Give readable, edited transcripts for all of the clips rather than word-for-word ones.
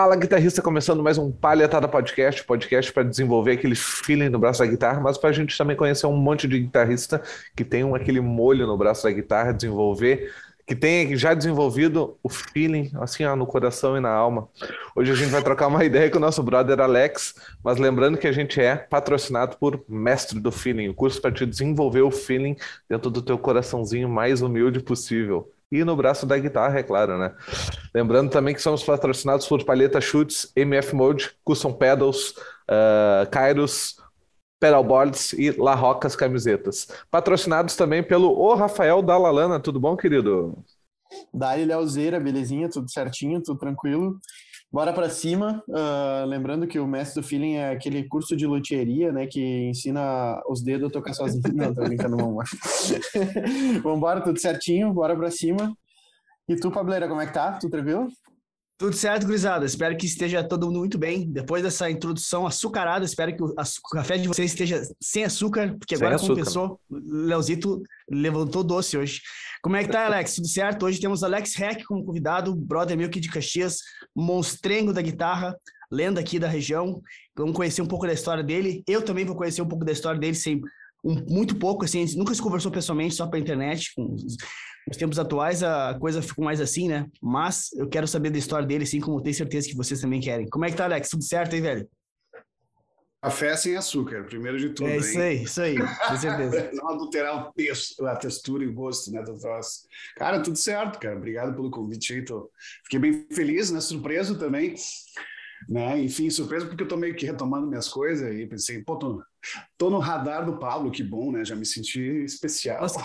Fala, guitarrista, começando mais um Palhetada Podcast, podcast para desenvolver aquele feeling no braço da guitarra, mas para a gente também conhecer um monte de guitarrista que tem aquele molho no braço da guitarra, desenvolver, que tem já desenvolvido o feeling, assim, ó, no coração e na alma. Hoje a gente vai trocar uma ideia com o nosso brother Alex, mas lembrando que a gente é patrocinado por Mestre do Feeling, o curso para te desenvolver o feeling dentro do teu coraçãozinho mais humilde possível. E no braço da guitarra, é claro, né? Lembrando também que somos patrocinados por Palheta Chutes, MF Mode, Custom Pedals, Kairos, Pedalboards e La Rocas Camisetas. Patrocinados também pelo O Rafael Dalalana. Tudo bom, querido? Dali, Leozeira, belezinha, tudo certinho, tudo tranquilo. Bora pra cima. Lembrando que o Mestre do Feeling é aquele curso de luthieria, né, que ensina os dedos a tocar sozinho. Não, tô brincando, vamos. Vambora, tudo certinho, bora pra cima. E tu, Pableira, como é que tá? Tudo tranquilo? Tudo certo, gurizada. Espero que esteja todo mundo muito bem. Depois dessa introdução açucarada, espero que o café de vocês esteja sem açúcar, porque agora compensou. O Leozito levantou doce hoje. Como é que tá, Alex? Tudo certo? Hoje temos Alex Heck como convidado, brother meu aqui de Caxias, monstrengo da guitarra, lenda aqui da região. Vamos conhecer um pouco da história dele. Eu também vou conhecer um pouco da história dele, muito pouco, assim, a gente nunca se conversou pessoalmente, só pela internet. Nos tempos atuais a coisa ficou mais assim, né? Mas eu quero saber da história dele, assim como eu tenho certeza que vocês também querem. Como é que tá, Alex? Tudo certo aí, velho? Café sem açúcar, primeiro de tudo. É isso aí, com certeza. Não adulterar a textura e o gosto, né, do troço. Cara, tudo certo, cara. Obrigado pelo convite aí. Fiquei bem feliz, né? Surpreso também. Né? Enfim, surpreso porque eu tô meio que retomando minhas coisas e pensei, pô, tô no radar do Pablo, que bom, né? Já me senti especial. Nossa,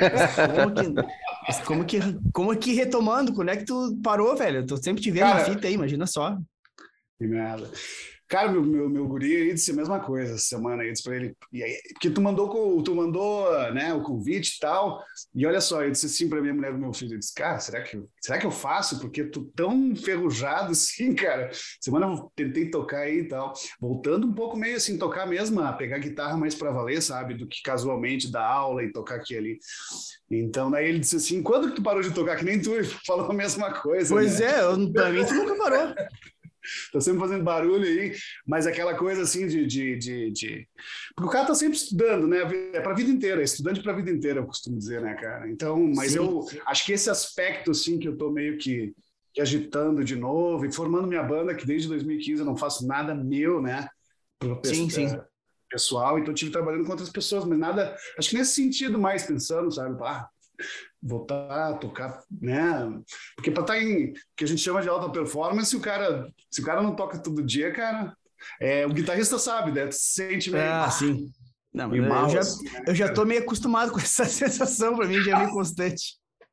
como que retomando? Quando é que tu parou, velho? Eu tô sempre te vendo na fita aí, imagina só. Que merda. Cara, meu guri aí disse a mesma coisa essa semana aí, disse pra ele, e aí, porque tu mandou, né, o convite e tal, e olha só, eu disse assim pra minha mulher e pro meu filho, eu disse, cara, será que eu faço? Porque eu tô tão enferrujado assim, cara. Semana eu tentei tocar aí e tal, voltando um pouco meio assim, tocar mesmo, a pegar guitarra mais pra valer, sabe, do que casualmente dar aula e tocar aqui e ali. Então, daí ele disse assim, quando que tu parou de tocar? Que nem tu falou a mesma coisa, Pois né? pra mim tu nunca parou. Tá sempre fazendo barulho aí, mas aquela coisa assim Porque o cara tá sempre estudando, né? É pra vida inteira, é estudante pra vida inteira, eu costumo dizer, né, cara? Então, mas sim. Eu acho que esse aspecto, assim, que eu tô meio que agitando de novo e formando minha banda, que desde 2015 eu não faço nada meu, né? Sim. Pessoal, então eu tive trabalhando com outras pessoas, mas nada, acho que nesse sentido mais pensando, sabe? Voltar a tocar, né? Porque para estar em que a gente chama de alta performance, se o cara não toca todo dia, cara, o guitarrista sabe, né? Tu se sente meio sim. Não, meio mal, eu já tô meio acostumado com essa sensação, para mim já é meio constante.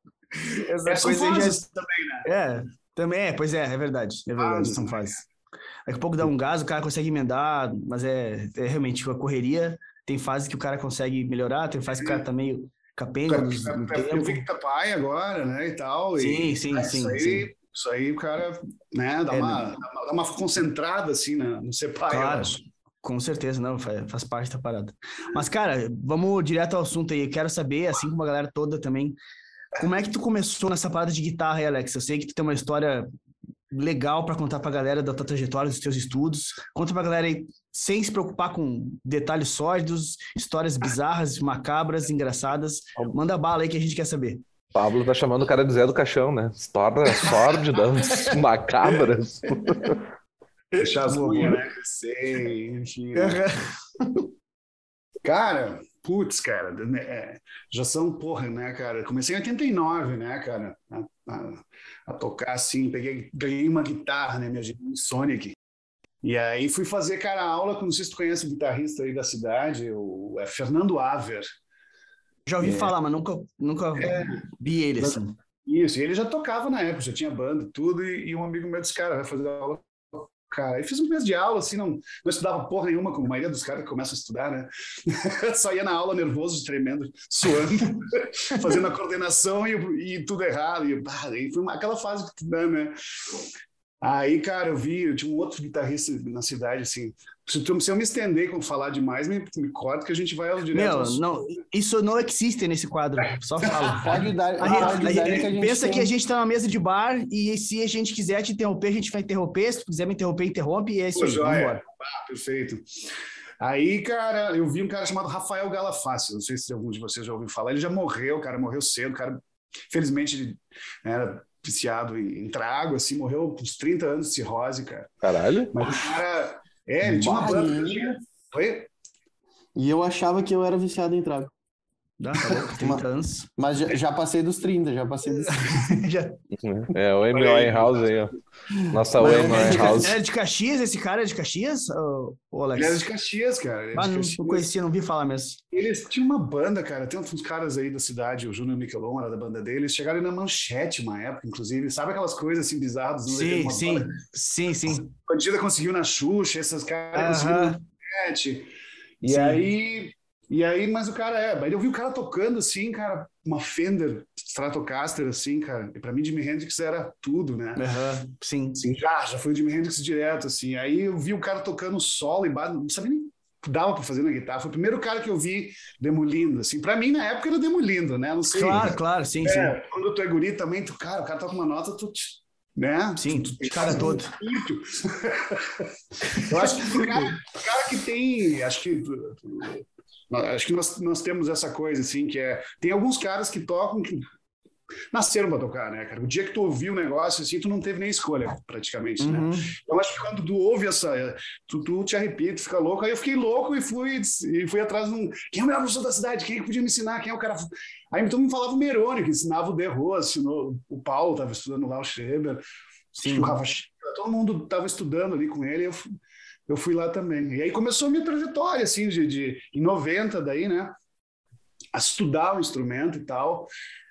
São fases também, né? Também pois é verdade, são fases. Daqui a pouco dá um gás, o cara consegue emendar, mas é realmente a correria, tem fase que o cara consegue melhorar, tem fase que o cara tá meio capenga no tempo. Eu vi que tá pai agora, né, e tal. Sim. Isso aí, o cara, né, dá uma concentrada, assim, no ser pai. Claro, com certeza, não, faz parte da parada. Mas, cara, vamos direto ao assunto aí. Eu quero saber, assim como a galera toda também, como é que tu começou nessa parada de guitarra aí, Alex? Eu sei que tu tem uma história legal para contar pra galera da tua trajetória, dos teus estudos. Conta pra galera aí, sem se preocupar com detalhes sórdidos, histórias bizarras, macabras, engraçadas. Manda bala aí que a gente quer saber. Pablo tá chamando o cara de Zé do Caixão, né? Histórias sórdidas, macabras. Deixar as unhas, né? Crescer, enfim. Né? Cara, putz, cara, já são porra, né, cara? Comecei em 89, né, cara? A tocar assim, ganhei uma guitarra, né, minha Sonic. E aí fui fazer, cara, aula, não sei se tu conhece o guitarrista aí da cidade, é Fernando Aver. Já ouvi falar, mas nunca vi ele assim. Isso, e ele já tocava na época, já tinha banda e tudo, e um amigo meu disse, cara, vai fazer aula. Cara, eu fiz um mês de aula, assim, não estudava porra nenhuma, como a maioria dos caras que começam a estudar, né? Só ia na aula nervoso, tremendo, suando, fazendo a coordenação e tudo errado. E foi aquela fase que tu dá, né? Aí, cara, eu tinha um outro guitarrista na cidade, assim. Se eu me estender com falar demais, me corta que a gente vai ao direto. Meu, não, isso não existe nesse quadro, só fala. Pode dar, que a gente pensa tem. que a gente tá numa mesa de bar e se a gente quiser te interromper, a gente vai interromper. Se tu quiser me interromper, interrompe e é isso Pô, aí, vamos embora. Perfeito. Aí, cara, eu vi um cara chamado Rafael Galafácio, não sei se algum de vocês já ouviu falar, ele já morreu, cara, morreu cedo, o cara, infelizmente, ele era viciado em trago, assim, morreu com uns 30 anos de cirrose, cara. Caralho. Mas o cara, ele tinha uma banda. Oi? E eu achava que eu era viciado em trago. Tá louco, 30 anos. Mas já passei dos 30, já passei dos 30. Já. É, o Amy Winehouse aí, ó. Nossa, o Amy Winehouse. É de Caxias? Esse cara é de Caxias, ô Alex? Ele era de Caxias, cara. Não conhecia, não vi falar mesmo. Eles tinham uma banda, cara. Tem uns caras aí da cidade, o Júnior Michelon era da banda dele. Eles chegaram na Manchete uma época, inclusive. Sabe aquelas coisas assim bizarras? Sim. A Bandida conseguiu na Xuxa, esses caras conseguiram na Manchete. E aí, mas o cara aí eu vi o cara tocando assim, cara, uma Fender Stratocaster assim, cara. E pra mim Jimi Hendrix era tudo, né? Sim. Já foi o Jimi Hendrix direto, assim. Aí eu vi o cara tocando solo e base, não sabia nem que dava pra fazer na guitarra. Foi o primeiro cara que eu vi demolindo, assim. Pra mim, na época, era demolindo, né? Não sei. Claro, sim. Quando tu é guri também, o cara toca uma nota, né? Sim, de cara todo. Eu acho que o cara que tem, acho que nós temos essa coisa, assim, que tem alguns caras que tocam, que nasceram para tocar, né, cara? O dia que tu ouviu o negócio, assim, tu não teve nem escolha, praticamente, né? Então, acho que quando tu ouve tu te arrepia, tu fica louco. Aí eu fiquei louco e fui atrás de quem é o melhor professor da cidade? Quem é que podia me ensinar? Quem é o cara? Aí todo mundo falava o Meroni, que ensinava o De Rose, o Paulo estava estudando lá, o Schreber, o Rafa Schreber, todo mundo estava estudando ali com ele, eu fui lá também. E aí começou a minha trajetória, assim, em 90, daí, né? A estudar o instrumento e tal.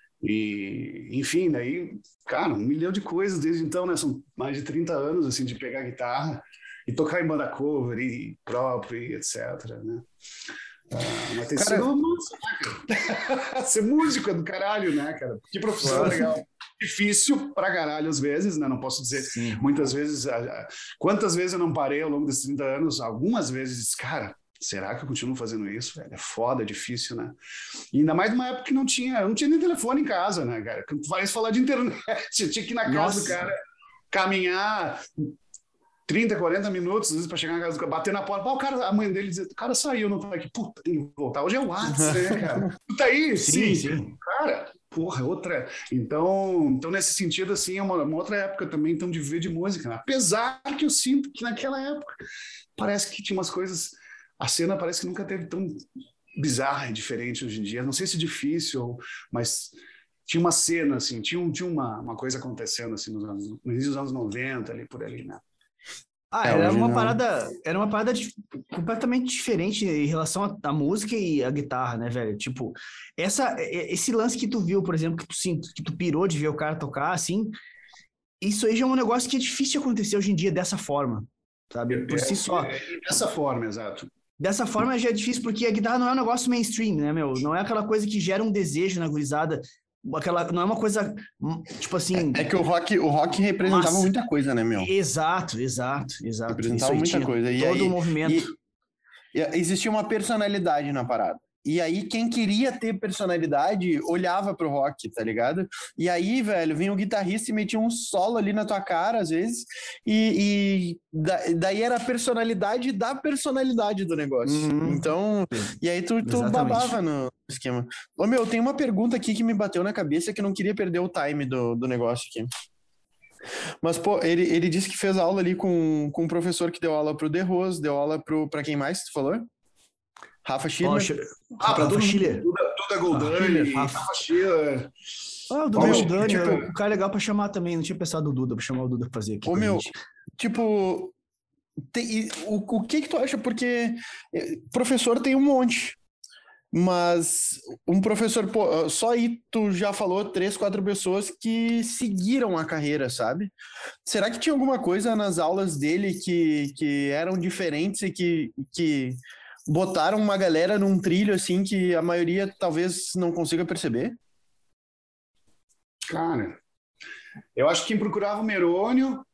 E, enfim, daí, cara, 1 milhão de coisas desde então, né? São mais de 30 anos, assim, de pegar guitarra e tocar em banda cover e próprio e etc, né? Mas tem sido uma música, né, cara? Ser músico é do caralho, né, cara? Que profissão legal. Difícil pra caralho às vezes, né? Não posso dizer muitas vezes. Quantas vezes eu não parei ao longo desses 30 anos? Algumas vezes, cara, será que eu continuo fazendo isso? Velho? É foda, é difícil, né? E ainda mais numa época que eu não tinha nem telefone em casa, né, cara? Quando tu vai falar de internet, eu tinha que ir na casa do cara, caminhar 30, 40 minutos, às vezes, para chegar na casa do cara, bater na porta. O cara, a mãe dele dizia, o cara saiu, não tá aqui. Puta, tem que voltar. Hoje é o WhatsApp, né, cara? Tu tá aí? Sim. Cara, porra, outra. Então, nesse sentido, assim, é uma outra época também, então, de viver de música. Né? Apesar que eu sinto que naquela época parece que tinha umas coisas. A cena parece que nunca teve tão bizarra e diferente hoje em dia. Não sei se é difícil, mas tinha uma cena, assim, tinha uma coisa acontecendo, assim, no início dos anos 90, ali por ali, né? Era uma parada completamente diferente em relação à música e à guitarra, né, velho? Tipo, esse lance que tu viu, por exemplo, que tu pirou de ver o cara tocar, assim, isso aí já é um negócio que é difícil acontecer hoje em dia dessa forma, sabe? Por si só. Dessa forma, exato. Dessa forma já é difícil, porque a guitarra não é um negócio mainstream, né, meu? Não é aquela coisa que gera um desejo na gurizada. Não é uma coisa, tipo assim... É que o rock representava muita coisa, né, meu? Exato. Representava muita coisa. Todo o movimento. E existia uma personalidade na parada. E aí, quem queria ter personalidade olhava pro rock, tá ligado? E aí, velho, vinha o guitarrista e metia um solo ali na tua cara, às vezes, daí era a personalidade da personalidade do negócio. Então, e aí tu babava no esquema. Ô, meu, tem uma pergunta aqui que me bateu na cabeça que eu não queria perder o time do negócio aqui. Mas, pô, ele disse que fez aula ali com um professor que deu aula pro De Rose, deu aula pra quem mais tu falou? Rafa Schiller. Rafa Schiller. Duda Goldani, Rafa Schiller. O Duda Goldani, o cara é legal pra chamar também. Não tinha pensado no Duda, pra chamar o Duda pra fazer aqui. Ô, meu, tipo, o que tu acha? Porque professor tem um monte. Mas um professor, pô, só aí tu já falou 3, 4 pessoas que seguiram a carreira, sabe? Será que tinha alguma coisa nas aulas dele que eram diferentes e que botaram uma galera num trilho assim que a maioria talvez não consiga perceber? Cara, eu acho que quem procurava o Merônio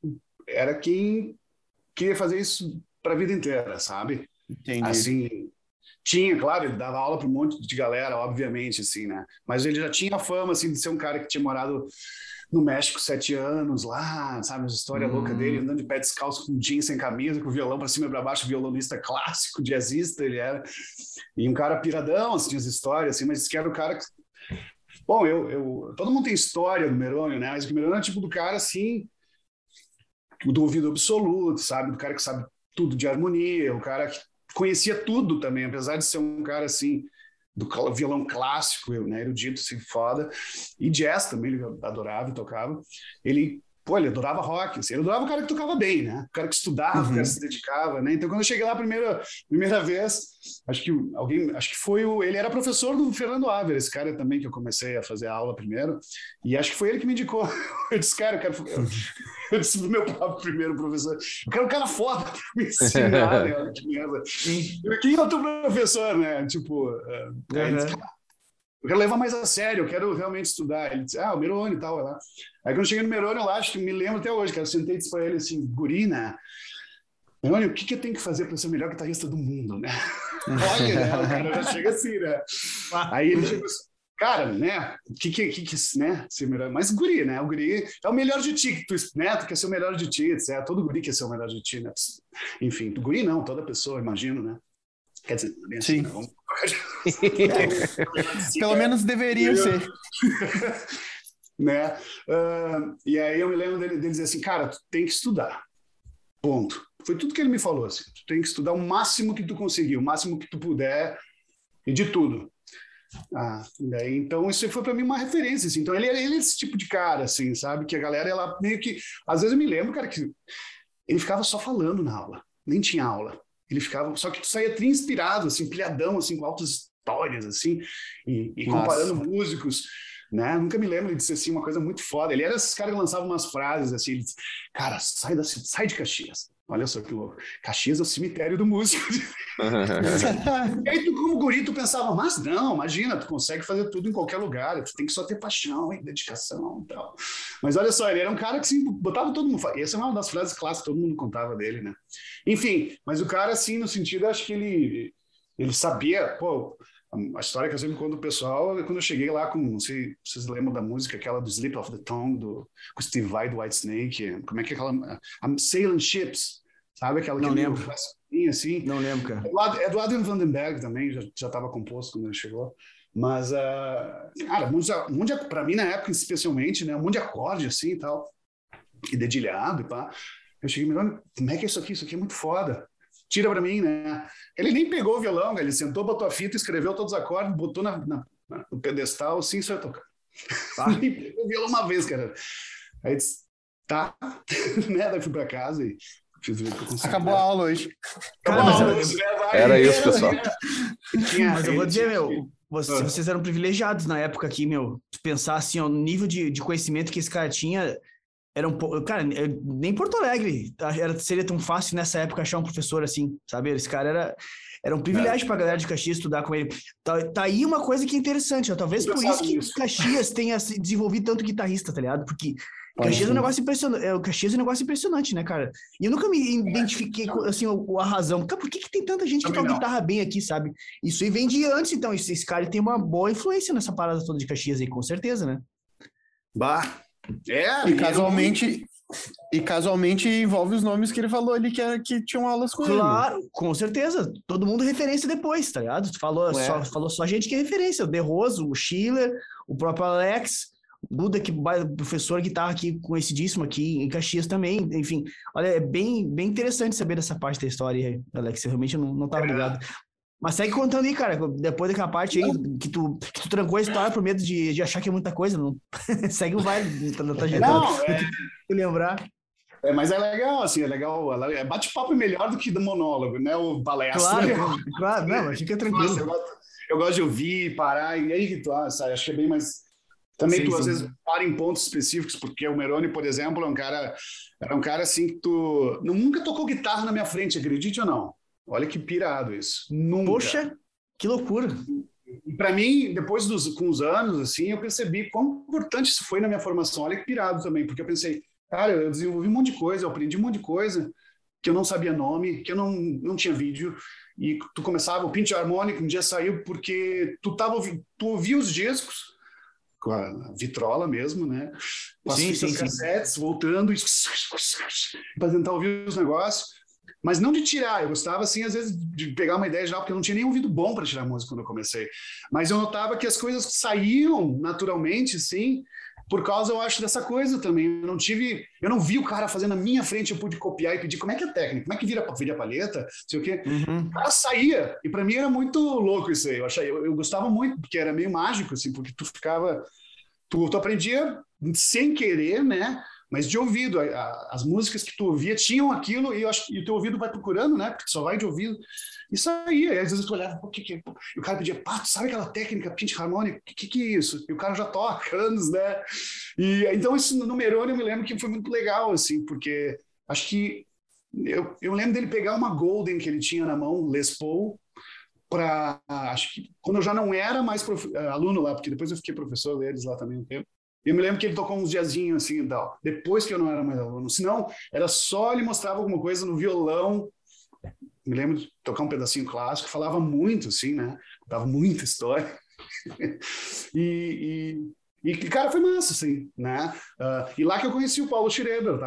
era quem queria fazer isso para a vida inteira, sabe? Entendi. Assim, tinha, claro, ele dava aula para um monte de galera, obviamente, assim, né? Mas ele já tinha a fama, assim, de ser um cara que tinha morado no México 7 anos lá, sabe? As histórias loucas dele, andando de pé descalço com jeans sem camisa, com o violão para cima e para baixo, violonista clássico, jazzista ele era. E um cara piradão, assim, as histórias, assim, mas que era o cara que... Bom, todo mundo tem história do Merônio, né? Mas o Merônio é tipo do cara, assim, do ouvido absoluto, sabe? Do cara que sabe tudo de harmonia, o cara que conhecia tudo também, apesar de ser um cara, assim, do violão clássico, né, erudito, assim, foda, e jazz também, ele adorava e tocava. Ele adorava rock, assim, ele adorava o cara que tocava bem, né, o cara que estudava, o cara que se dedicava, né, então quando eu cheguei lá a primeira vez, acho que foi ele era professor do Fernando Ávila, esse cara também que eu comecei a fazer aula primeiro, e acho que foi ele que me indicou. Eu disse, cara, eu disse pro meu próprio primeiro professor, eu quero um cara foda pra me ensinar, né, que merda. Quem é outro professor, né, tipo, aí disse, eu quero levar mais a sério, eu quero realmente estudar. Ele disse, o Merônio e tal, lá. Aí quando eu cheguei no Merônio, eu acho que me lembro até hoje, cara, eu sentei e disse pra ele assim, guri, né, Merônio, o que eu tenho que fazer para ser o melhor guitarrista do mundo, né? Olha, né, o cara já chega assim, né? Aí ele chega assim, cara, né, né, ser melhor, mas guri, né, o guri é o melhor de ti, né, tu quer ser o melhor de ti, etc. Todo guri quer ser o melhor de ti, né? Enfim, do guri não, toda pessoa, imagino, né? Quer dizer, bem assim, sim. Vamos... Pelo menos deveria ser. Né? E aí eu me lembro dele dizer assim, cara, tu tem que estudar, ponto. Foi tudo que ele me falou, assim, tu tem que estudar o máximo que tu conseguir, o máximo que tu puder, e de tudo. Daí, então isso foi para mim uma referência, assim. Então ele é esse tipo de cara, assim, sabe, que a galera, ela meio que, às vezes eu me lembro, cara, que ele ficava só falando na aula, nem tinha aula. Ele ficava, só que tu saía tri-inspirado, assim, pilhadão, assim, com altas histórias, assim, e comparando músicos, né? Nunca me lembro de dizer assim uma coisa muito foda. Ele era esses caras que lançavam umas frases assim, ele disse, cara, sai de Caxias. Olha só que louco. Caxias é o cemitério do músico. E aí tu, como guri, tu pensava, mas não, imagina, tu consegue fazer tudo em qualquer lugar, tu tem que só ter paixão e dedicação e tal. Mas olha só, ele era um cara que assim, botava todo mundo. Essa é uma das frases clássicas que todo mundo contava dele, né? Enfim, mas o cara, assim, no sentido, acho que ele sabia, pô. A história que eu sempre conto do pessoal é quando eu cheguei lá com, não sei se vocês lembram da música, aquela do Slip of the Tongue, com Steve Vai do Whitesnake, como é que é aquela? I'm Sailing Ships, sabe? Aquela não que lembro. Assim. Não lembro, cara. É do Adam Vandenberg também, já estava composto quando ele chegou. Mas, cara, para mim na época especialmente, né, um monte de acorde assim e tal, e dedilhado e pá. Eu cheguei me olhando, como é que é isso aqui? Isso aqui é muito foda. Tira pra mim, né? Ele nem pegou o violão, ele sentou, botou a fita, escreveu todos os acordes, botou no pedestal, assim, só ia tocar. Nem pegou o violão uma vez, cara. Aí disse, tá, né? Daí fui pra casa e fiz ver que eu consegui. Acabou a aula hoje. Era isso, pessoal. Mas eu vou dizer, vocês eram privilegiados na época aqui, meu. Pensar assim, ó, o nível de conhecimento que esse cara tinha... Era um pouco... Cara, nem Porto Alegre seria tão fácil nessa época achar um professor assim, sabe? Esse cara era um privilégio pra galera de Caxias estudar com ele. Tá aí uma coisa que é interessante, ó. Talvez por isso que Caxias tenha se desenvolvido tanto guitarrista, tá ligado? Porque Caxias é um negócio impressionante. Caxias é um negócio impressionante, né, cara? E eu nunca me identifiquei com, assim, a razão. Cara, por que tem tanta gente que toca guitarra bem aqui, sabe? Isso aí vem de antes, então. Esse cara tem uma boa influência nessa parada toda de Caxias aí, com certeza, né? Bah! E casualmente envolve os nomes que ele falou ali que tinham aulas com ele. Claro, com certeza. Todo mundo referência depois, tá ligado? Tu falou só gente que é referência. O De Rosa, o Schiller, o próprio Alex, o Duda, que professor de guitarra aqui, conhecidíssimo aqui em Caxias também. Enfim, olha, é bem interessante saber dessa parte da história aí, Alex. Eu realmente não tava ligado. Mas segue contando aí, cara, depois daquela parte aí que tu trancou a história por medo de achar que é muita coisa, não. Segue o baile da trajetória. Não, lembrar. Mas é legal, assim, é legal. Bate-papo é melhor do que do monólogo, né? O palestra. Claro, não, mas fica tranquilo. Nossa, eu gosto de ouvir, parar, e aí que tu sabe, acho que é bem mais... Também às vezes para em pontos específicos, porque o Merônio, por exemplo, era um cara assim que tu... Nunca tocou guitarra na minha frente, acredite ou não? Olha que pirado isso. Nunca. Poxa, que loucura. E para mim, depois com os anos, assim, eu percebi quão importante isso foi na minha formação. Olha que pirado também, porque eu pensei, Cara, eu desenvolvi um monte de coisa, eu aprendi um monte de coisa que eu não sabia nome, que eu não tinha vídeo, e tu começava, o Pinch Harmonic um dia saiu porque tu ouvia os discos, com a vitrola mesmo, né? Com as fitas cassetes, voltando, para tentar ouvir os negócios, mas não de tirar, eu gostava, assim, às vezes, de pegar uma ideia já, porque eu não tinha nem ouvido bom para tirar música quando eu comecei, mas eu notava que as coisas saíam naturalmente, assim, por causa, eu acho, dessa coisa também. Eu não vi o cara fazendo na minha frente, eu pude copiar e pedir como é que é a técnica, como é que vira a palheta, sei o quê. O cara saía, e para mim era muito louco isso aí. Eu gostava muito, porque era meio mágico, assim, porque tu ficava... Tu aprendia sem querer, né? Mas de ouvido. As músicas que tu ouvia tinham aquilo, e o teu ouvido vai procurando, né? Porque só vai de ouvido. Isso aí, às vezes tu olhava, e o cara pedia, tu sabe aquela técnica Pinch Harmonic? O que é isso? E o cara já toca anos, né? E então isso no Merone eu me lembro que foi muito legal, assim, porque acho que eu lembro dele pegar uma Golden que ele tinha na mão, Les Paul, acho que quando eu já não era mais aluno lá, porque depois eu fiquei professor deles lá também um tempo. Eu me lembro que ele tocou uns diazinhos assim e tal, depois que eu não era mais aluno. Senão, era só ele mostrava alguma coisa no violão. Me lembro de tocar um pedacinho clássico, falava muito, assim, né? Dava muita história. e, cara, foi massa, assim, né? E lá que eu conheci o Paulo Schroeder.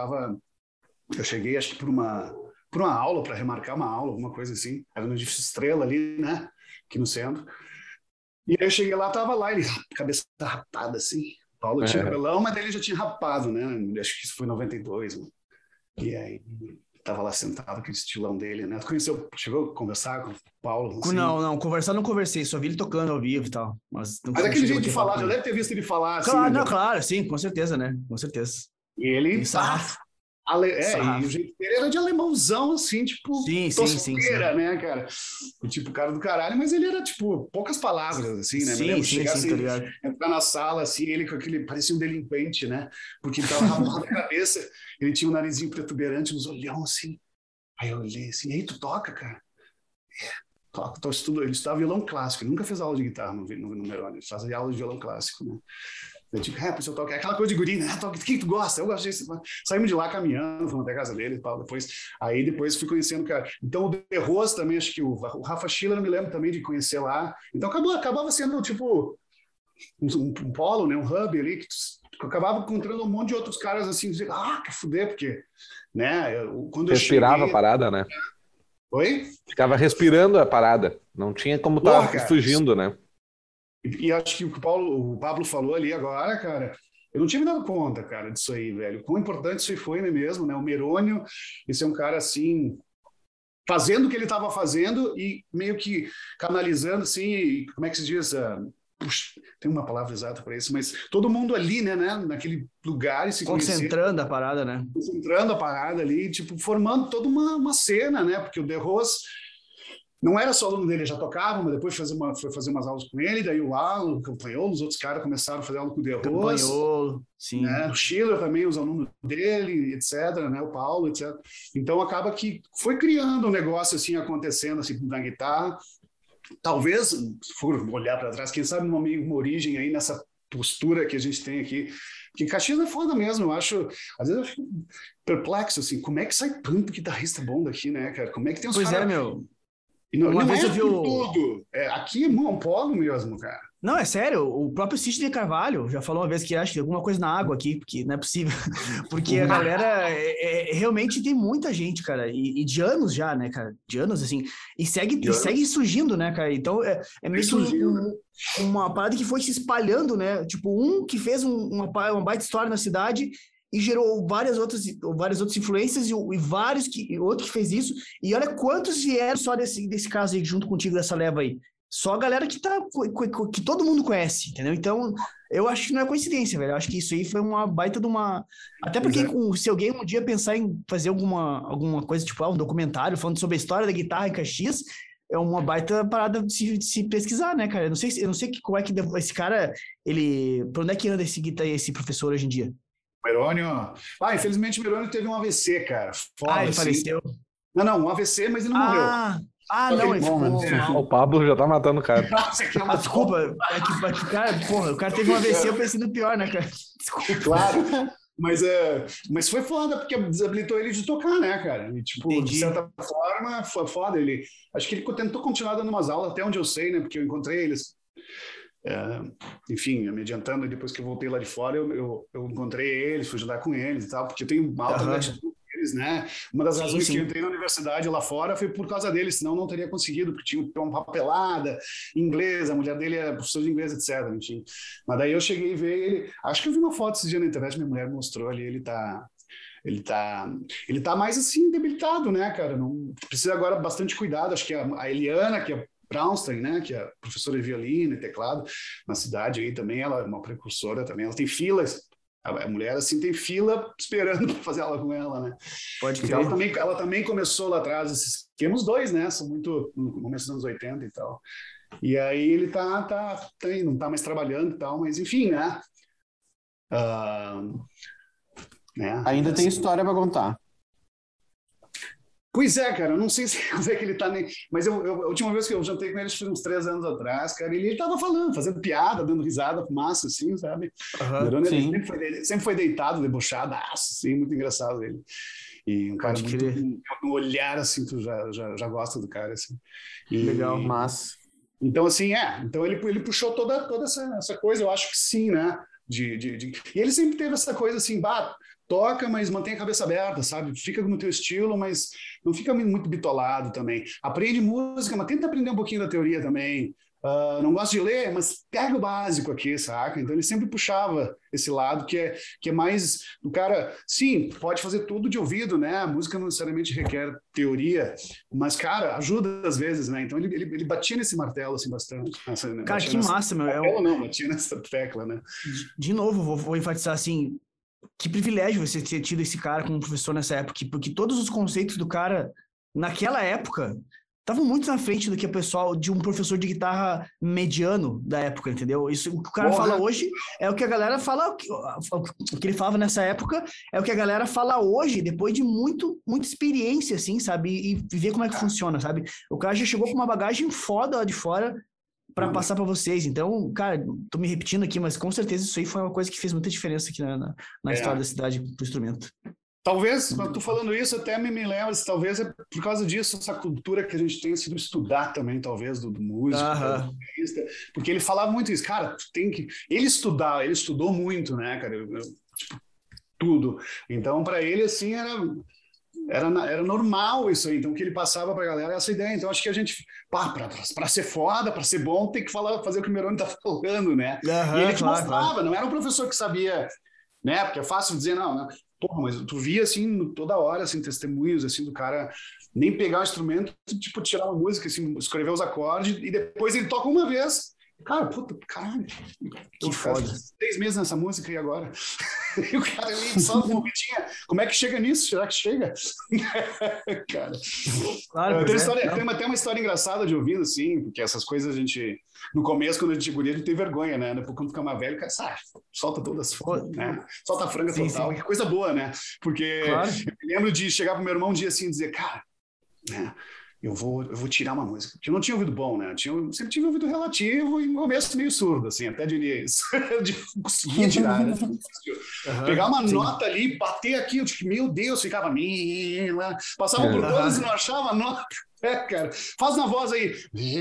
Eu cheguei, acho que por uma aula, para remarcar uma aula, alguma coisa assim. Era no Edifício Estrela ali, né? Aqui no centro. E aí eu cheguei lá, tava lá, ele, cabeça rapada, assim. O Paulo tinha cabelão, mas ele já tinha rapado, né? Acho que isso foi em 92, né? E aí... Tava lá sentado com o estilão dele, né? Chegou a conversar com o Paulo? Assim? Não, conversar não conversei, só vi ele tocando ao vivo e tal. Mas aquele jeito de falar, já deve ter visto ele falar claro, assim. Não, claro, sim, com certeza, né? Com certeza. E ele... Sarrafo. E o jeito dele era de alemãozão, assim, tipo, tosqueira, né, cara? E, tipo, cara do caralho, mas ele era, tipo, poucas palavras, assim, né? Sim, tá ligado. Entrar na sala, assim, ele com aquele, parecia um delinquente, né? Porque ele tava rapado na cabeça, ele tinha um narizinho protuberante, uns olhão, assim. Aí eu olhei assim, e aí, tu toca, cara? Toca, ele estudava violão clássico, ele nunca fez aula de guitarra no Merone, ele fazia aula de violão clássico, né? Eu digo, por isso eu toco. É aquela coisa de guri, né? O que tu gosta? Eu gosto disso. Saímos de lá caminhando, fomos até a casa dele e tal. Depois fui conhecendo o cara. Então, o The Rose também, acho que o Rafa Schiller, eu me lembro também de conhecer lá. Então, acabava sendo, tipo, um polo, né? Um hub ali, que tu acabava encontrando um monte de outros caras assim, dizendo, que fuder, porque, né? Quando respirava a parada, né? Oi? Ficava respirando a parada. Não tinha como estar fugindo, né? E acho que o Pablo falou ali agora, cara, eu não tinha me dado conta, cara, disso aí, velho. Quão importante isso aí foi, né, mesmo, né? O Merônio, esse é um cara, assim, fazendo o que ele estava fazendo e meio que canalizando, assim, e, como é que se diz? Tem uma palavra exata para isso, mas todo mundo ali, né, naquele lugar e se concentrando a parada, né? Concentrando a parada ali, tipo, formando toda uma cena, né? Porque o The Rose... Não era só aluno dele, já tocava, mas depois foi fazer umas aulas com ele, daí o Alan, o Campanholo, os outros caras começaram a fazer aula com o The Rose. Campanholo, sim. Né? O Schiller também, os alunos dele, etc., né? O Paulo, etc. Então acaba que foi criando um negócio assim, acontecendo assim, na guitarra. Talvez, se for olhar para trás, quem sabe uma origem aí nessa postura que a gente tem aqui. Porque Caxias é foda mesmo, eu acho. Às vezes eu fico perplexo, assim, como é que sai tanto guitarrista bom daqui, né, cara? Como é que tem uns caras... meu. E não é tudo. Aqui é São Paulo mesmo, cara. Não, é sério. O próprio Sidney Carvalho já falou uma vez que acha que alguma coisa na água aqui, porque não é possível. Porque a galera realmente tem muita gente, cara. E de anos já, né, cara? De anos, assim. E segue surgindo, né, cara? Então, é meio que uma parada que foi se espalhando, né? Tipo, que fez uma baita história na cidade... E gerou várias outras influências e outro que fez isso. E olha quantos vieram só desse caso aí, junto contigo, dessa leva aí. Só a galera que todo mundo conhece, entendeu? Então, eu acho que não é coincidência, velho. Eu acho que isso aí foi uma baita de uma... Até porque se alguém um dia pensar em fazer alguma coisa, tipo, um documentário falando sobre a história da guitarra em Caxias, é uma baita parada de se pesquisar, né, cara? Eu não sei como é que esse cara, por onde é que anda esse professor hoje em dia? Merônio. Infelizmente o Merônio teve um AVC, cara. Foda, ele faleceu? Não, um AVC, mas ele não morreu. Não, ele ficou... O Pablo já tá matando o cara. Desculpa, cara, porra, o cara teve um AVC, eu pensei no pior, né, cara? Desculpa. Claro. Mas foi foda, porque desabilitou ele de tocar, né, cara? E, tipo, de certa forma, foi foda. Acho que ele tentou continuar dando umas aulas, até onde eu sei, né? Porque eu encontrei eles. Enfim, me adiantando, depois que eu voltei lá de fora, eu encontrei eles, fui jogar com eles e tal, porque eu tenho uma alta gratidão por eles, né? Uma das razões que eu entrei na universidade lá fora foi por causa deles, senão não teria conseguido, porque tinha uma papelada inglês, a mulher dele é professora de inglês, etc. Enfim. Mas daí eu cheguei e vi ele, acho que eu vi uma foto esse dia na internet, minha mulher mostrou ali, ele tá mais assim debilitado, né, cara? Não precisa agora bastante cuidado. Acho que a Eliana, que é Braunstein, né, que é professora de violino e teclado na cidade aí também, ela é uma precursora também, ela tem filas, a mulher assim tem fila esperando para fazer aula com ela, né? Pode crer. Então, ela também começou lá atrás esses esquemas, dois, né, são muito no começo dos anos 80 e tal. E aí ele não tá mais trabalhando e tal, mas enfim, né? Ainda tem história para contar. Pois é, cara, eu não sei como é que ele tá, mas a última vez que eu jantei com ele, foi uns 3 anos atrás, cara, ele tava falando, fazendo piada, dando risada, massa, assim, sabe? Ele sempre foi deitado, debochado, assim, muito engraçado ele. E um cara muito, um olhar, assim, tu já gosta do cara, assim. Legal, massa. Então, assim, então ele puxou toda essa coisa, eu acho que sim, né? E ele sempre teve essa coisa assim, toca, mas mantém a cabeça aberta, sabe? Fica no teu estilo, mas não fica muito bitolado também. Aprende música, mas tenta aprender um pouquinho da teoria também. Não gosto de ler, mas pega o básico aqui, saca? Então ele sempre puxava esse lado que é mais do cara. Sim, pode fazer tudo de ouvido, né? A música não necessariamente requer teoria, mas, cara, ajuda às vezes, né? Então ele batia nesse martelo assim bastante. Cara, que massa, meu. Não, batia nessa tecla, né? De novo, vou enfatizar assim. Que privilégio você ter tido esse cara como professor nessa época, porque todos os conceitos do cara, naquela época, estavam muito na frente do que o pessoal de um professor de guitarra mediano da época, entendeu? Isso, o que o cara fala hoje é o que a galera fala, o que ele falava nessa época é o que a galera fala hoje, depois de muita experiência, assim, sabe? E ver como é que funciona, sabe? O cara já chegou com uma bagagem foda lá de fora para passar para vocês. Então, cara, tô me repetindo aqui, mas com certeza isso aí foi uma coisa que fez muita diferença aqui na história da cidade pro instrumento. Talvez, quando tu falando isso, até me lembra, talvez é por causa disso, essa cultura que a gente tem sido estudar também, talvez, do músico, do pianista, porque ele falava muito isso, cara, tu tem que... Ele estudou muito, né, cara, tipo, tudo. Então, para ele, assim, era normal isso aí, então o que ele passava pra galera é essa ideia. Então acho que a gente, pra ser foda, pra ser bom, tem que fazer o que o Meroni tá falando, né? E ele te mostrava, não era um professor que sabia, né? Porque é fácil dizer, não. Porra, mas tu via assim, toda hora, assim, testemunhos assim, do cara nem pegar o instrumento, tipo, tirar uma música, assim, escrever os acordes, e depois ele toca uma vez. Cara, puta, caralho. Que foda. 6 meses nessa música e agora? E o cara ali só uma ouvidinha. Como é que chega nisso? Será que chega? Cara. Claro, tem até uma história engraçada de ouvido, assim, porque essas coisas a gente. No começo, quando a gente é guria, a gente tem vergonha, né? Depois, quando fica mais velho, cara, solta todas, né? Solta a franga total. Sim. Que coisa boa, né? Porque eu me lembro de chegar pro meu irmão um dia assim e dizer, cara, né? Eu vou tirar uma música. Porque eu não tinha ouvido bom, né? Eu sempre tive ouvido relativo e no começo meio surdo, assim, até diria isso. Eu conseguia tirar, né? Pegar uma nota ali, bater aqui, eu tipo, meu Deus, ficava... Passava por todas e não achava a nota. Cara, faz na voz aí.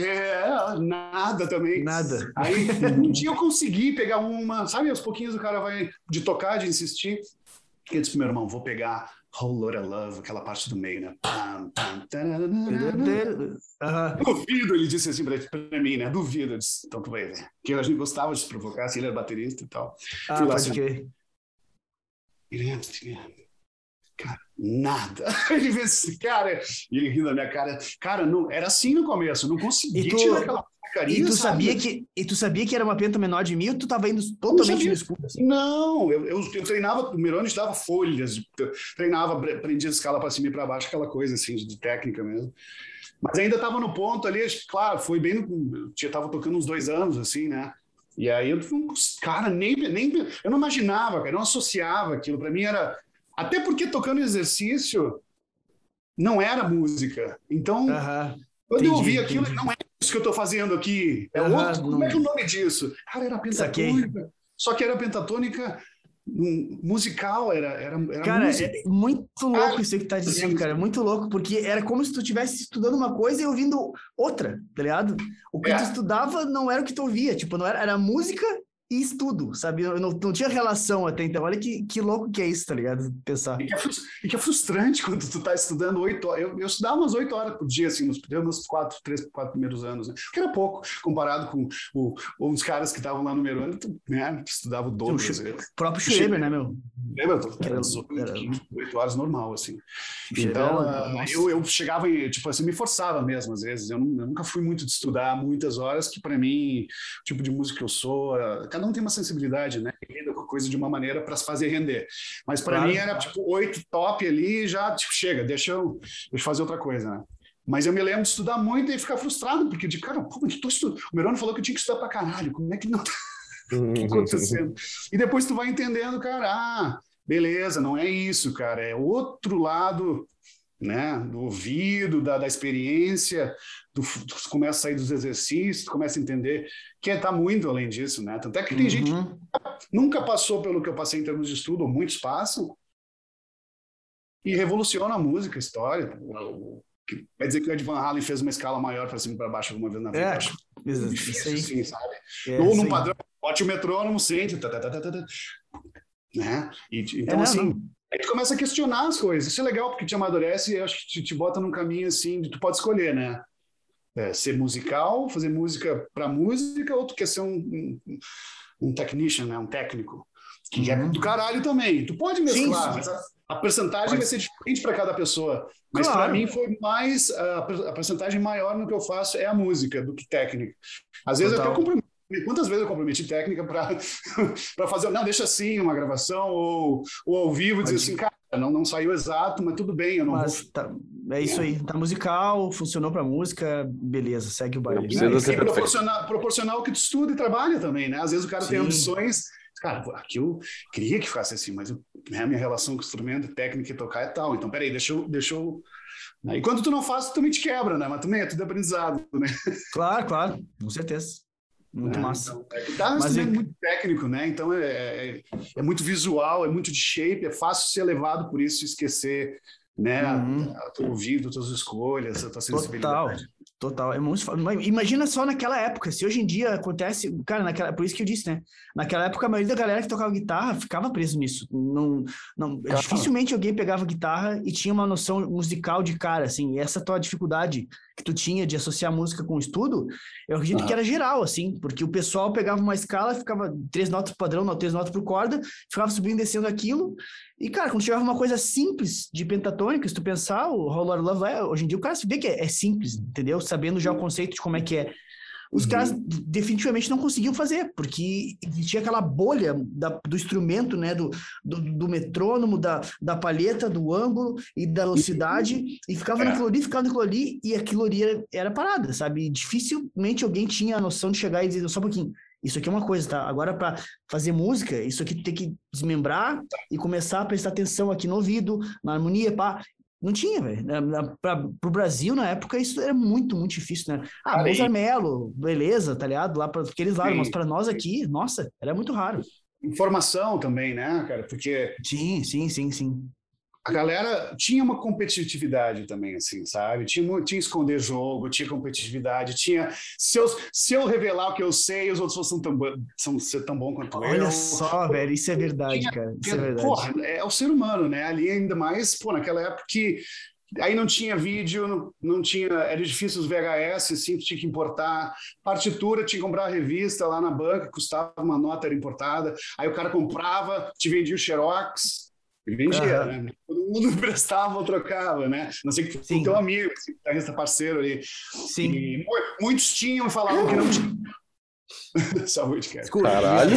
Nada também. Nada. Aí, um dia eu consegui pegar uma... Sabe, aos pouquinhos o cara vai de tocar, de insistir. Eu disse pro meu irmão, vou pegar... Whole Lotta Love, aquela parte do meio, né? Duvido, ele disse assim pra mim, né? Duvido. Eu disse, então tu vai ver. Porque a gente gostava de se provocar, assim, ele era baterista e tal. Fui lá, assim, cara, nada. Ele vê assim, cara, e ele rindo da minha cara. Cara, não, era assim no começo, não consegui tirar aquela porcaria. E tu sabia que era uma penta menor de 1000, tu tava indo totalmente no escuro? Assim. Não, eu treinava, o Meroni dava folhas, treinava, aprendia escala para cima e para baixo, aquela coisa assim, de técnica mesmo. Mas ainda estava no ponto ali, claro, foi bem, eu estava tocando uns 2 anos, assim, né? E aí eu, cara, nem eu não imaginava, cara, eu não associava aquilo, para mim era, até porque tocando exercício não era música, então... Quando eu ouvi aquilo, não é isso que eu estou fazendo aqui. É outro. Como é que é o nome disso? Cara, era pentatônica. Só que era pentatônica musical, era Cara, música. é muito louco isso que tu tá dizendo, cara. É muito louco, porque era como se tu estivesse estudando uma coisa e ouvindo outra, tá ligado? O que tu estudava não era o que tu ouvia, tipo, não era música e estudo, sabe? Não tinha relação até então. Olha que louco que é isso, tá ligado? Pensar. E que é frustrante quando tu tá estudando 8 horas. Eu estudava umas 8 horas por dia, assim, nos meus 3, 4 primeiros anos, né? Que era pouco, comparado com uns caras que estavam lá no primeiro ano, né? Estudava o dobro. O próprio Schreiber, né, meu? Lembra? Era 8 horas normal, assim. Então, eu chegava e, tipo assim, me forçava mesmo, às vezes. Eu nunca fui muito de estudar muitas horas, que para mim, o tipo de música que eu sou, cada um tem uma sensibilidade, né? Lida com a coisa de uma maneira para se fazer render. Mas para mim era, tipo, 8 top ali, já, tipo, chega, deixa eu fazer outra coisa, né? Mas eu me lembro de estudar muito e ficar frustrado, porque de cara, pô, o Meroni falou que eu tinha que estudar pra caralho, como é que não tá acontecendo? E depois tu vai entendendo, cara, beleza, não é isso, cara, é outro lado, né, do ouvido, da experiência, tu começa a sair dos exercícios, tu começa a entender que está muito além disso, né? Tanto é que tem gente que nunca passou pelo que eu passei em termos de estudo, ou muitos passam, e revoluciona a música, a história. Quer dizer que o Ed Van Halen fez uma escala maior para cima e para baixo alguma vez na vida. Acho difícil, assim, sabe? Ou num padrão, bote o metrônomo, sente, né? Então, assim, aí tu começa a questionar as coisas. Isso é legal, porque te amadurece e eu acho que te bota num caminho, assim, de tu pode escolher, né? Ser musical, fazer música para música, ou tu quer ser um technician, né? Um técnico. Que é do caralho também. Tu pode mesclar, mas a percentagem vai ser diferente para cada pessoa. Mas para mim foi mais... A percentagem maior no que eu faço é a música do que técnica. Às vezes até quantas vezes eu comprometi técnica para fazer... Não, deixa assim uma gravação ou ao vivo dizer assim, cara, não saiu exato, mas tudo bem, eu não vou... É isso aí, tá musical, funcionou pra música, beleza, segue o baile. Proporcional ao que tu estuda e trabalha também, né? Às vezes o cara tem ambições... Cara, aqui eu queria que ficasse assim, mas a minha relação com o instrumento, técnica e tocar é tal. Então, peraí, deixa eu... E quando tu não faz, tu também te quebra, né? Mas também é tudo aprendizado, né? Claro, com certeza. Muito massa. Então, mas é muito técnico, né? Então é muito visual, é muito de shape, é fácil ser levado por isso e esquecer, né? A teu ouvido, as tuas escolhas, a tua sensibilidade. Total. Imagina só naquela época, se hoje em dia acontece, cara, por isso que eu disse, né? Naquela época, a maioria da galera que tocava guitarra ficava preso nisso. Dificilmente alguém pegava guitarra e tinha uma noção musical de cara, assim. E essa tua dificuldade que tu tinha de associar música com estudo, eu acredito que era geral, assim, porque o pessoal pegava uma escala, ficava 3 notas pro padrão, 3 notas por corda, ficava subindo e descendo aquilo. E, cara, quando chegava uma coisa simples de pentatônica, se tu pensar, o Whole Lotta Love, hoje em dia o cara se vê que é simples, entendeu? Sabendo já o conceito de como é que é. Os caras definitivamente não conseguiam fazer, porque existia aquela bolha do instrumento, né? Do metrônomo, da palheta, do ângulo e da velocidade, e ficava naquilo ali, e aquilo ali era parada, sabe? E dificilmente alguém tinha a noção de chegar e dizer, só um pouquinho, isso aqui é uma coisa, tá? Agora, para fazer música, isso aqui tu tem que desmembrar e começar a prestar atenção aqui no ouvido, na harmonia, pá. Não tinha, velho. Pro Brasil, na época, isso era muito, muito difícil, né? Mozart Mello, beleza, tá ligado? Lá para aqueles lados, mas para nós aqui, nossa, era muito raro. Informação também, né, cara? Porque... Sim. A galera tinha uma competitividade também, assim, sabe? Tinha esconder jogo, tinha competitividade, tinha... Se eu revelar o que eu sei, os outros vão ser tão bom quanto eu. Olha só, velho, isso é verdade, cara. Isso é verdade. Porra, é o ser humano, né? Ali ainda mais, naquela época que aí não tinha vídeo, não tinha... Era difícil os VHS, assim, tinha que importar. Partitura, tinha que comprar a revista lá na banca, custava uma nota, era importada. Aí o cara comprava, te vendia o Xerox... E vendia, né? Todo mundo emprestava ou trocava, né? Não sei que fosse o teu amigo, guitarrista parceiro ali. Sim. E muitos tinham e falavam que não tinham. Saúde, cara. Caralho.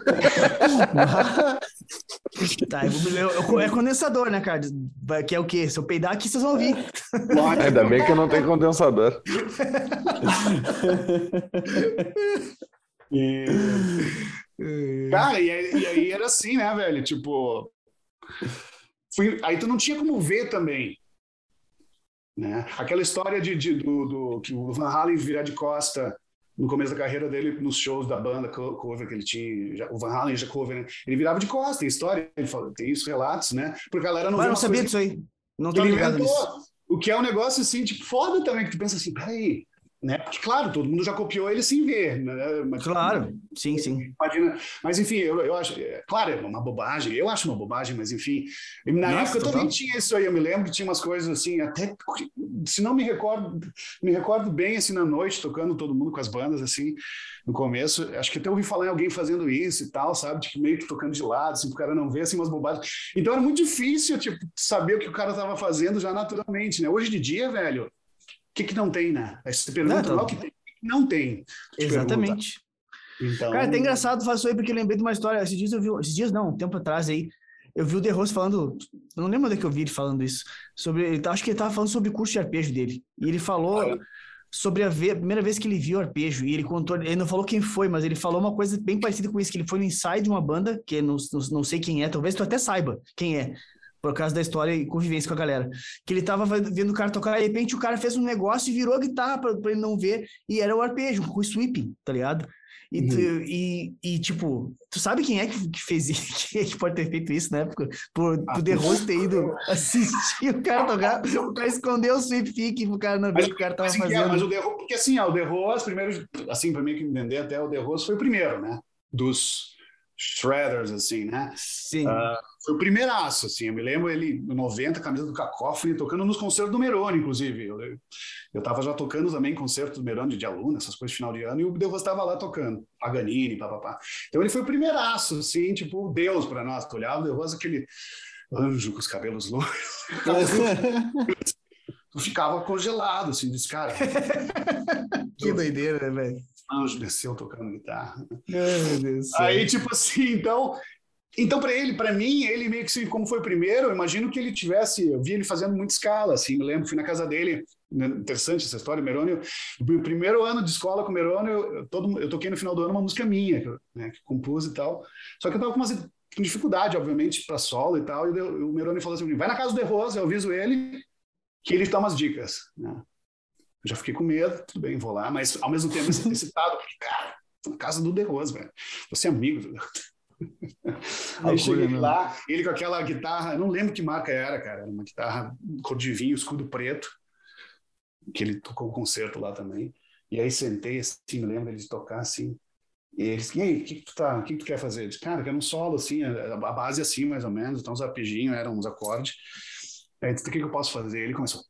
Tá, é condensador, né, cara? Que é o quê? Se eu peidar aqui, vocês vão ouvir. Ainda bem que eu não tenho condensador. Cara, e aí era assim, né, velho? Tipo... Aí tu não tinha como ver também, né? Aquela história que o Van Halen virar de costa no começo da carreira dele, nos shows da banda cover que ele tinha, o Van Halen já cover, né? Ele virava de costas, tem história, ele fala, tem isso, relatos, né? Porque a galera não vê não sabia disso aí. Não tô ligado nisso. O que é um negócio assim, tipo, foda também, que tu pensa assim, peraí, né? Porque, claro, todo mundo já copiou ele sem ver, né? Mas, claro, sim. Imagina. Mas, enfim, eu acho, claro, é uma bobagem, eu acho uma bobagem, mas, enfim, na época eu também tinha isso aí, eu me lembro que tinha umas coisas assim, até, se não me recordo bem, assim, na noite, tocando todo mundo com as bandas, assim, no começo, acho que até ouvi falar em alguém fazendo isso e tal, sabe, tipo, meio que tocando de lado, assim, pro cara não ver, assim, umas bobagens. Então era muito difícil, tipo, saber o que o cara tava fazendo já naturalmente, né? Hoje de dia, velho, o que não tem, né? Aí você pergunta lá o que tem, não tem. Exatamente. Então... Cara, é até engraçado falar isso aí, porque eu lembrei de uma história. Esses dias não, um tempo atrás aí, eu vi o The Rose falando, eu não lembro onde é que eu vi ele falando isso, acho que ele tava falando sobre o curso de arpejo dele. E ele falou sobre a primeira vez que ele viu arpejo, e ele contou, ele não falou quem foi, mas ele falou uma coisa bem parecida com isso, que ele foi no ensaio de uma banda, que não sei quem é, talvez tu até saiba quem é, por causa da história e convivência com a galera, que ele tava vendo o cara tocar, e de repente o cara fez um negócio e virou a guitarra pra ele não ver, e era o arpejo, com o sweeping, tá ligado? E tipo, tu sabe quem é que fez isso, quem é que pode ter feito isso na época? Por The Rose ter ido assistir o cara tocar, pra esconder o sweep pick, pro cara não ver o que o cara tava fazendo. Mas o The Rose, porque assim, o The Rose, primeiro, assim, pra mim que entender, até o The Rose foi o primeiro, né? Dos Shredders, assim, né? Sim. Foi o primeiraço, assim, eu me lembro ele, no 90, camisa do Cacophony, tocando nos concertos do Meroni, inclusive. Eu tava já tocando também concertos do Meroni de aluno, essas coisas de final de ano, e o The Rose tava lá tocando, Paganini, papapá. Então ele foi o primeiraço, assim, tipo, Deus pra nós. Tu olhava o The Rose, aquele anjo com os cabelos loiros. Tu ficava congelado, assim, disse, cara... Que doideira, né, velho? Anjo desceu tocando guitarra. Meu Deus. Aí, tipo assim, então para mim, ele meio que, como foi o primeiro, eu imagino que ele eu vi ele fazendo muita escala, assim, me lembro, fui na casa dele, interessante essa história, Meroni, o primeiro ano de escola com o Meroni, eu toquei no final do ano uma música minha, né, que compus e tal, só que eu tava com dificuldade, obviamente, para solo e tal, e o Meroni falou assim, vai na casa do The Rose, eu aviso ele, que ele dá umas dicas, né. Eu já fiquei com medo, tudo bem, vou lá, mas ao mesmo tempo excitado, porque, cara, tô na casa do The Rose, velho, você é amigo do Aí cheguei lá, ele com aquela guitarra, não lembro que marca era uma guitarra cor de vinho, escudo preto, que ele tocou o concerto lá também. E aí sentei assim, me lembro ele de tocar assim. E ele disse, e aí, o que tu quer fazer? Eu disse, cara, eu quero um solo assim, a base assim, mais ou menos, então uns arpejinhos, eram uns acordes. Aí eu disse, o que eu posso fazer? Ele começou.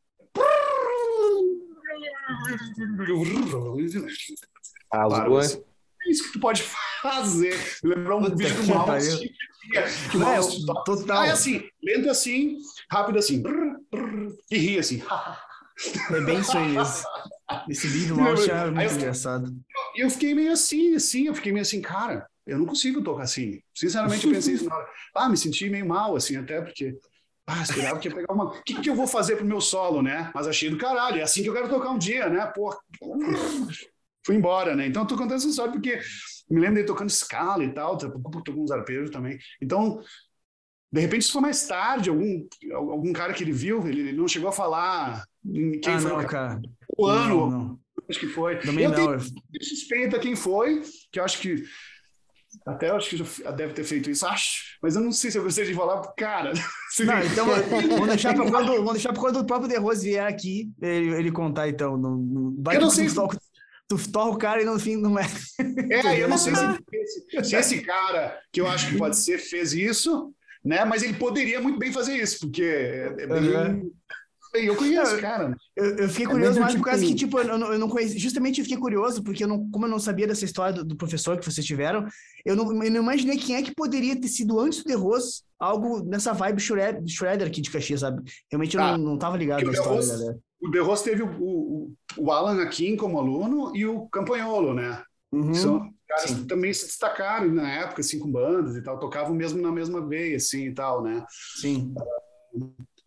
É isso que tu pode fazer. Lembrar um vídeo do Mouse. Total. É assim, lento assim, rápido assim. E ri assim. É bem isso aí mesmo. Esse vídeo do Mouse é muito engraçado. E eu fiquei meio assim, cara, eu não consigo tocar assim. Sinceramente, eu pensei isso na hora. Me senti meio mal, assim, até porque... esperava que ia pegar uma... O que eu vou fazer pro meu solo, né? Mas achei do caralho, é assim que eu quero tocar um dia, né? Pô, fui embora, né? Então, eu tô contando essa história porque me lembro dele tocando escala e tal, tocando uns arpejos também. Então, de repente, isso foi mais tarde, algum cara que ele viu, ele não chegou a falar quem foi não, cara. O ano, não. Acho que foi. Também eu não. tenho suspeita quem foi, que eu acho que até acho que já deve ter feito isso, mas eu não sei se eu gostei de falar, cara. Não, então vamos deixar para quando o próprio The Rose vier aqui, ele contar, então. Vai eu não sei tu torra o cara e no fim não é. Eu não sei se esse cara, que eu acho que pode ser, fez isso, né? Mas ele poderia muito bem fazer isso, porque é bem... Eu conheço, cara. Eu fiquei curioso mais por causa que, tipo, eu não conheci. Justamente eu fiquei curioso, porque como eu não sabia dessa história do professor que vocês tiveram, eu não imaginei quem é que poderia ter sido antes do The Rose algo nessa vibe Shredder aqui de Caxias, sabe? Realmente eu não tava ligado na história, galera. O The Rose teve o Alan Akin como aluno e o Campagnolo, né? Uhum. São caras que também se destacaram na época, assim, com bandas e tal, tocavam mesmo na mesma veia, assim, e tal, né? Sim.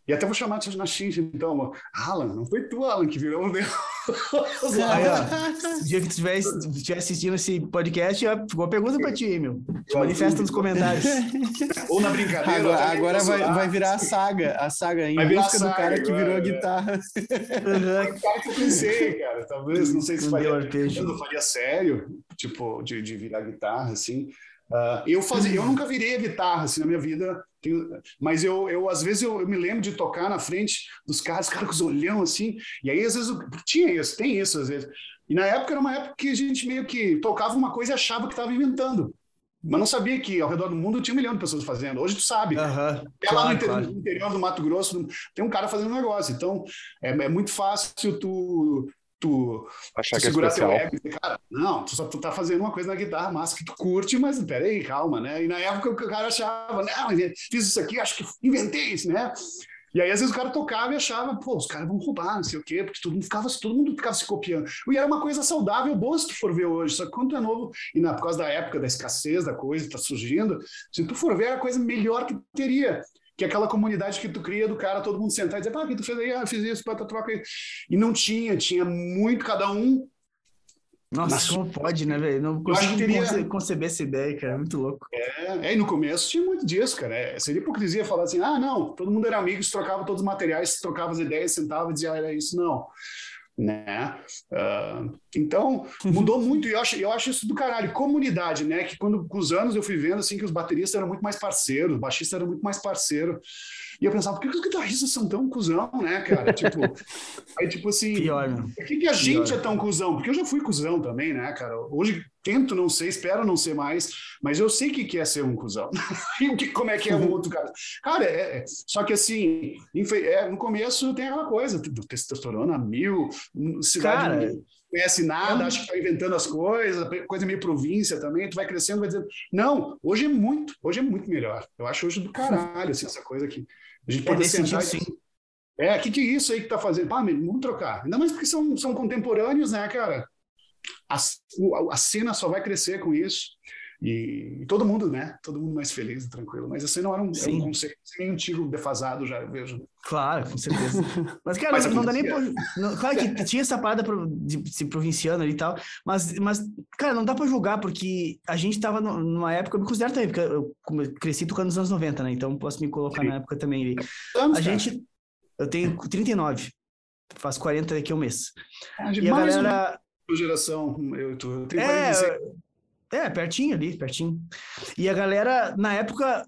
E até vou chamar na Xinja, então, Alan, não foi tu, Alan, que virou um Deus. Aí, ó, o dia que tu estiver assistindo esse podcast, ó, ficou uma pergunta pra ti, meu. Te manifesta nos comentários. Ou na brincadeira. Agora vai virar a saga em busca do cara que virou a guitarra. O cara que eu pensei, cara. Talvez, não sei se eu faria sério, tipo, de virar guitarra, assim. Eu nunca virei a guitarra, assim, na minha vida. Mas eu às vezes eu me lembro de tocar na frente dos caras, os caras com os olhão assim, e aí às vezes tem isso às vezes. E na época era uma época que a gente meio que tocava uma coisa e achava que estava inventando, mas não sabia que ao redor do mundo tinha 1 milhão de pessoas fazendo. Hoje tu sabe. Até lá no interior do Mato Grosso tem um cara fazendo um negócio. Então é muito fácil tu achar que é segurar especial. teu ego e dizer, cara, não, tu tá fazendo uma coisa na guitarra massa que tu curte, mas peraí, calma, né? E na época o cara achava, não, fiz isso aqui, acho que inventei isso, né? E aí às vezes o cara tocava e achava, pô, os caras vão roubar, não sei o quê, porque todo mundo ficava se copiando. E era uma coisa saudável, boa se tu for ver hoje, só que quando tu é novo, por causa da época, da escassez da coisa que tá surgindo, se tu for ver, era a coisa melhor que teria. Que é aquela comunidade que tu cria do cara, todo mundo sentar e dizer, o que tu fez aí? Eu fiz isso, troca aí. E não tinha muito, cada um. Nossa, como pode, né, velho? Não consigo conceber essa ideia, cara, é muito louco. E no começo tinha muito disso, cara. Seria hipocrisia falar assim, não, todo mundo era amigo, se trocava todos os materiais, trocava as ideias, sentava e dizia, era isso, não. Né? Então mudou muito e eu acho isso do caralho, comunidade, né? Que com os anos eu fui vendo assim que os bateristas eram muito mais parceiros, os baixistas eram muito mais parceiros, e eu pensava, por que os guitarristas são tão cuzão, né, cara? Tipo assim, por que a gente é tão cuzão? Porque eu já fui cuzão também, né, cara? Hoje tento não ser, espero não ser mais, mas eu sei que é ser um cuzão. E como é que é um outro cara? Cara, só que assim, no começo tem aquela coisa, testosterona 1000, cidade não conhece nada, acha que tá inventando as coisas, coisa meio província também, tu vai crescendo, vai dizendo, não, hoje é muito melhor. Eu acho hoje do caralho, assim, essa coisa aqui. A gente pode sentar e dizer, que é isso aí que tá fazendo? Vamos trocar. Ainda mais porque são contemporâneos, né, cara? A cena só vai crescer com isso. E todo mundo, né? Todo mundo mais feliz e tranquilo. Mas esse não era um conceito sem um tiro defasado, já vejo. Claro, com certeza. Mas, cara, não dá nem pra... Claro que tinha essa parada de ser provinciano ali e tal, mas, cara, não dá pra julgar, porque a gente tava numa época, eu me considero também, porque eu cresci tocando nos anos 90, né? Então posso me colocar na época também. Eu tenho 39, faço 40 daqui a um mês. E a galera... geração, eu tenho 46. Pertinho ali, pertinho. E a galera, na época,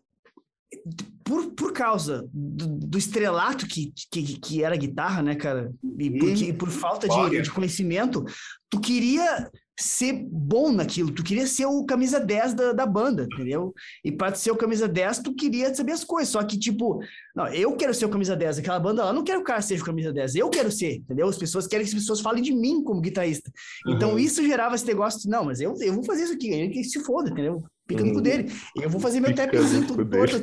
por causa do estrelato que era a guitarra, né, cara? E por falta de conhecimento, tu queria ser bom naquilo, tu queria ser o camisa 10 da banda, entendeu? E para ser o camisa 10, tu queria saber as coisas, só que, tipo, não, eu quero ser o camisa 10, aquela banda lá, não quero que o cara seja o camisa 10, eu quero ser, entendeu? As pessoas querem que as pessoas falem de mim como guitarrista. Então, isso gerava esse negócio de, não, mas eu vou fazer isso aqui, ele que se foda, entendeu? Pica no cu dele. Eu vou fazer meu tapzinho tudo torto.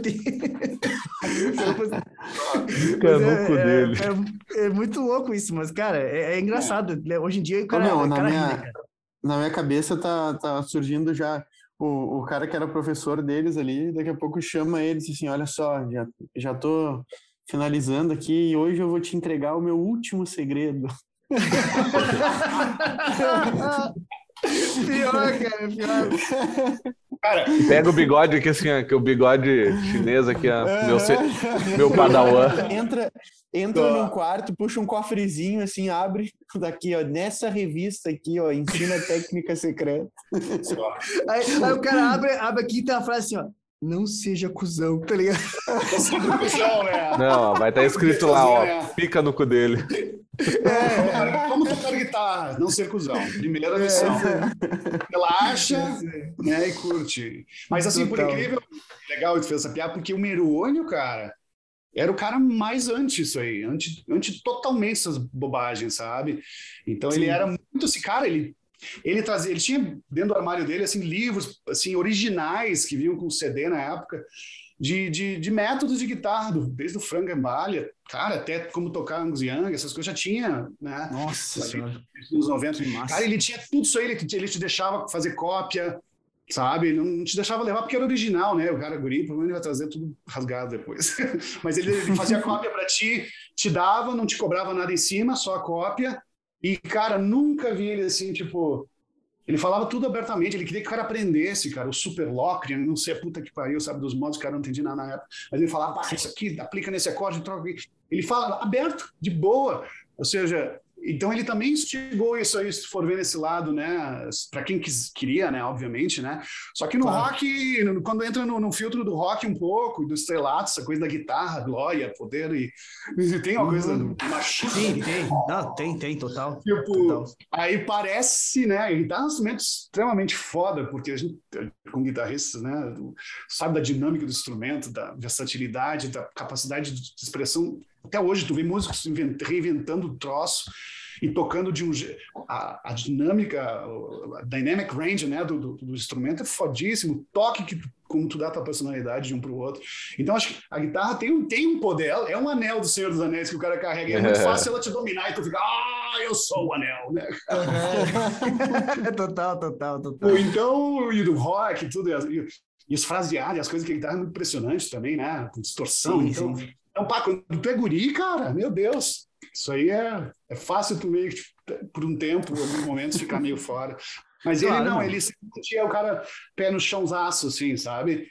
É muito louco isso, mas, cara, é engraçado. Hoje em dia, o cara ri, né, cara? Na minha cabeça tá surgindo já o cara que era professor deles ali, daqui a pouco chama eles assim, olha só, já tô finalizando aqui e hoje eu vou te entregar o meu último segredo. Pior, cara. Cara, pega o bigode aqui assim, que o bigode chinês aqui, meu padawan. Entra num quarto, puxa um cofrezinho assim, abre daqui, ó, nessa revista aqui, ó, ensina técnica secreta. Aí o cara abre aqui e tem uma frase assim, ó, não seja cuzão, tá ligado? Não seja cuzão, né? Não, vai estar escrito lá, ó, pica no cu dele. Como tocar guitarra, não ser cuzão. Primeira lição. Relaxa, né, e curte. Mas assim, por incrível, legal que tu fez essa piada, porque o Merônio, cara, era o cara mais anti isso aí, anti totalmente essas bobagens, sabe? Então ele era muito esse cara, ele tinha dentro do armário dele assim livros assim originais que vinham com CD na época de métodos de guitarra, desde o Frank Gambale, cara, até como tocar Angus Young, essas coisas já tinha, né? Nossa senhora. Nos 90. Cara, ele tinha tudo isso aí, ele te deixava fazer cópia, sabe? Ele não te deixava levar porque era original, né? O cara guri, provavelmente ele vai trazer tudo rasgado depois. Mas ele fazia cópia para ti, te dava, não te cobrava nada em cima, só a cópia. E, cara, nunca vi ele assim, tipo... Ele falava tudo abertamente, ele queria que o cara aprendesse, cara, o super Locrian, não sei a puta que pariu, sabe, dos modos, o cara não entendia nada na época. Mas ele falava, isso aqui, aplica nesse acorde, troca aqui. Ele fala aberto, de boa. Ou seja, então ele também instigou isso aí, se for ver nesse lado, né, para quem queria, né, obviamente, né. Só que no rock, quando entra no filtro do rock um pouco, do estrelato, essa coisa da guitarra, glória, poder, e tem uma coisa do machuca. Sim, tem. Não, tem, total. Tipo, total. aí parece, né? A guitarra é um instrumento extremamente foda, porque a gente, com guitarristas, né, sabe da dinâmica do instrumento, da versatilidade, da capacidade de expressão. Até hoje, tu vê músicos reinventando o troço e tocando de um jeito. A dinâmica, a dynamic range, né, do instrumento é fodíssimo. O toque como tu dá a tua personalidade de um para o outro. Então, acho que a guitarra tem um poder, é um anel do Senhor dos Anéis que o cara carrega. E é muito fácil ela te dominar e tu fica, eu sou o anel, né? Total. Então, e do rock, tudo, e os fraseados, as coisas que a guitarra é muito impressionante também, né? Com distorção. Sim. Então, pá, quando tu é guri, cara, meu Deus, isso aí é fácil tu meio que, por um tempo, em alguns momentos, ficar meio fora. Mas claro, ele não, ele sempre é o cara pé no chãozaço, assim, sabe?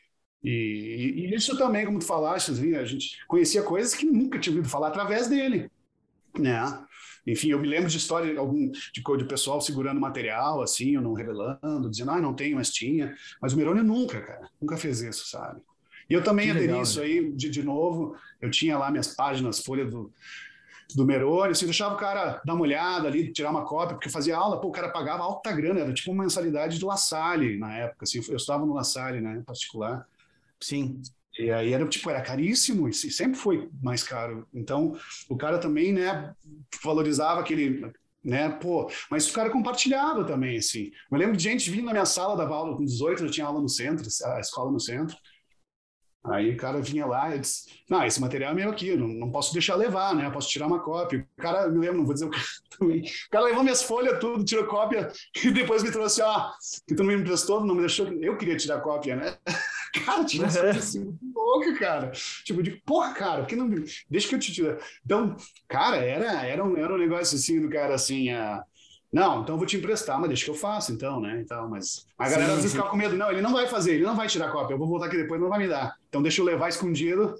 E isso também, como tu falaste, assim, a gente conhecia coisas que nunca tinha ouvido falar através dele, né? Enfim, eu me lembro de história de pessoal segurando material, assim, ou não revelando, dizendo, não tenho, mas tinha. Mas o Merônio nunca, cara, nunca fez isso, sabe? E eu também aderi isso aí, de novo, eu tinha lá minhas páginas, folha do Merônio, assim, deixava o cara dar uma olhada ali, tirar uma cópia, porque eu fazia aula, o cara pagava alta grana, era tipo uma mensalidade do La Salle na época, assim, eu estava no La Salle, né, particular. Sim. E aí era caríssimo, e sempre foi mais caro. Então, o cara também, né, valorizava aquele, né, mas o cara compartilhava também, assim. Eu lembro de gente vindo na minha sala, dava aula com 18, eu tinha aula no centro, a escola no centro. Aí o cara vinha lá e disse, esse material é meu aqui, não posso deixar levar, né? Eu posso tirar uma cópia. O cara, me lembro, não vou dizer o cara também. O cara levou minhas folhas, tudo, tirou cópia e depois me trouxe, que tu não me emprestou, não me deixou. Eu queria tirar cópia, né? Cara, tinha uma coisa assim, muito louca, cara. Tipo, de porra, cara, por que não. Deixa que eu te tire. Então, cara, era um negócio assim do cara assim, não, então eu vou te emprestar, mas deixa que eu faça, então, né? Então, mas a galera às vezes fica com medo. Não, ele não vai fazer, ele não vai tirar cópia. Eu vou voltar aqui depois, não vai me dar. Então deixa eu levar escondido.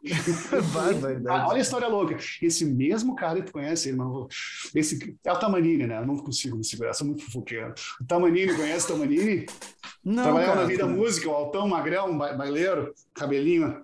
Olha a história louca. Esse mesmo cara que tu conhece, irmão, esse é o Tamanini, né? Eu não consigo me segurar, sou muito fofoqueiro. O Tamanini, conhece o Tamanini? Não, trabalhava na Vida Música, o altão, magrão, baileiro, cabelinho,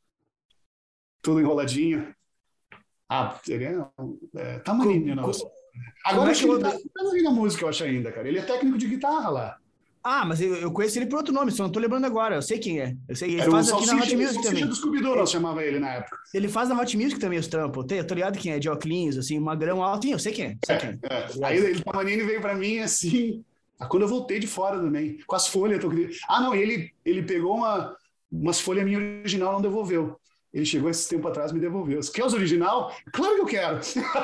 tudo enroladinho. Ele é Tamanini, não. Agora acho que ele tá na música, eu acho ainda, cara. Ele é técnico de guitarra lá. Mas eu conheço ele por outro nome, só não tô lembrando agora. Eu sei quem é. Eu sei, ele faz aqui na Hot Music também. O Scooby-Doo, nós chamava ele na época. Ele faz na Hot Music também os trampos. Eu tô ligado quem é, de óculos, assim, magrão alto. Eu sei quem é. Aí ele, Tamanini, veio pra mim assim. Quando eu voltei de fora também, com as folhas. Ele pegou umas folhas minhas original, não devolveu. Ele chegou esse tempo atrás e me devolveu. Quer os original? Claro que eu quero.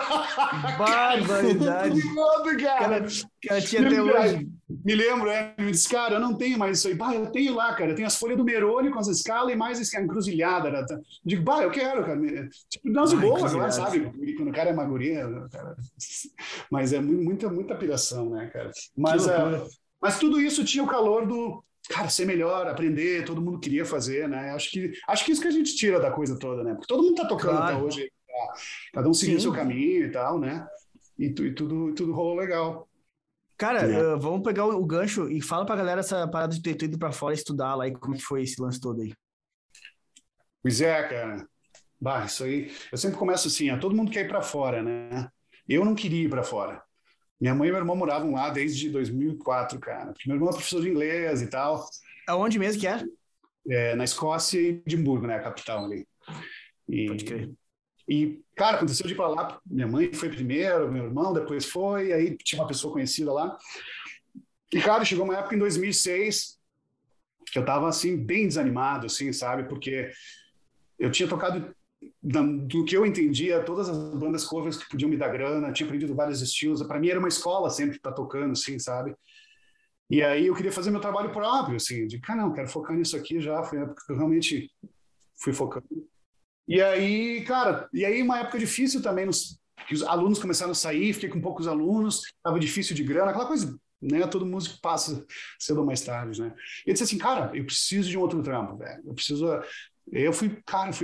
Barbaridade. Cara tinha até hoje. Me lembro, me disse, cara, eu não tenho mais isso aí. Eu tenho lá, cara. Eu tenho as folhas do Merônio com as escalas e mais a encruzilhada. Né? Digo, eu quero, cara. Tipo, não, de boa, agora, sabe? Quando o cara é maguria, cara. Mas é muita piração, né, cara? Mas tudo isso tinha o calor do... Cara, ser melhor, aprender, todo mundo queria fazer, né? Acho que isso que a gente tira da coisa toda, né? Porque todo mundo tá tocando até hoje, cada um seguindo seu caminho e tal, né? E tudo rolou legal. Cara, vamos pegar o gancho e fala pra galera essa parada de ter ido pra fora estudar lá e como que foi esse lance todo aí. Pois é, cara. Isso aí, eu sempre começo assim, todo mundo quer ir pra fora, né? Eu não queria ir pra fora. Minha mãe e meu irmão moravam lá desde 2004, cara. Porque meu irmão é professor de inglês e tal. Aonde mesmo que é? Na Escócia e Edimburgo, né? A capital ali. Pode crer. E, cara, aconteceu de ir pra lá. Minha mãe foi primeiro, meu irmão depois foi. Aí tinha uma pessoa conhecida lá. E, cara, chegou uma época em 2006 que eu tava, assim, bem desanimado, assim, sabe? Porque eu tinha tocado... do que eu entendia, todas as bandas covers que podiam me dar grana, tinha aprendido vários estilos, para mim era uma escola sempre estar tocando, assim, sabe? E aí eu queria fazer meu trabalho próprio, assim, de, cara, não, quero focar nisso aqui já, foi a época que eu realmente fui focando. E aí, cara, uma época difícil também, que os alunos começaram a sair, fiquei com poucos alunos, tava difícil de grana, aquela coisa, né, todo músico passa cedo ou mais tarde, né. E eu disse assim, cara, eu preciso de um outro trampo, velho, eu fui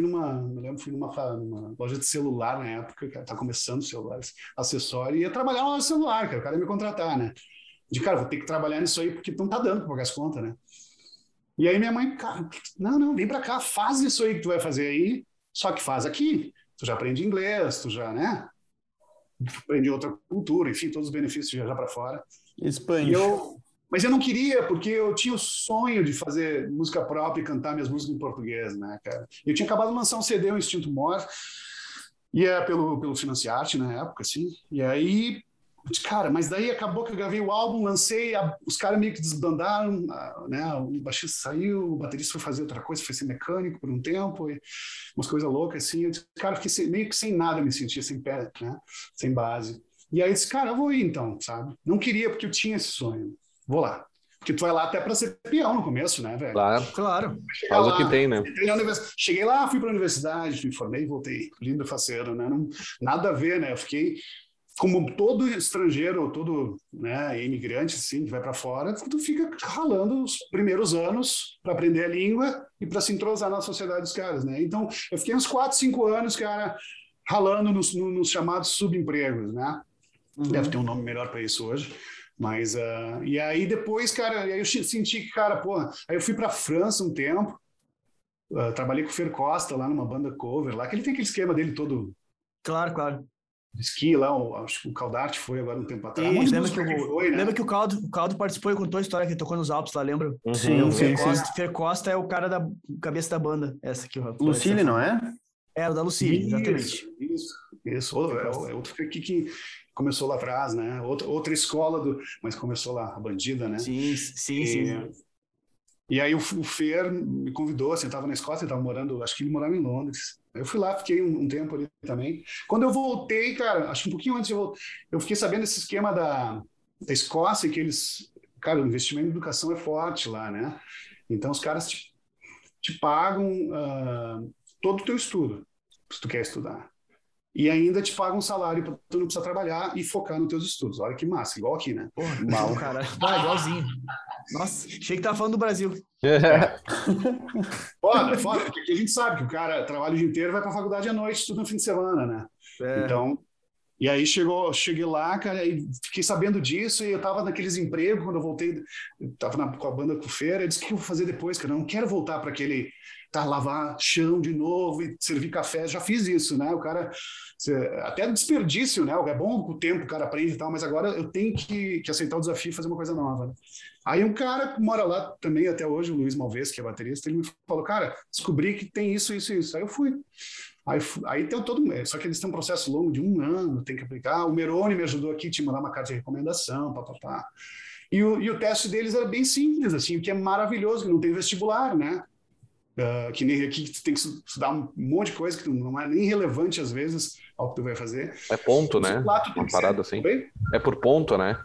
numa loja de celular na época, cara, tá começando celulares, acessório, e ia trabalhar no celular, cara, o cara ia me contratar, né. De, cara, vou ter que trabalhar nisso aí porque não tá dando para pagar as contas, né? E aí minha mãe, cara, não, vem para cá, faz isso aí que tu vai fazer aí, só que faz aqui. Tu já aprende inglês, tu já, né? Aprende outra cultura, enfim, todos os benefícios de viajar para fora. Expande. Mas eu não queria, porque eu tinha o sonho de fazer música própria e cantar minhas músicas em português, né, cara? Eu tinha acabado de lançar um CD, o Instinto Mor, e é pelo Financiarte na época, assim. E aí, cara, mas daí acabou que eu gravei o álbum, lancei, os caras meio que desbandaram, né? O baixista saiu, o baterista foi fazer outra coisa, foi ser mecânico por um tempo, e umas coisas loucas assim. Eu disse, cara, fiquei meio que sem nada, me sentia sem pé, né? Sem base. E aí eu disse, cara, eu vou ir então, sabe? Não queria porque eu tinha esse sonho. Vou lá. Porque tu vai lá até para ser peão no começo, né, velho? Claro. Faz o que tem, né? Cheguei lá, fui para a universidade, me formei e voltei. Lindo faceiro, né? Não, nada a ver, né? Eu fiquei como todo estrangeiro, todo, né, imigrante, assim, que vai para fora, tu fica ralando os primeiros anos para aprender a língua e para se entrosar na sociedade dos caras, né? Então, eu fiquei uns 4, 5 anos, cara, ralando nos chamados subempregos, né? Deve ter um nome melhor para isso hoje. Mas, e aí depois, cara, aí eu senti que, cara, pô, aí eu fui para a França um tempo, trabalhei com o Fer Costa lá numa banda cover lá, que ele tem aquele esquema dele todo. Claro. De esqui lá, acho que o Caldarte foi agora um tempo atrás. Lembra que o Caldo participou e contou a história que tocou nos Alpes lá, lembra? Sim. Fer Costa é o cara da cabeça da banda, essa aqui. Lucille, não é? É, o da Lucille, exatamente. Isso. É outro que começou lá atrás, né? Outra escola, mas começou lá, a Bandida, né? Sim. E aí o Fer me convidou, assim, eu estava na Escócia, ele estava morando, acho que ele morava em Londres. Eu fui lá, fiquei um tempo ali também. Quando eu voltei, cara, acho que um pouquinho antes eu fiquei sabendo desse esquema da Escócia, que eles, cara, o investimento em educação é forte lá, né? Então os caras te pagam todo o teu estudo, se tu quer estudar. E ainda te pagam um salário para tu não precisar trabalhar e focar nos teus estudos. Olha que massa, igual aqui, né? Porra, mal, cara. Igualzinho. Nossa, achei que tava falando do Brasil. Foda, porque aqui a gente sabe que o cara trabalha o dia inteiro, vai pra faculdade à noite, tudo no fim de semana, né? Então, e aí cheguei lá, cara, e fiquei sabendo disso, e eu tava naqueles empregos, quando eu voltei, eu tava com a banda com feira, eu disse, o que eu vou fazer depois, cara? Eu não quero voltar para aquele, lavar chão de novo e servir café, já fiz isso, né? O cara, até desperdício, né? É bom com o tempo o cara aprende e tal, mas agora eu tenho que aceitar o desafio e fazer uma coisa nova, né? Aí um cara que mora lá também até hoje, o Luiz Malvez, que é baterista, ele me falou, cara, descobri que tem isso. Aí eu fui. Aí tem todo. Só que eles têm um processo longo de 1 ano, tem que aplicar. O Meroni me ajudou aqui, te mandar uma carta de recomendação, papapá. E o teste deles era bem simples, assim, o que é maravilhoso, que não tem vestibular, né? Que nem aqui que tem que estudar um monte de coisa que não é nem relevante às vezes ao que tu vai fazer. É ponto, né? Uma parada assim. É por ponto, né?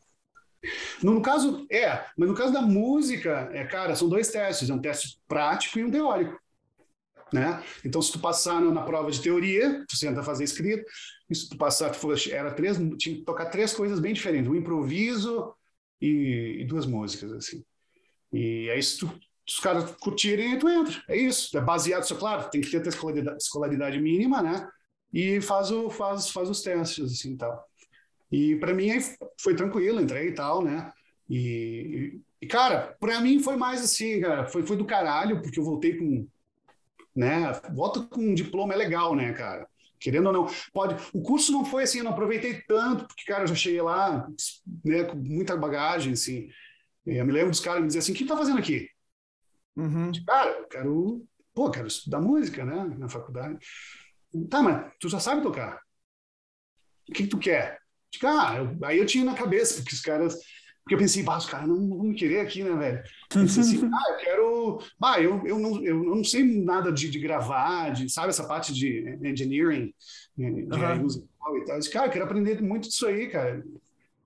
No caso, mas no caso da música, cara, são 2 testes, um teste prático e um teórico, né? Então, se tu passar na prova de teoria, tu tenta fazer escrito, e se tu passar, tinha que tocar 3 coisas bem diferentes, um improviso e 2 músicas, assim. E aí, se os caras curtirem, tu entra. É isso. É baseado, claro, tem que ter a escolaridade mínima, né? E faz os testes, assim, e tal. E para mim foi tranquilo, entrei e tal, né? E cara, para mim foi mais assim, cara, foi do caralho, porque eu voltei com, né? Volta com um diploma é legal, né, cara? Querendo ou não, pode. O curso não foi assim, eu não aproveitei tanto, porque, cara, eu já cheguei lá, né, com muita bagagem, assim. Eu me lembro dos caras me dizer assim: o que tá fazendo aqui? Cara, eu quero estudar música, né, na faculdade. Tá, mas tu já sabe tocar. O que tu quer? Aí eu tinha na cabeça, porque os caras. Porque eu pensei, os caras não vão me querer aqui, né, velho? Eu disse assim, eu quero. Eu não sei nada de gravar, sabe, essa parte de engineering, de musical e tal. Eu disse, eu quero aprender muito disso aí, cara.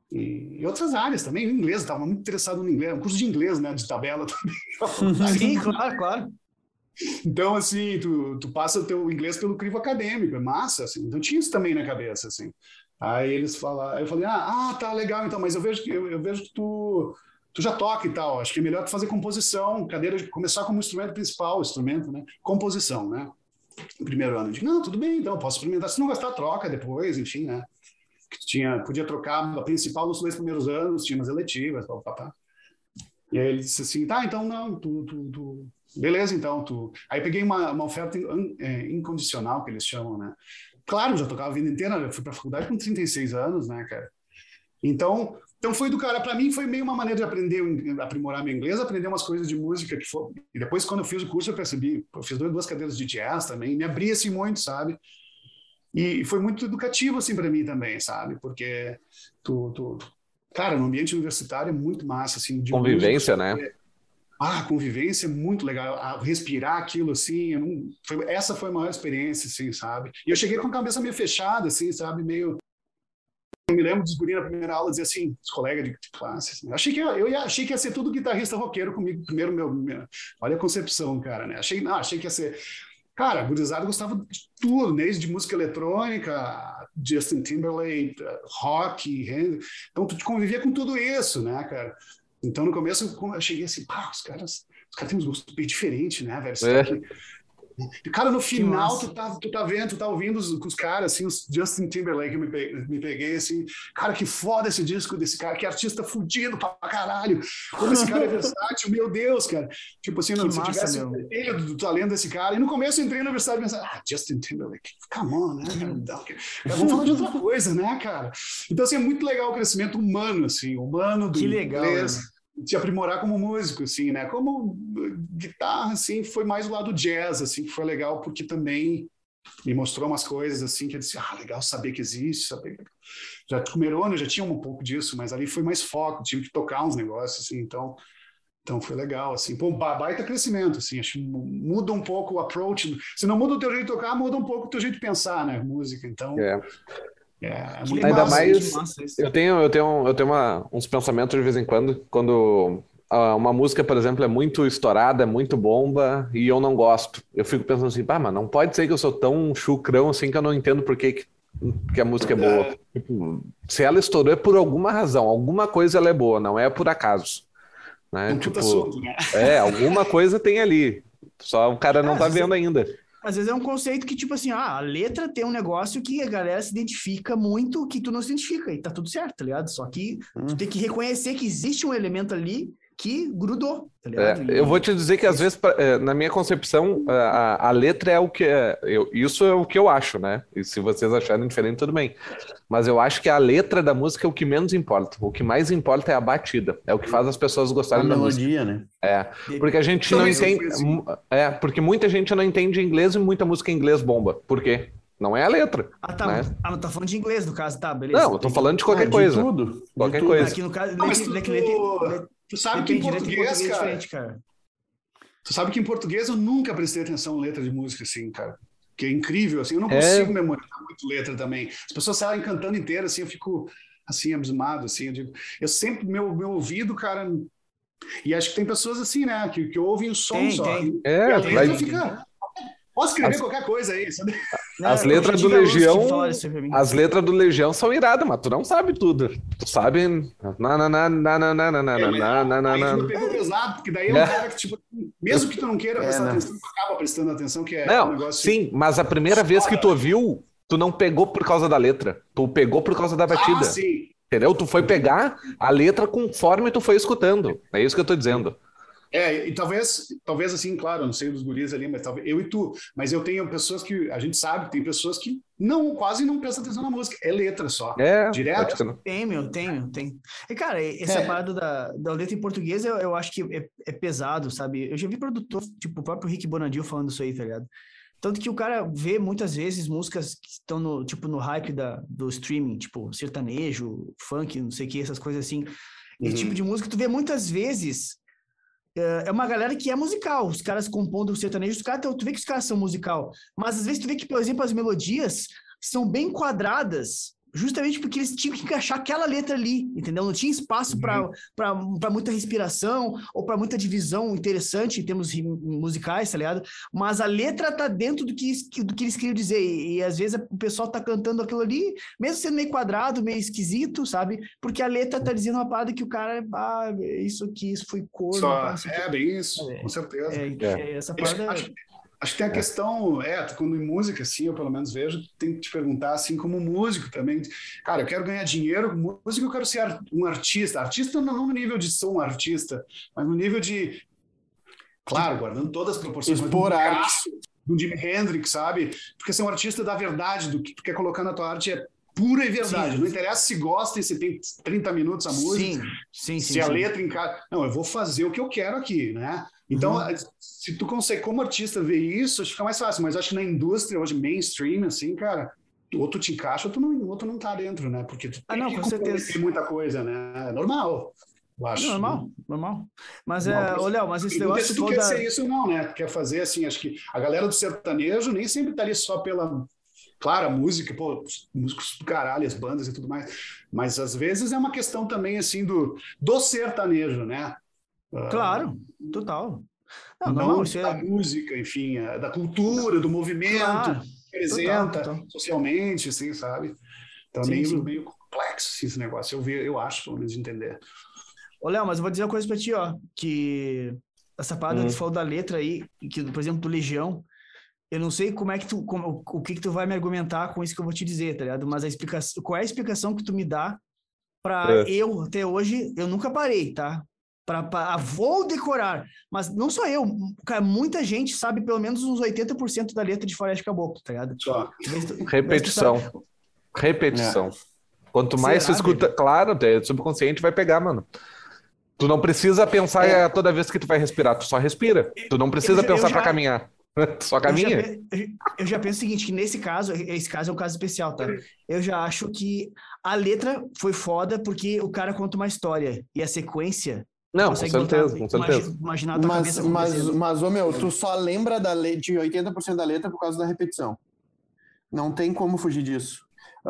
E outras áreas também, o inglês, estava muito interessado no inglês, um curso de inglês, né, de tabela também. Sim, claro. Então, assim, tu passa o teu inglês pelo crivo acadêmico, é massa, assim. Então tinha isso também na cabeça, assim. Aí eles falaram, aí eu falei, tá, legal, então, mas eu vejo que tu já toca e tal, acho que é melhor tu fazer composição, começar como instrumento, né? Composição, né? No primeiro ano. Eu digo, não, tudo bem, então, eu posso experimentar. Se não gostar, troca depois, enfim, né? Podia trocar a principal nos 2 primeiros anos, tinha umas eletivas, papá. E aí ele disse assim, tá, então não, beleza, então, Aí peguei uma oferta incondicional, que eles chamam, né? Claro, já tocava a vida inteira, eu fui pra faculdade com 36 anos, né, cara? Então foi do cara, para mim foi meio uma maneira de aprender, aprimorar meu inglês, aprender umas coisas de música e depois quando eu fiz o curso eu percebi, eu fiz 2 cadeiras de jazz também, me abri assim muito, sabe? E foi muito educativo assim para mim também, sabe? Porque cara, no ambiente universitário é muito massa assim, de convivência, música, né? A convivência é muito legal, respirar aquilo assim, essa foi a maior experiência, assim, sabe? E eu cheguei com a cabeça meio fechada, assim, sabe? Eu me lembro dos gurinhos na primeira aula dizer assim, os colegas de classe, assim, achei que ia ser tudo guitarrista roqueiro comigo, primeiro olha a concepção, cara, né? Achei que ia ser... Cara, a gurizada gostava de tudo, desde música eletrônica, Justin Timberlake, rock, então tu convivia com tudo isso, né, cara? Então, no começo, eu cheguei assim, os caras têm uns gostos bem diferentes, né, velho? Cara, no final, tu tá ouvindo os caras, assim, os Justin Timberlake, eu me peguei, assim, cara, que foda esse disco desse cara, que artista fudido pra caralho, como esse cara é versátil, meu Deus, cara. Tipo assim, se eu tivesse filho do talento desse cara, e no começo eu entrei na universidade e pensei, Justin Timberlake, come on, né, cara? Vamos falar de outra coisa, né, cara? Então, assim, é muito legal o crescimento humano, assim, do inglês, né? Se aprimorar como músico, assim, né? Como guitarra, assim, foi mais o lado jazz, assim, que foi legal, porque também me mostrou umas coisas, assim, que eu disse, legal saber que existe, Já no primeiro ano eu já tinha um pouco disso, mas ali foi mais foco, tive que tocar uns negócios, assim, então foi legal, assim. Pô, baita crescimento, assim, acho que muda um pouco o approach. Se não muda o teu jeito de tocar, muda um pouco o teu jeito de pensar, né? Música, então... muito ainda massa, mais, eu tenho uns pensamentos de vez em quando uma música, por exemplo, é muito estourada, é muito bomba, e eu não gosto. Eu fico pensando assim, mas não pode ser que eu sou tão chucrão assim que eu não entendo por que a música é boa. Tipo, se ela estourou é por alguma razão, alguma coisa ela é boa, não é por acaso. Né? Puta assunto, né? Alguma coisa tem ali, só o cara não tá vendo ainda. Às vezes é um conceito que, tipo assim, a letra tem um negócio que a galera se identifica muito, que tu não se identifica, e tá tudo certo, tá ligado? Só que tu tem que reconhecer que existe um elemento ali que grudou, tá ligado? Eu vou te dizer que às vezes, na minha concepção, a letra é o que isso é o que eu acho, né? E se vocês acharem diferente, tudo bem. Mas eu acho que a letra da música é o que menos importa. O que mais importa é a batida. É o que faz as pessoas gostarem da melodia, música. né? Porque a gente não entende. Porque muita gente não entende inglês e muita música em inglês bomba. Por quê? Não é a letra. Né? Não tá falando de inglês, no caso, tá, beleza. Não, eu tô falando de qualquer coisa. Tudo. Qualquer coisa. Aqui no caso, tu sabe que em português, cara. Tu sabe que em português eu nunca prestei atenção em letra de música, assim, cara. Que é incrível, assim, eu não consigo memorizar muito letra também. As pessoas saem cantando inteira, assim, eu fico, assim, abismado, assim, eu sempre, meu ouvido, cara, e acho que tem pessoas assim, né, que ouvem o som só. Tem. E a letra fica... Posso escrever qualquer coisa aí, sabe? As letras do Legião, as letras do Legião são iradas, mas tu não sabe tudo. Tu sabe... Aí pegou pesado, porque daí é um cara que, tipo, mesmo que tu não queira prestar atenção, tu acaba prestando atenção, que é um negócio... Sim, mas a primeira vez que tu ouviu, tu não pegou por causa da letra. Tu pegou por causa da batida. Sim. Entendeu? Tu foi pegar a letra conforme tu foi escutando. É isso que eu tô dizendo. E talvez assim, claro, eu não sei dos guris ali, mas talvez eu e tu, mas eu tenho pessoas que, a gente sabe que tem pessoas que quase não prestam atenção na música, é letra só, direto. Tem. E cara, essa parada da letra em português, eu acho que é pesado, sabe? Eu já vi produtor, tipo o próprio Rick Bonadio falando isso aí, tá ligado? Tanto que o cara vê muitas vezes músicas que estão no hype do streaming, tipo sertanejo, funk, não sei o que, essas coisas assim. Esse tipo de música, tu vê muitas vezes... É uma galera que é musical, os caras compondo o sertanejo, tu vê que os caras são musical, mas às vezes tu vê que, por exemplo, as melodias são bem quadradas justamente porque eles tinham que encaixar aquela letra ali, entendeu? Não tinha espaço para muita respiração ou para muita divisão interessante em termos musicais, tá ligado? Mas a letra tá dentro do que eles queriam dizer, e às vezes o pessoal tá cantando aquilo ali, mesmo sendo meio quadrado, meio esquisito, sabe? Porque a letra tá dizendo uma parada que o cara, isso aqui, isso foi corno. Bem isso, com certeza. Essa parada... Acho que tem a questão, quando em música, assim, eu pelo menos vejo, tem que te perguntar, assim, como músico também. Cara, eu quero ganhar dinheiro com música, eu quero ser um artista. Artista não no nível de ser um artista, mas no nível de, claro, guardando todas as proporções, expor arte. Do Jimi Hendrix, sabe? Porque ser um artista da verdade, do que tu quer colocar na tua arte é pura e verdade. Sim. Não interessa se gosta e se tem 30 minutos a música. Se a letra encaixa. Não, eu vou fazer o que eu quero aqui, né? Então, se tu consegue, como artista, ver isso, acho que fica mais fácil. Mas acho que na indústria hoje, mainstream, assim, cara, ou tu te encaixa ou tu não tá dentro, né? Porque tu tem que comprometer muita coisa, né? É normal, eu acho. Normal. Mas, Léo, mas esse negócio... Se tu quer ser isso ou não, né? Tu quer fazer, assim, acho que a galera do sertanejo nem sempre tá ali só pela... Claro, a música, músicos do caralho, as bandas e tudo mais. Mas, às vezes, é uma questão também, assim, do sertanejo, né? Claro, total. Não da música, enfim, da cultura, do movimento, que representa socialmente, assim, sabe? Então é meio complexo assim, esse negócio, eu acho, pelo menos, de entender. Ô, Léo, mas eu vou dizer uma coisa pra ti, ó, que essa parada que tu falou da letra aí, que, por exemplo, do Legião, eu não sei como é que o que tu vai me argumentar com isso que eu vou te dizer, tá ligado? Mas qual é a explicação que tu me dá pra eu, até hoje, eu nunca parei, tá? Vou decorar, mas não só eu, cara, muita gente sabe pelo menos uns 80% da letra de Floresta Caboclo, tá ligado? Repetição. Quanto mais você escuta, claro, o subconsciente vai pegar, mano. Tu não precisa pensar toda vez que tu vai respirar, tu só respira. Tu não precisa pensar pra caminhar. Tu só caminha. Eu já penso o seguinte, que esse caso é um caso especial, tá? Eu já acho que a letra foi foda porque o cara conta uma história e a sequência... Não, com certeza. Imaginar a tua cabeça acontecendo. Mas, tu só lembra de 80% da letra por causa da repetição. Não tem como fugir disso.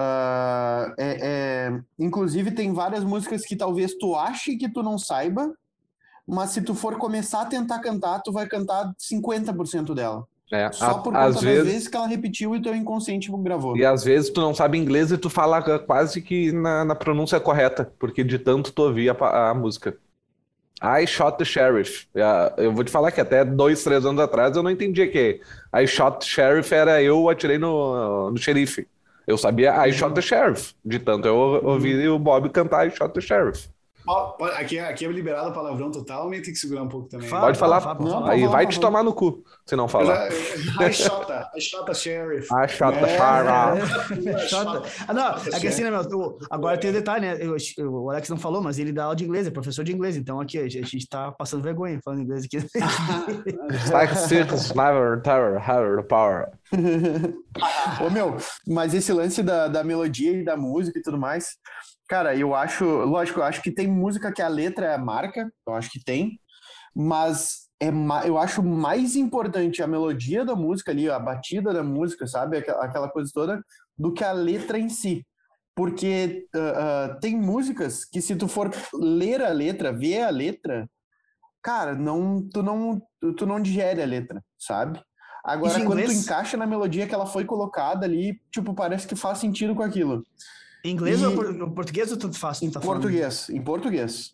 Inclusive, tem várias músicas que talvez tu ache que tu não saiba, mas se tu for começar a tentar cantar, tu vai cantar 50% dela. Só por conta das vezes que ela repetiu e teu inconsciente gravou. E às vezes tu não sabe inglês e tu fala quase que na pronúncia correta, porque de tanto tu ouvir a música. I shot the sheriff. Eu vou te falar que até 2-3 anos atrás eu não entendia que I shot the sheriff era eu atirei no xerife. Eu sabia I shot the sheriff. De tanto eu ouvi o Bob cantar I shot the sheriff. Aqui é liberado a palavrão total, mas tem que segurar um pouco também. Pode falar. Aí vai te tomar no cu, se não falar. I shot a sheriff. I shot the sheriff. Não, é que assim, né, meu? Agora tem um detalhe, né? O Alex não falou, mas ele dá aula de inglês, é professor de inglês. Então aqui, a gente tá passando vergonha falando inglês aqui. Like six, never, terror, have the power. Mas esse lance da melodia e da música e tudo mais... Cara, eu acho que tem música que a letra é a marca, eu acho que tem, mas eu acho mais importante a melodia da música ali, a batida da música, sabe? Aquela coisa toda, do que a letra em si. Porque tem músicas que se tu for ler a letra, ver a letra, cara, tu não digere a letra, sabe? Agora, quando tu encaixa na melodia que ela foi colocada ali, tipo, parece que faz sentido com aquilo. Em inglês ou em português ou tanto faz? Em português.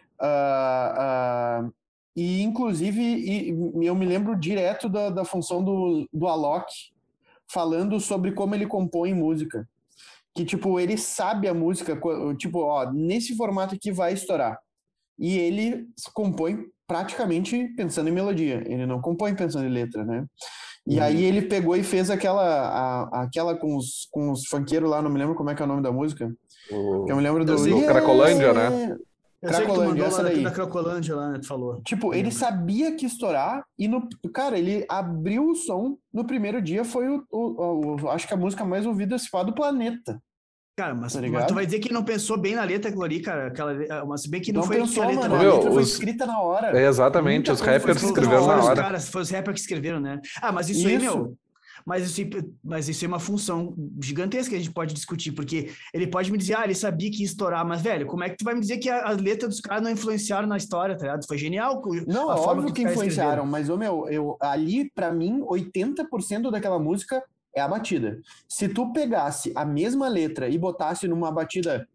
E, inclusive, eu me lembro direto da função do Alok falando sobre como ele compõe música. Que, tipo, ele sabe a música, tipo, nesse formato aqui vai estourar. E ele compõe praticamente pensando em melodia. Ele não compõe pensando em letra, né? E aí ele pegou e fez aquela com os funkeiros lá, não me lembro como é que é o nome da música. Eu me lembro do Cracolândia, né? Cracolândia, essa daí. Da Cracolândia lá, né, tu falou. Tipo, ele sabia que estourar e, cara, ele abriu o som no primeiro dia, foi acho que a música mais ouvida do planeta. Cara, mas tu vai dizer que não pensou bem na letra aquilo ali, cara? Mas se bem que não foi pensou, a letra. Mano, a letra foi escrita na hora. Exatamente, os rappers escreveram na hora. Foi os rappers que escreveram, né? Mas isso aí, meu... Mas isso é uma função gigantesca que a gente pode discutir, porque ele pode me dizer, ele sabia que ia estourar, mas, velho, como é que tu vai me dizer que as letras dos caras não influenciaram na história, tá ligado? Foi genial. Não, a forma óbvio que influenciaram, mas, ali, pra mim, 80% daquela música é a batida. Se tu pegasse a mesma letra e botasse numa batida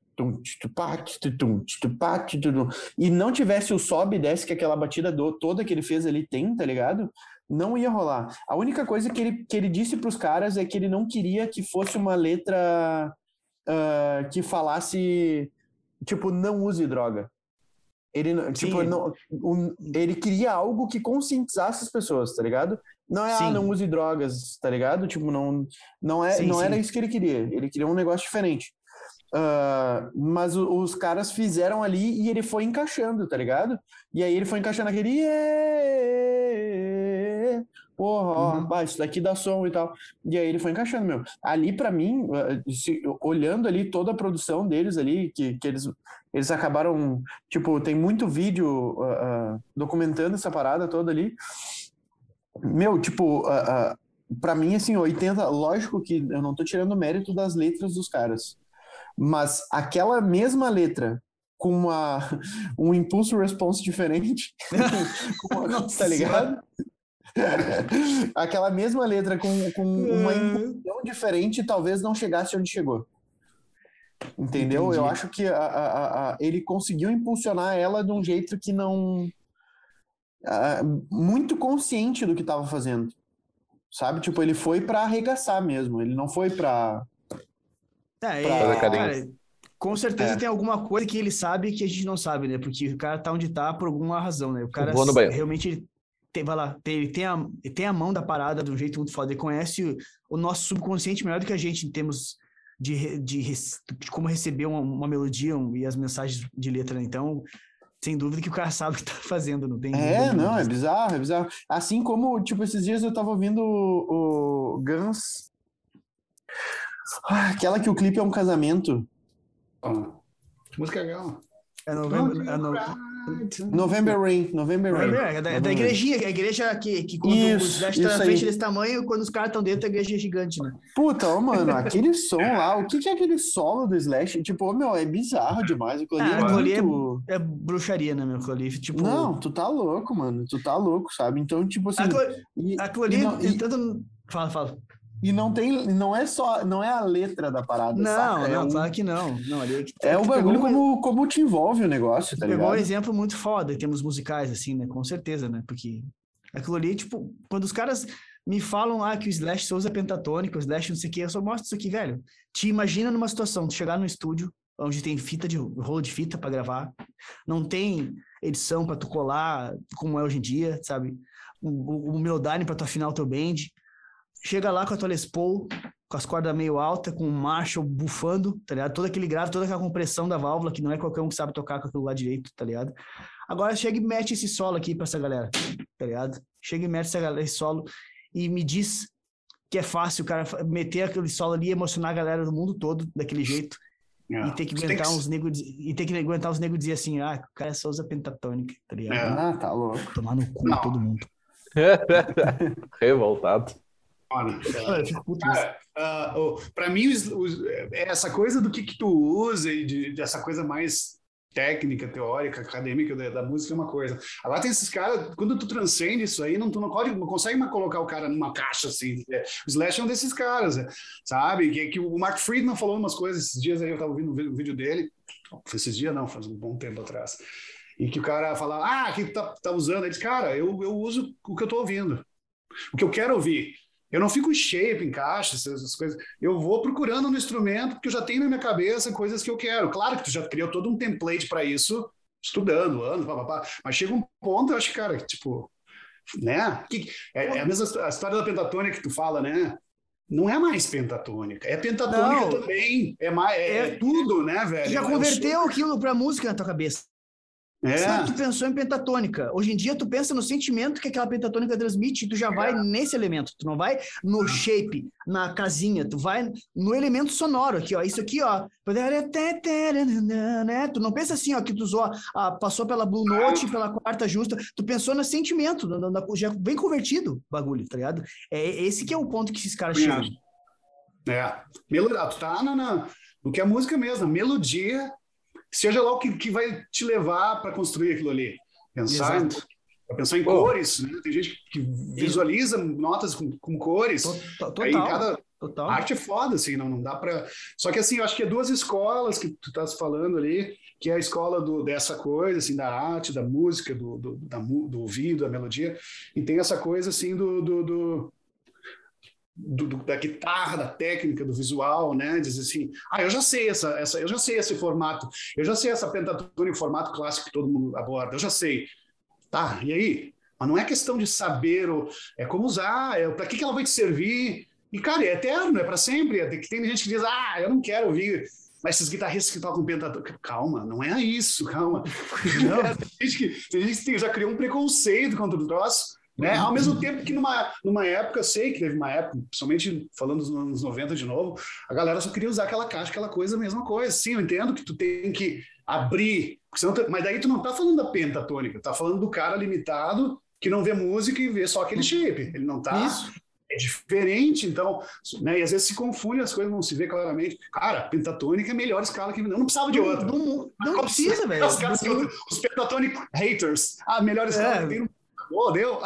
e não tivesse o sobe e desce que aquela batida toda que ele fez ali tem, tá ligado? Não ia rolar. A única coisa que ele disse pros caras é que ele não queria que fosse uma letra que falasse, tipo, não use droga. Ele, tipo, ele queria algo que conscientizasse as pessoas, tá ligado? Não é, não use drogas, tá ligado? Tipo, não era isso que ele queria. Ele queria um negócio diferente. Mas os caras fizeram ali e ele foi encaixando, tá ligado? E aí ele foi encaixando aquele porra, isso daqui dá som e tal. E aí ele foi encaixando, meu. Ali pra mim, olhando ali toda a produção deles ali, que eles acabaram, tipo, tem muito vídeo documentando essa parada toda ali. Meu, tipo, pra mim, assim, 80, lógico que eu não tô tirando mérito das letras dos caras. Mas aquela mesma letra com um impulso response diferente, tá ligado? Aquela mesma letra com uma impulsão diferente talvez não chegasse onde chegou. Entendeu? Entendi. Eu acho que ele conseguiu impulsionar ela de um jeito que não... muito consciente do que estava fazendo. Sabe? Tipo, ele foi pra arregaçar mesmo. Ele não foi pra... Cara, com certeza tem alguma coisa que ele sabe que a gente não sabe, né? Porque o cara tá onde tá por alguma razão, né? O cara realmente ele tem a mão da parada de um jeito muito foda. Ele conhece o nosso subconsciente melhor do que a gente em termos de como receber uma melodia e as mensagens de letra, né? Então, sem dúvida que o cara sabe o que tá fazendo, não tem... é bizarro, é bizarro. Assim como, tipo, esses dias eu tava ouvindo o Guns... aquela que o clipe é um casamento. Música legal. November Rain. É da igrejinha, a igreja que quando o Slash tá na frente desse tamanho, quando os caras estão dentro, a igreja é gigante, né? Puta, mano, aquele som lá, o que é aquele solo do Slash? Tipo, meu, é bizarro demais. Aquilo ali é bruxaria, né, meu? Aquilo ali, tipo... Não, tu tá louco, mano. Tu tá louco, sabe? Então, tipo assim... Aquilo ali, tentando... Fala. E não é a letra da parada, saca? Claro que não. É o bagulho como te envolve o negócio, tá ligado? Pegou um exemplo muito foda em termos musicais, assim, né? Com certeza, né? Porque aquilo ali, tipo, quando os caras me falam que o Slash só usa pentatônica, o Slash não sei o que, eu só mostro isso aqui, velho. Te imagina numa situação, tu chegar no estúdio, onde tem rolo de fita pra gravar, não tem edição pra tu colar, como é hoje em dia, sabe? O Melodyne pra tu afinar o teu band. Chega lá com a tua Les Paul, com as cordas meio altas, com o Marshall bufando, tá ligado? Todo aquele grave, toda aquela compressão da válvula, que não é qualquer um que sabe tocar com aquilo lá direito, tá ligado? Agora chega e mete esse solo aqui pra essa galera, tá ligado? Chega e mete esse solo e me diz que é fácil o cara meter aquele solo ali e emocionar a galera do mundo todo daquele jeito. E ter que aguentar os negros dizer assim, o cara só usa pentatônica, tá ligado? Tá louco. Tomar no cu todo mundo. Revoltado. Para mim, essa coisa do que tu usa e dessa coisa mais técnica, teórica, acadêmica da música é uma coisa. Agora tem esses caras, quando tu transcende isso aí, tu não consegue mais colocar o cara numa caixa assim. O Slash é um desses caras, sabe? Que o Mark Friedman falou umas coisas esses dias aí, eu tava ouvindo um vídeo dele, esses dias não, faz um bom tempo atrás, e que o cara fala, que tá usando? Ele diz, cara, eu uso o que eu tô ouvindo, o que eu quero ouvir. Eu não fico shape em caixa, essas coisas. Eu vou procurando no instrumento, porque eu já tenho na minha cabeça coisas que eu quero. Claro que tu já criou todo um template para isso, estudando, mas chega um ponto, eu acho, cara, tipo, né? É a mesma a história da pentatônica que tu fala, né? Não é mais pentatônica, é pentatônica também. É tudo, né, velho? Já converteu aquilo pra música na tua cabeça. Sabe, tu pensou em pentatônica. Hoje em dia, tu pensa no sentimento que aquela pentatônica transmite e tu já vai nesse elemento. Tu não vai no shape, na casinha. Tu vai no elemento sonoro aqui, ó. Isso aqui, ó. Tu não pensa assim, ó, que tu usou, passou pela Blue Note, pela quarta justa. Tu pensou no sentimento, já bem convertido o bagulho, tá ligado? Esse que é o ponto que esses caras chegam. Melodia, tu tá no que é a música mesmo, a melodia... Seja lá o que vai te levar para construir aquilo ali. Pensar em cores, né? Tem gente que visualiza notas com cores. Total. A arte é foda, assim, não dá para... Só que, assim, eu acho que é duas escolas que tu estás falando ali, que é a escola dessa coisa, assim, da arte, da música, do ouvido, da melodia, e tem essa coisa, assim, da guitarra, da técnica, do visual, né? Diz assim, eu já sei eu já sei esse formato, eu já sei essa pentatônica, formato clássico que todo mundo aborda, eu já sei. Tá, e aí? Mas não é questão de saber, é como usar, para que ela vai te servir. E, cara, é eterno, é para sempre. Tem gente que diz, eu não quero ouvir mas esses guitarristas que tocam pentatônica, calma, não é isso, calma. Tem gente que já criou um preconceito contra o troço. Né? Ao mesmo tempo que numa época, eu sei que teve uma época, principalmente falando dos anos 90 de novo, a galera só queria usar aquela caixa, aquela coisa, a mesma coisa. Sim, eu entendo que tu tem que abrir, mas daí tu não tá falando da pentatônica, tá falando do cara limitado que não vê música e vê só aquele shape. Ele não tá... Isso. É diferente, então, né? E às vezes se confunde, as coisas não se vê claramente. Cara, pentatônica é a melhor escala que não precisava de outra. Não precisa, velho. Os pentatônicos haters, a melhor escala que tem no... Oh, deu!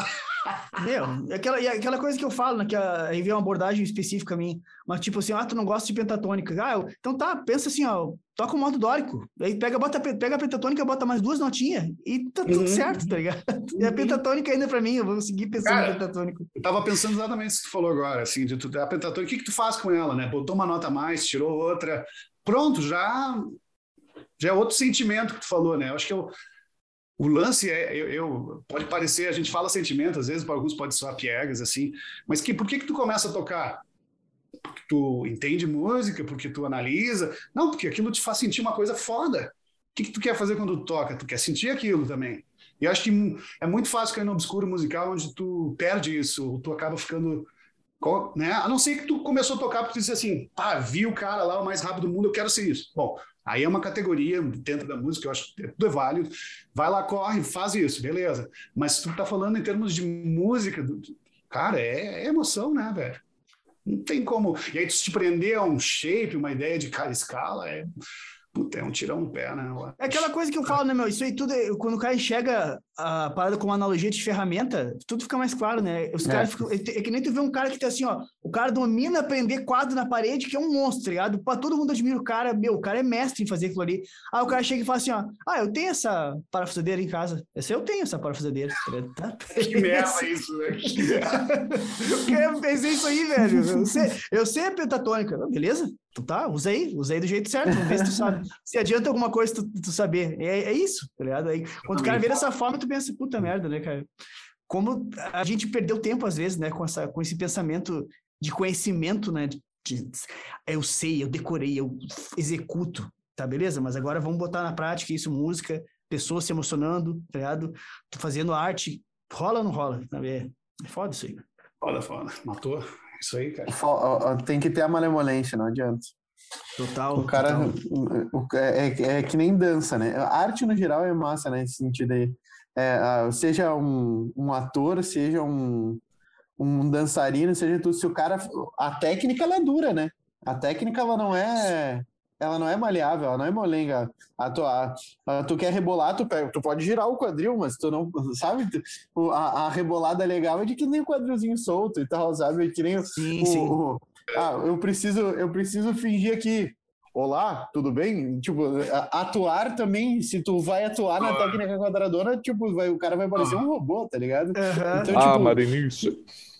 Aquela coisa que eu falo, né, que aí vem uma abordagem específica a mim, mas tipo assim, tu não gosta de pentatônica. Então tá, pensa assim, toca o modo dórico, aí pega a pentatônica, bota mais 2 notinhas e tá tudo certo, tá ligado? E a pentatônica ainda pra mim, eu vou seguir pensando em pentatônica. Eu tava pensando exatamente isso que tu falou agora, assim, a pentatônica, o que tu faz com ela, né? Botou uma nota a mais, tirou outra, pronto, já é outro sentimento que tu falou, né? Eu acho que o lance pode parecer, a gente fala sentimento, às vezes para alguns pode soar piegas, assim, mas por que tu começa a tocar? Porque tu entende música, porque tu analisa? Não, porque aquilo te faz sentir uma coisa foda. O que tu quer fazer quando tu toca? Tu quer sentir aquilo também. E eu acho que é muito fácil cair no obscuro musical, onde tu perde isso, tu acaba ficando... Né? A não ser que tu começou a tocar porque tu disse assim, vi o cara lá, o mais rápido do mundo, eu quero ser isso. Bom, aí é uma categoria dentro da música, eu acho que tudo é válido. Vai lá, corre, faz isso, beleza. Mas tu tá falando em termos de música, cara, é emoção, né, velho? Não tem como... E aí tu te prender a um shape, uma ideia de cada escala, Puta, é um tirão no pé, né? É aquela coisa que eu falo, né, meu? Isso aí tudo, quando o cara enxerga a parada com uma analogia de ferramenta, tudo fica mais claro, né? Os caras ficam... É que nem tu vê um cara que tá assim, o cara domina prender quadro na parede, que é um monstro, tá ligado? Todo mundo admira o cara, o cara é mestre em fazer aquilo ali. Aí o cara chega e fala assim, eu tenho essa parafusadeira em casa. Eu tenho essa parafusadeira. Tá? Que merda isso, velho. Eu pensei isso aí, velho. Eu sei a pentatônica. Beleza? Tá, usei do jeito certo, vamos ver se tu sabe. Se adianta alguma coisa tu saber. É isso, tá ligado? Aí, quando o cara vê dessa forma, tu pensa, puta merda, né, cara? Como a gente perdeu tempo, às vezes, né, com esse pensamento de conhecimento, né? Eu sei, eu decorei, eu executo, tá, beleza? Mas agora vamos botar na prática isso, música, pessoas se emocionando, tá ligado? Tu fazendo arte, rola ou não rola? É foda isso aí. Foda. Matou. Isso aí, cara. Tem que ter a malemolência, não adianta. Total. O cara é que nem dança, né? A arte, no geral, é massa, né? Nesse sentido aí. Seja um ator, seja um dançarino, seja tudo. Se o cara... A técnica, ela é dura, né? A técnica, ela não é maleável, ela não é molenga. Tu quer rebolar, tu pode girar o quadril, mas tu não, sabe? A rebolada legal é de que nem o quadrilzinho solto e tal, sabe? Que nem sim. Eu preciso fingir aqui. Olá, tudo bem? Tipo, atuar também, se tu vai atuar na técnica quadradona, tipo, o cara vai parecer um robô, tá ligado? Então, tipo... Marinício.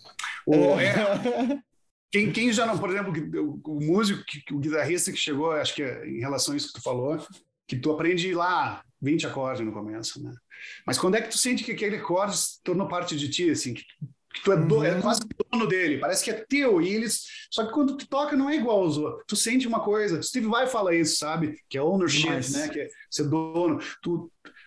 Quem já não, por exemplo, o músico, o guitarrista que chegou, acho que em relação a isso que tu falou, que tu aprende lá 20 acordes no começo, né? Mas quando é que tu sente que aquele acorde se tornou parte de ti, assim, que tu é quase dono dele, parece que é teu, só que quando tu toca não é igual aos outros, tu sente uma coisa, Steve Vai fala isso, sabe? Que é ownership, né? Que é ser dono.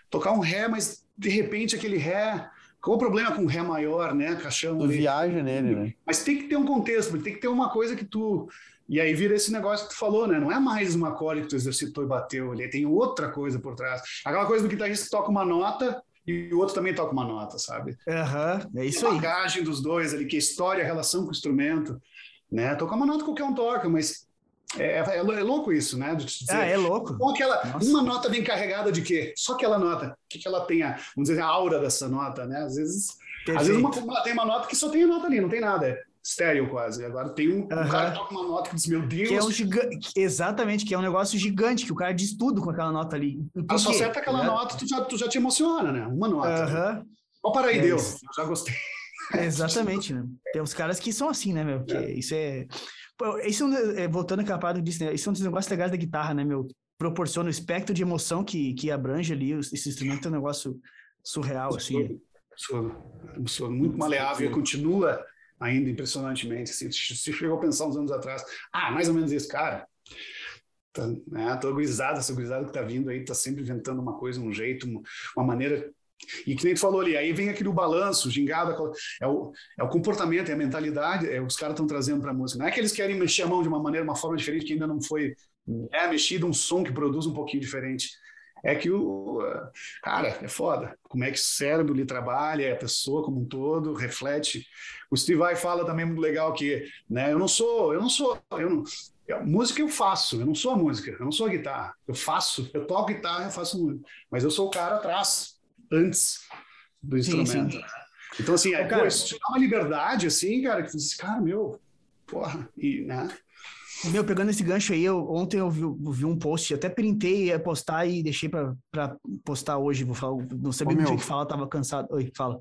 tocar um Ré, mas de repente aquele Ré... Qual o problema com Ré maior, né? Caixão. Tu viaja nele, né? Mas tem que ter um contexto, tem que ter uma coisa que tu... E aí vira esse negócio que tu falou, né? Não é mais uma acorde que tu exercitou e bateu ali, tem outra coisa por trás. Aquela coisa do guitarrista que toca uma nota e o outro também toca uma nota, sabe? É isso aí. A bagagem dos dois ali, que é a história, a relação com o instrumento, né? Tocar uma nota qualquer um toca, mas é louco isso, né? De dizer, é louco. Com uma nota bem carregada de quê? Só aquela nota. O que ela tem, vamos dizer, a aura dessa nota, né? Às vezes uma tem uma nota que só tem a nota ali, não tem nada. É estéreo quase. Agora tem um cara que toca uma nota que diz, meu Deus... Que é um gigante, exatamente, que é um negócio gigante, que o cara diz tudo com aquela nota ali. Só acerta aquela nota, tu já te emociona, né? Uma nota. Ó, para aí, Deus. Eu já gostei. Exatamente, né? Tem uns caras que são assim, né, meu? Isso é... voltando àquela parada disso, né? Isso é um dos negócios legais da guitarra, né, meu? Proporciona o espectro de emoção que abrange ali. Esse instrumento é um negócio surreal, assim. Muito maleável e continua ainda impressionantemente. Assim, se chegou a pensar uns anos atrás, mais ou menos isso, cara. Tô gurizada, essa gurizada que tá vindo aí, tá sempre inventando uma coisa, um jeito, uma maneira... E que nem tu falou ali, aí vem aquele balanço, o gingado, é o comportamento, é a mentalidade, os caras estão trazendo para a música. Não é que eles querem mexer a mão de uma maneira, uma forma diferente, que ainda não foi mexido, um som que produz um pouquinho diferente. É que cara, é foda. Como é que o cérebro lhe trabalha, a pessoa como um todo, reflete. O Steve Vai fala também muito legal que, né, música eu faço, eu não sou a música, eu não sou a guitarra. Eu toco guitarra, eu faço música. Mas eu sou o cara atrás, antes do instrumento. Sim. Então, assim, isso te dá uma liberdade, assim, cara, que você diz, cara, porra, né? Meu, pegando esse gancho aí, ontem eu vi um post, até printei, ia postar e deixei pra postar hoje, vou falar, não sabia do que falar, tava cansado. Oi, fala.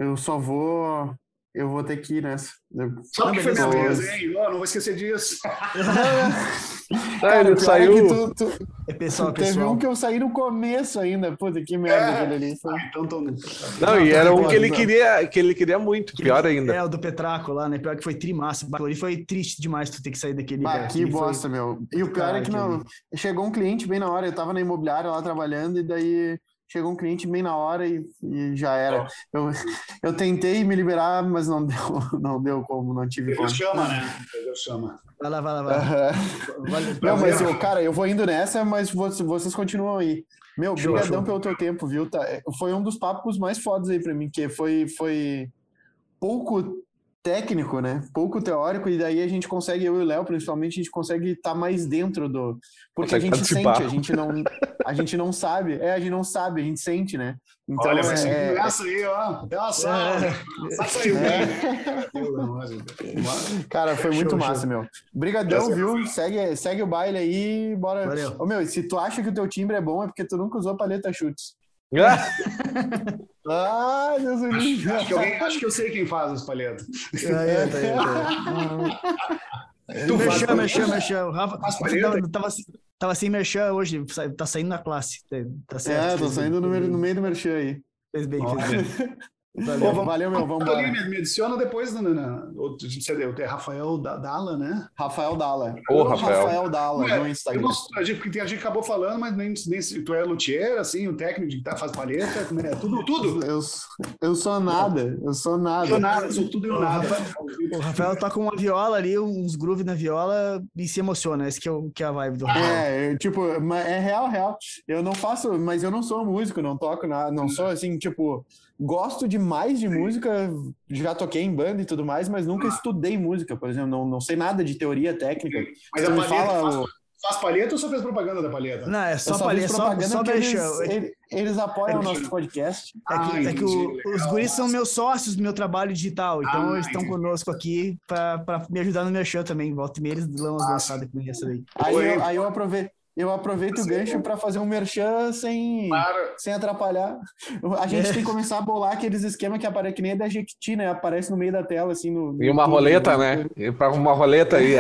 Eu vou ter que ir nessa. Sabe que foi minha vez, hein? Não vou esquecer disso. Cara, ele saiu... Pessoal. Teve um que eu saí no começo ainda. Puta, que merda aquele ali. Não, e era um que ele queria muito, pior ainda. O do Petraco lá, né? Pior que foi trimassa. Ali foi triste demais tu ter que sair daquele... Que bosta, meu. E o pior é que não... Chegou um cliente bem na hora, eu tava na imobiliária lá trabalhando e daí... Chegou um cliente bem na hora e já era. Eu tentei me liberar, mas não deu como, não tive como. Deus chama, né? Deus chama. Vai lá. Não, mas eu vou indo nessa, mas vocês continuam aí. Meu, obrigadão pelo teu tempo, viu? Foi um dos papos mais fodas aí pra mim, que foi pouco técnico, né? Pouco teórico, e daí a gente consegue, eu e o Léo, principalmente, a gente consegue estar mais dentro do... Porque a gente participar. sente, a gente não sabe. A gente não sabe, a gente sente, né? Então, olha, essa aí, ó. Deu uma salva. Saiu Cara, foi muito massa, meu. Brigadão, viu? Segue o baile aí, bora... Valeu. Ô, meu, se tu acha que o teu timbre é bom, é porque tu nunca usou paleta chutes. Deus me livre. Acho que eu sei quem faz as palhetas. Merchan. O Rafa tava sem merchan hoje, tá saindo na classe. Tá certo. Tô saindo no meio do merchan aí. Fez bem. Valeu, meu, vamos embora. Me adiciona depois, é Rafael Dalla, né? Rafael Dalla. Rafael Dalla no Instagram. A gente acabou falando, mas nem tu é luthier, assim, o técnico de faz palheta, tudo. Eu sou nada. Eu sou tudo e nada. O Rafael toca uma viola ali, uns grooves na viola e se emociona. Esse que é a vibe do Rafael. É real. Eu não faço, mas eu não sou músico, não toco nada, não sou assim, gosto demais de música, já toquei em banda e tudo mais, mas nunca estudei música, por exemplo, não sei nada de teoria técnica. Mas a palheta faz palheta ou só fez propaganda da palheta? Não, é só palheta, só eles apoiam o nosso podcast. É que os guris são meus sócios do meu trabalho digital, então eles estão conosco aqui para me ajudar no merchan também. Volta e meia, eles dão umas lançadas com essa daí. Aí eu aproveito o gancho para fazer um merchan sem atrapalhar. A gente tem que começar a bolar aqueles esquemas que aparecem, que nem da Jequiti, né? Aparece no meio da tela, assim. E uma roleta, né? E para uma roleta aí.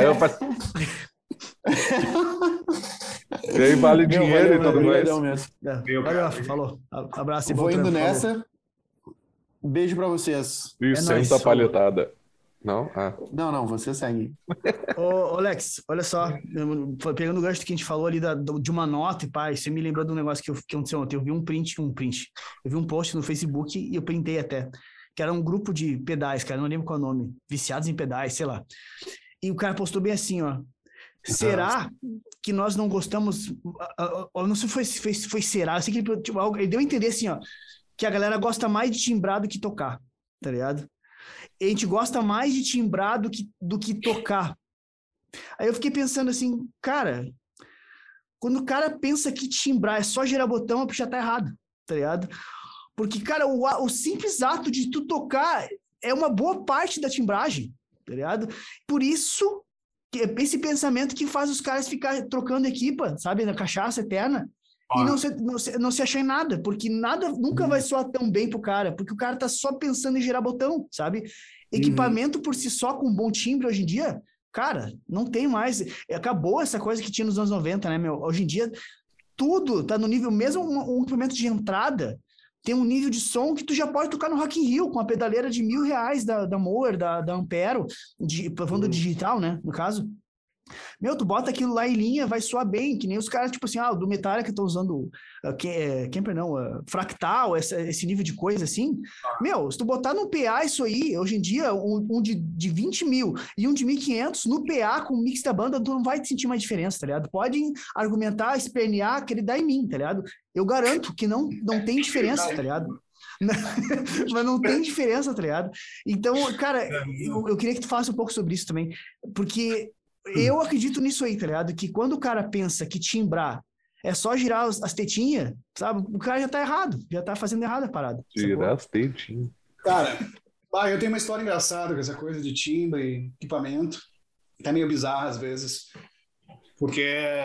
E aí vale dinheiro e tudo mais. Valeu, Rafa, falou. Abraço e vou indo nessa. Beijo para vocês. E senta a palhetada. Não? Ah. Não, você segue. Ô, Alex, olha só, pegando o gancho que a gente falou ali de uma nota e pá, você me lembrou de um negócio que aconteceu ontem. Eu vi um print. Eu vi um post no Facebook e eu printei até, que era um grupo de pedais, cara, não lembro qual é o nome, viciados em pedais, sei lá. E o cara postou bem assim, ó, será que nós não gostamos, eu não sei se foi será, eu sei que ele deu a entender assim, ó, que a galera gosta mais de timbrar do que tocar, tá ligado? A gente gosta mais de timbrar do que tocar. Aí eu fiquei pensando assim, cara, quando o cara pensa que timbrar é só girar botão, já tá errado, tá ligado? Porque, cara, o simples ato de tu tocar é uma boa parte da timbragem, tá ligado? Por isso, esse pensamento que faz os caras ficar trocando equipa, sabe, na cachaça eterna, e não se achar em nada, porque nada nunca vai soar tão bem pro cara, porque o cara tá só pensando em girar botão, sabe? Equipamento por si só com bom timbre hoje em dia, cara, não tem mais. Acabou essa coisa que tinha nos anos 90, né, meu? Hoje em dia, tudo tá no nível, mesmo um equipamento de entrada, tem um nível de som que tu já pode tocar no Rock in Rio, com a pedaleira de R$1.000 da Mower, da Ampero, falando digital, né, no caso. Meu, tu bota aquilo lá em linha, vai soar bem, que nem os caras, tipo assim, do Metallica que estão usando Kemper não, Fractal, esse nível de coisa assim. Meu, se tu botar no PA isso aí, hoje em dia, um de 20 mil e um de 1.500, no PA com o mix da banda, tu não vai te sentir mais diferença, tá ligado? Pode argumentar, espernear, querer dar em mim, tá ligado? Eu garanto que não tem diferença, tá ligado? Mas não tem diferença, tá ligado? Então, cara, eu queria que tu falasse um pouco sobre isso também, porque eu acredito nisso aí, tá ligado? Que quando o cara pensa que timbrar é só girar as tetinhas, sabe? O cara já tá errado, já tá fazendo errado a parada. Girar as tetinhas. Cara, eu tenho uma história engraçada com essa coisa de timbre e equipamento. Tá meio bizarra às vezes. Porque...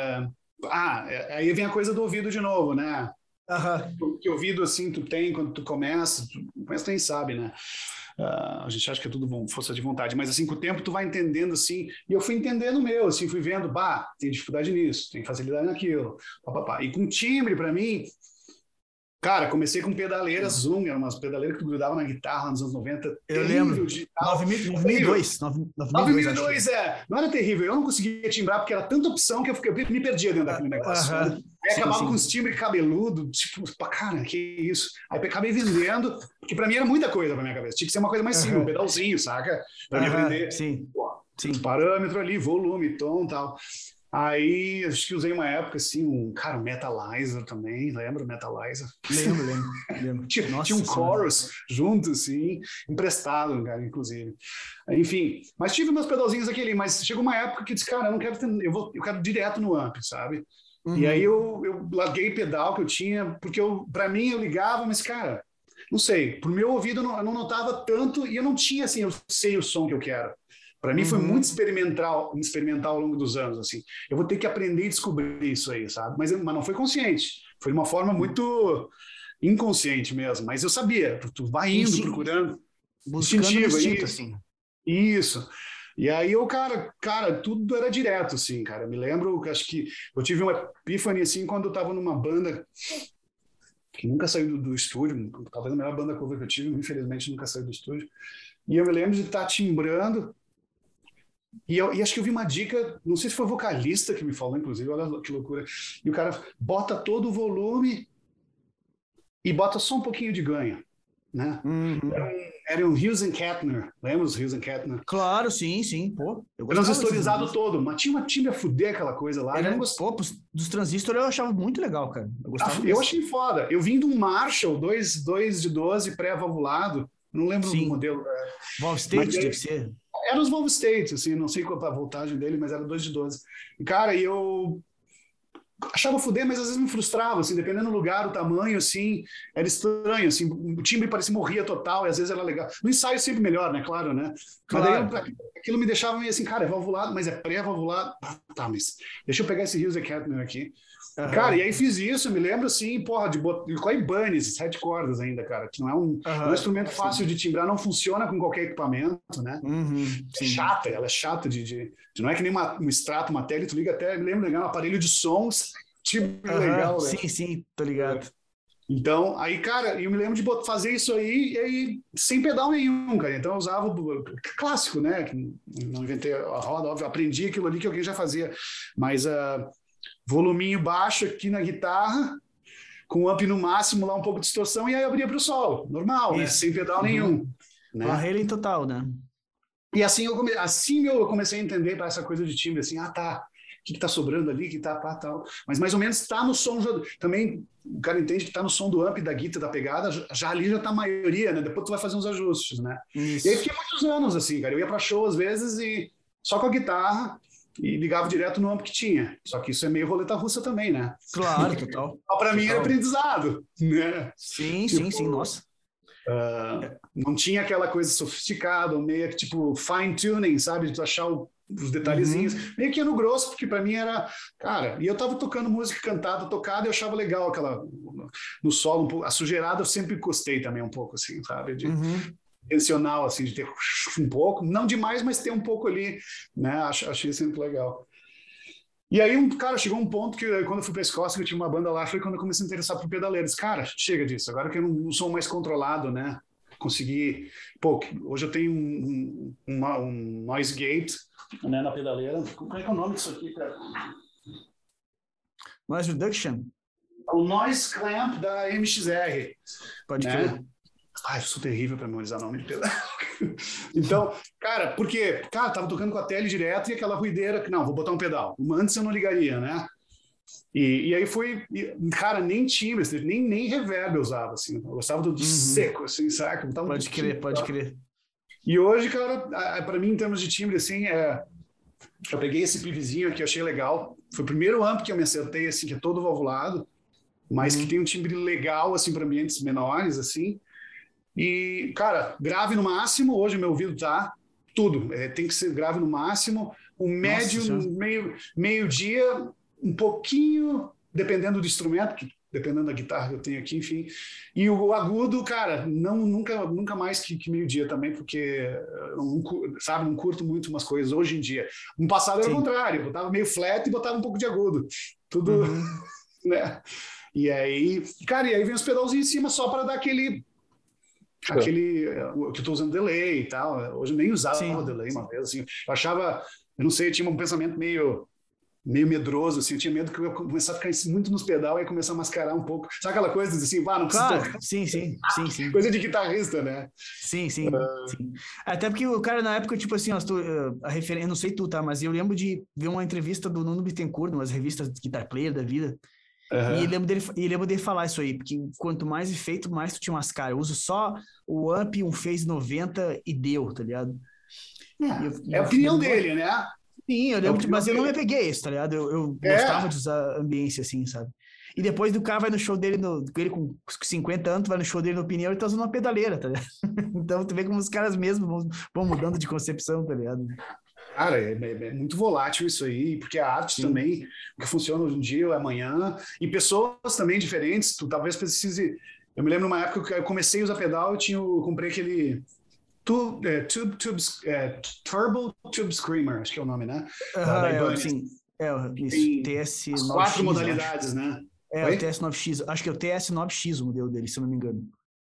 aí vem a coisa do ouvido de novo, né? Que ouvido assim tu tem quando tu começa, tu nem sabe, né? A gente acha que é tudo força de vontade, mas assim, com o tempo tu vai entendendo assim, e eu fui entendendo o meu, assim, fui vendo, tem dificuldade nisso, tem facilidade naquilo, papapá. E com timbre, pra mim, cara, comecei com pedaleira Zoom, eram umas pedaleiras que tu grudava na guitarra nos anos 90. Eu lembro. 9002. 9002, não era terrível, eu não conseguia timbrar porque era tanta opção que eu me perdia dentro daquele negócio. Aí acabava com os timbres cabeludo, tipo, cara, que isso? Aí acabei vendendo, porque pra mim era muita coisa pra minha cabeça. Tinha que ser uma coisa mais simples, um pedalzinho, saca? Pra me aprender. Sim. Parâmetro ali, volume, tom e tal. Aí, acho que usei uma época, assim, um Metalizer também, lembra o Metalizer? Lembro. Tinha um chorus junto, assim, emprestado, cara, inclusive. Enfim, mas tive meus pedalzinhos aqui ali, mas chegou uma época que eu disse, cara, eu não quero eu quero direto no amp, sabe? E aí eu larguei pedal que eu tinha, porque pra mim eu ligava, mas, cara, não sei, pro meu ouvido eu não notava tanto e eu não tinha, assim, eu sei o som que eu quero. Para mim foi muito experimental ao longo dos anos, assim. Eu vou ter que aprender e descobrir isso aí, sabe? Mas não foi consciente. Foi de uma forma muito inconsciente mesmo. Mas eu sabia. Tu vai indo, procurando. Buscando instinto, assim. Isso. E aí cara, tudo era direto, assim, cara. Eu me lembro, acho que eu tive uma epífane, assim, quando eu tava numa banda que nunca saiu do estúdio. Talvez a melhor banda cover que eu tive, infelizmente, nunca saiu do estúdio. E eu me lembro de estar timbrando. E acho que eu vi uma dica, não sei se foi o vocalista que me falou, inclusive, olha que loucura. E o cara bota todo o volume e bota só um pouquinho de ganho, né? Era um Hughes and Kettner, lembra os Hughes and Kettner? Claro, sim. Pô, eu gostava. Transistorizado todo, mas tinha uma timbre a fuder aquela coisa lá. Dos transistores eu achava muito legal, cara. Eu achei foda. Eu vim de um Marshall 2 de 12 pré-valvulado, não lembro do modelo. Valve State deve ser. Era os Valve States, assim, não sei qual a voltagem dele, mas era 2 de 12. E, cara, eu achava fuder, mas às vezes me frustrava, assim, dependendo do lugar, o tamanho, assim, era estranho, assim, o timbre parecia morria total, e às vezes era legal. No ensaio sempre melhor, né, claro, né? Claro. Mas daí aquilo me deixava meio assim, cara, é valvulado, mas é pré-valvulado. Tá, mas deixa eu pegar esse Hughes and Kettner aqui. Cara, e aí fiz isso, eu me lembro assim, porra, de com a Ibanez, 7 cordas ainda, cara, que não é um instrumento fácil de timbrar, não funciona com qualquer equipamento, né? Ela é chata não é que nem um extrato, uma tele, tu liga até, me lembro, legal, um aparelho de sons, timbre legal, né? Sim, tô ligado. Então, aí, cara, eu me lembro de fazer isso aí, e aí sem pedal nenhum, cara. Então eu usava o clássico, né? Não inventei a roda, óbvio, aprendi aquilo ali que alguém já fazia. Mas voluminho baixo aqui na guitarra, com o amp no máximo, lá um pouco de distorção, e aí abria para o solo, normal, né? Sem pedal nenhum. Né? Barreira total, né? E assim eu comecei a entender para essa coisa de timbre, assim, tá. O que tá sobrando ali, que tá tal. Mas mais ou menos tá no som. Também o cara entende que tá no som do amp, da guitarra, da pegada, já ali já tá a maioria, né? Depois tu vai fazer uns ajustes, né? Isso. E aí fiquei muitos anos assim, cara. Eu ia para show às vezes e só com a guitarra e ligava direto no amp que tinha. Só que isso é meio roleta russa também, né? Claro, total. Para mim era aprendizado, né? Sim, sim, nossa. Não tinha aquela coisa sofisticada, meio que tipo fine tuning, sabe? De tu achar os detalhezinhos, meio que no grosso, porque para mim era, cara, e eu tava tocando música cantada, tocada, e eu achava legal aquela, no solo, um pouco, a sujeirada eu sempre gostei também um pouco, assim, sabe, de intencional, assim, de ter um pouco, não demais, mas ter um pouco ali, né, achei sempre legal. E aí, cara, chegou um ponto que quando eu fui pra Escócia, que eu tinha uma banda lá, foi quando eu comecei a interessar por pedaleiros. Cara, chega disso, agora que eu não sou mais controlado, né, consegui, hoje eu tenho um noise gate, né, na pedaleira. Como é que é o nome disso aqui, cara? Noise reduction? O noise clamp da MXR. Pode crer. Ai, eu sou terrível para memorizar nome de pedal. Então, cara, porque, cara, tava tocando com a tele direto e aquela ruideira que, não, vou botar um pedal. Antes eu não ligaria, né? E aí foi, cara, nem timbre, nem reverb eu usava, assim. Eu gostava do seco, assim, saca? Pode crer. E hoje, cara, para mim, em termos de timbre, assim, eu peguei esse pivzinho aqui, achei legal. Foi o primeiro amp que eu me acertei, assim, que é todo valvulado, mas que tem um timbre legal, assim, para ambientes menores, assim. E, cara, grave no máximo, hoje meu ouvido tá tudo. Tem que ser grave no máximo. O médio, meio-dia, um pouquinho, dependendo do instrumento, dependendo da guitarra que eu tenho aqui, enfim. E o agudo, cara, nunca mais que meio-dia também, porque não curto muito umas coisas hoje em dia. No passado era o contrário, eu botava meio flat e botava um pouco de agudo. Tudo, né? E aí, cara, e aí vem os pedalzinhos em cima só para dar aquele que eu tô usando delay e tal. Hoje eu nem usava delay uma vez, assim. Eu achava, eu não sei, eu tinha um pensamento meio medroso, assim, eu tinha medo que eu ia começar a ficar muito nos pedal e começar a mascarar um pouco. Sabe aquela coisa de assim, não precisa tocar. Sim. Coisa de guitarrista, né? Sim. Até porque o cara, na época, tipo assim, a referência, eu não sei tu, tá? Mas eu lembro de ver uma entrevista do Nuno Bittencourt, umas revistas de Guitar Player da vida. E lembro dele falar isso aí, porque quanto mais efeito, mais tu te mascara. Eu uso só o amp, um Phase 90 e deu, tá ligado? É a opinião dele, né? Sim, eu lembro, mas eu não me peguei isso, tá ligado? Eu gostava de usar ambiência assim, sabe? E depois do cara vai no show dele, ele com 50 anos, vai no show dele no pneu e tá usando uma pedaleira, tá ligado? Então tu vê como os caras mesmos vão mudando de concepção, tá ligado? Cara, é muito volátil isso aí, porque a arte também, o que funciona hoje em dia é amanhã, e pessoas também diferentes, tu talvez precise... Eu me lembro numa época que eu comecei a usar pedal, eu comprei aquele... Turbo Tube Screamer, acho que é o nome, né? Sim, isso. TS9X. 4 modalidades, né? O TS9X, acho que é o TS9X o modelo dele, se eu não me engano.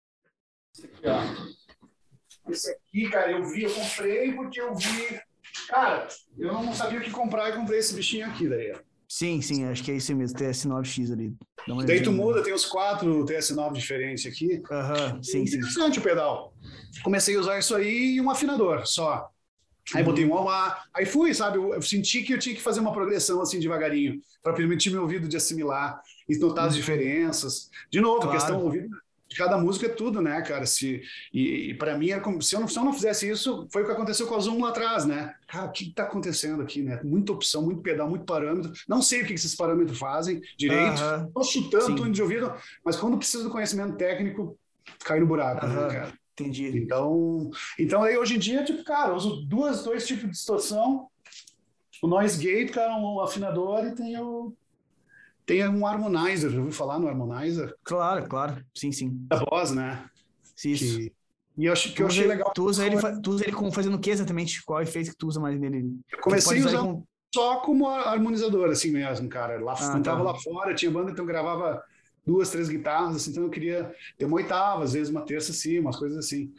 Esse aqui, cara, eu comprei porque eu vi... Cara, eu não sabia o que comprar e comprei esse bichinho aqui daí. Sim, acho que é isso mesmo, TS9X ali. Daí tu muda, tem os 4 TS9 diferentes aqui. Sim. Interessante o pedal. Comecei a usar isso aí e um afinador só. Aí botei um wah, aí fui, sabe? Eu senti que eu tinha que fazer uma progressão assim devagarinho para permitir meu ouvido de assimilar e notar as diferenças. De novo, a questão do ouvido de cada música é tudo, né, cara? E para mim, se eu não fizesse isso, foi o que aconteceu com a Zoom lá atrás, né? Cara, o que tá acontecendo aqui, né? Muita opção, muito pedal, muito parâmetro. Não sei o que esses parâmetros fazem direito. Tô chutando, tô indo de ouvido, mas quando precisa do conhecimento técnico, cai no buraco, né, cara? Entendi. Então aí hoje em dia, tipo, cara, eu uso dois tipos de distorção, o noise gate, cara, um afinador e tem um harmonizer, já ouviu falar no harmonizer? Claro, sim. Da Boss, né? Isso. E eu achei legal. Tu usa ele fazendo o que exatamente? Qual efeito que tu usa mais nele? Eu comecei a usar só como harmonizador, assim mesmo, cara. Tava lá fora, tinha banda, então eu gravava 2, 3 guitarras, assim, então eu queria ter uma oitava, às vezes uma terça, assim, umas coisas assim.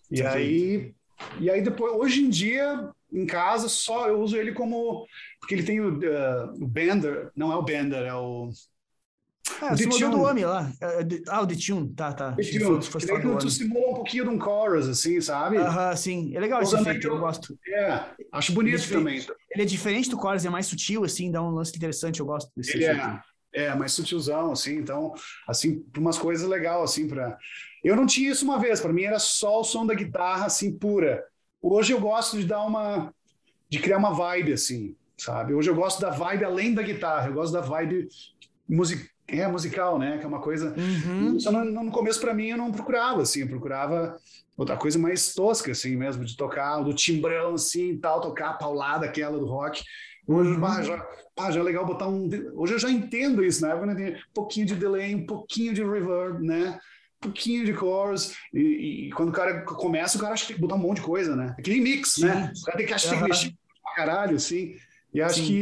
E aí depois, hoje em dia, em casa, só eu uso ele como... Porque ele tem o Bender, não é o Bender, é o... Você mudou do homem lá. O Detune, tá. Detune, que daí tu simula um pouquinho de um chorus, assim, sabe? Sim. É legal esse efeito, eu gosto. Acho bonito também. Ele é diferente do chorus, é mais sutil, assim, dá um lance interessante, eu gosto desse efeito. Mais sutilzão, assim, então, assim, para umas coisas legais, assim, para... Eu não tinha isso uma vez, para mim era só o som da guitarra, assim, pura. Hoje eu gosto de de criar uma vibe, assim, sabe? Hoje eu gosto da vibe além da guitarra, eu gosto da vibe musical, né? Que é uma coisa... Isso no começo, para mim, eu não procurava, assim, eu procurava outra coisa mais tosca, assim, mesmo, de tocar, do timbrão, assim, e tal, tocar a paulada aquela do rock. Hoje, já é legal botar Hoje eu já entendo isso, né? Um pouquinho de delay, um pouquinho de reverb, né? Um pouquinho de chorus. E quando o cara começa, o cara acha que tem que botar um monte de coisa, né? Aquele mix, né? O cara tem que achar que mexer pra caralho, assim. E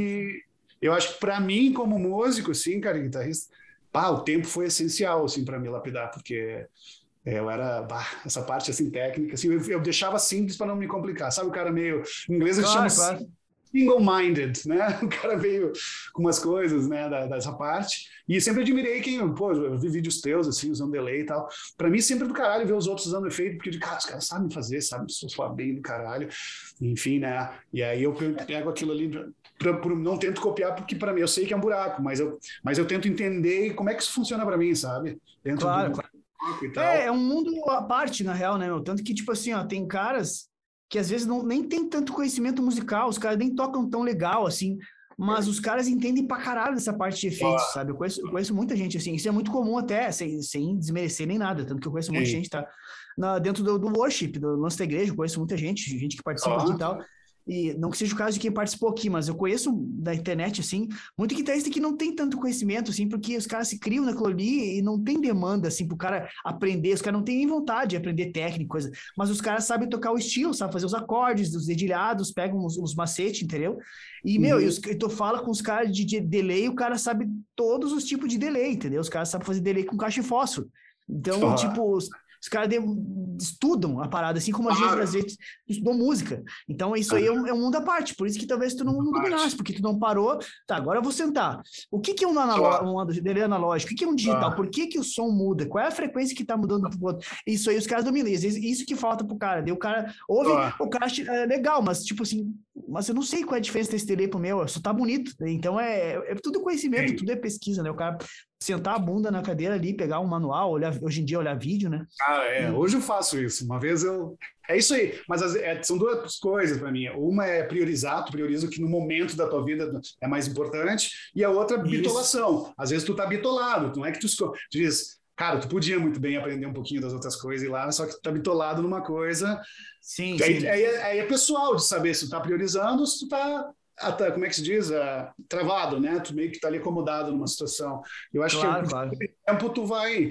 eu acho que pra mim, como músico, assim, cara, guitarrista, o tempo foi essencial, assim, pra me lapidar, porque eu era, essa parte, assim, técnica, assim, eu deixava simples para não me complicar. Sabe o cara meio... Em inglês eles chamam single-minded, né? O cara veio com umas coisas, né, dessa parte. E sempre admirei eu vi vídeos teus, assim, usando delay e tal. Pra mim, sempre do caralho ver os outros usando efeito, porque, cara, os caras sabem fazer, sabem soar bem do caralho. Enfim, né? E aí eu pego aquilo ali, não tento copiar, porque pra mim, eu sei que é um buraco, mas eu tento entender como é que isso funciona pra mim, sabe? Dentro do buraco e tal. É um mundo à parte, na real, né, meu? Tanto que, tipo assim, ó, tem caras que às vezes nem tem tanto conhecimento musical, os caras nem tocam tão legal, assim, mas os caras entendem pra caralho dessa parte de efeitos, sabe? Eu conheço muita gente, assim, isso é muito comum até, sem desmerecer nem nada, tanto que eu conheço um monte de gente, tá? Dentro do worship, do lance da igreja, eu conheço muita gente que participa aqui e tal, e não que seja o caso de quem participou aqui, mas eu conheço da internet, assim, muito guitarrista que não tem tanto conhecimento, assim, porque os caras se criam naquilo ali e não tem demanda, assim, pro cara aprender, os caras não têm nem vontade de aprender técnica, coisa, mas os caras sabem tocar o estilo, sabem fazer os acordes, os dedilhados, pegam os macetes, entendeu? E, e tu fala com os caras de delay, o cara sabe todos os tipos de delay, entendeu? Os caras sabem fazer delay com caixa e fósforo. Então, tipo... Os caras estudam a parada, assim como a gente, às vezes, estudou música. Então, isso aí é um mundo à parte. Por isso que talvez tu não dominasse, porque tu não parou. Tá, agora eu vou sentar. O que é um delay analógico? O que é um digital? Por que o som muda? Qual é a frequência que tá mudando pro outro? Isso aí os caras dominam. E às vezes, isso que falta pro cara. Daí o cara ouve, o cara acha legal, mas tipo assim, mas eu não sei qual é a diferença desse delay pro meu, só tá bonito. Então, é tudo conhecimento, tudo é pesquisa, né? O cara sentar a bunda na cadeira ali, pegar um manual, hoje em dia olhar vídeo, né? Hoje eu faço isso. Uma vez é isso aí. Mas são duas coisas para mim. Uma é priorizar, tu prioriza o que no momento da tua vida é mais importante, e a outra é bitolação. Às vezes tu tá bitolado, não é que tu diz, cara, tu podia muito bem aprender um pouquinho das outras coisas e lá, só que tu tá bitolado numa coisa. Sim. Aí é pessoal de saber se tu tá priorizando ou se tu tá como é que se diz? Travado, né? Tu meio que tá ali acomodado numa situação. Eu acho que com o tempo tu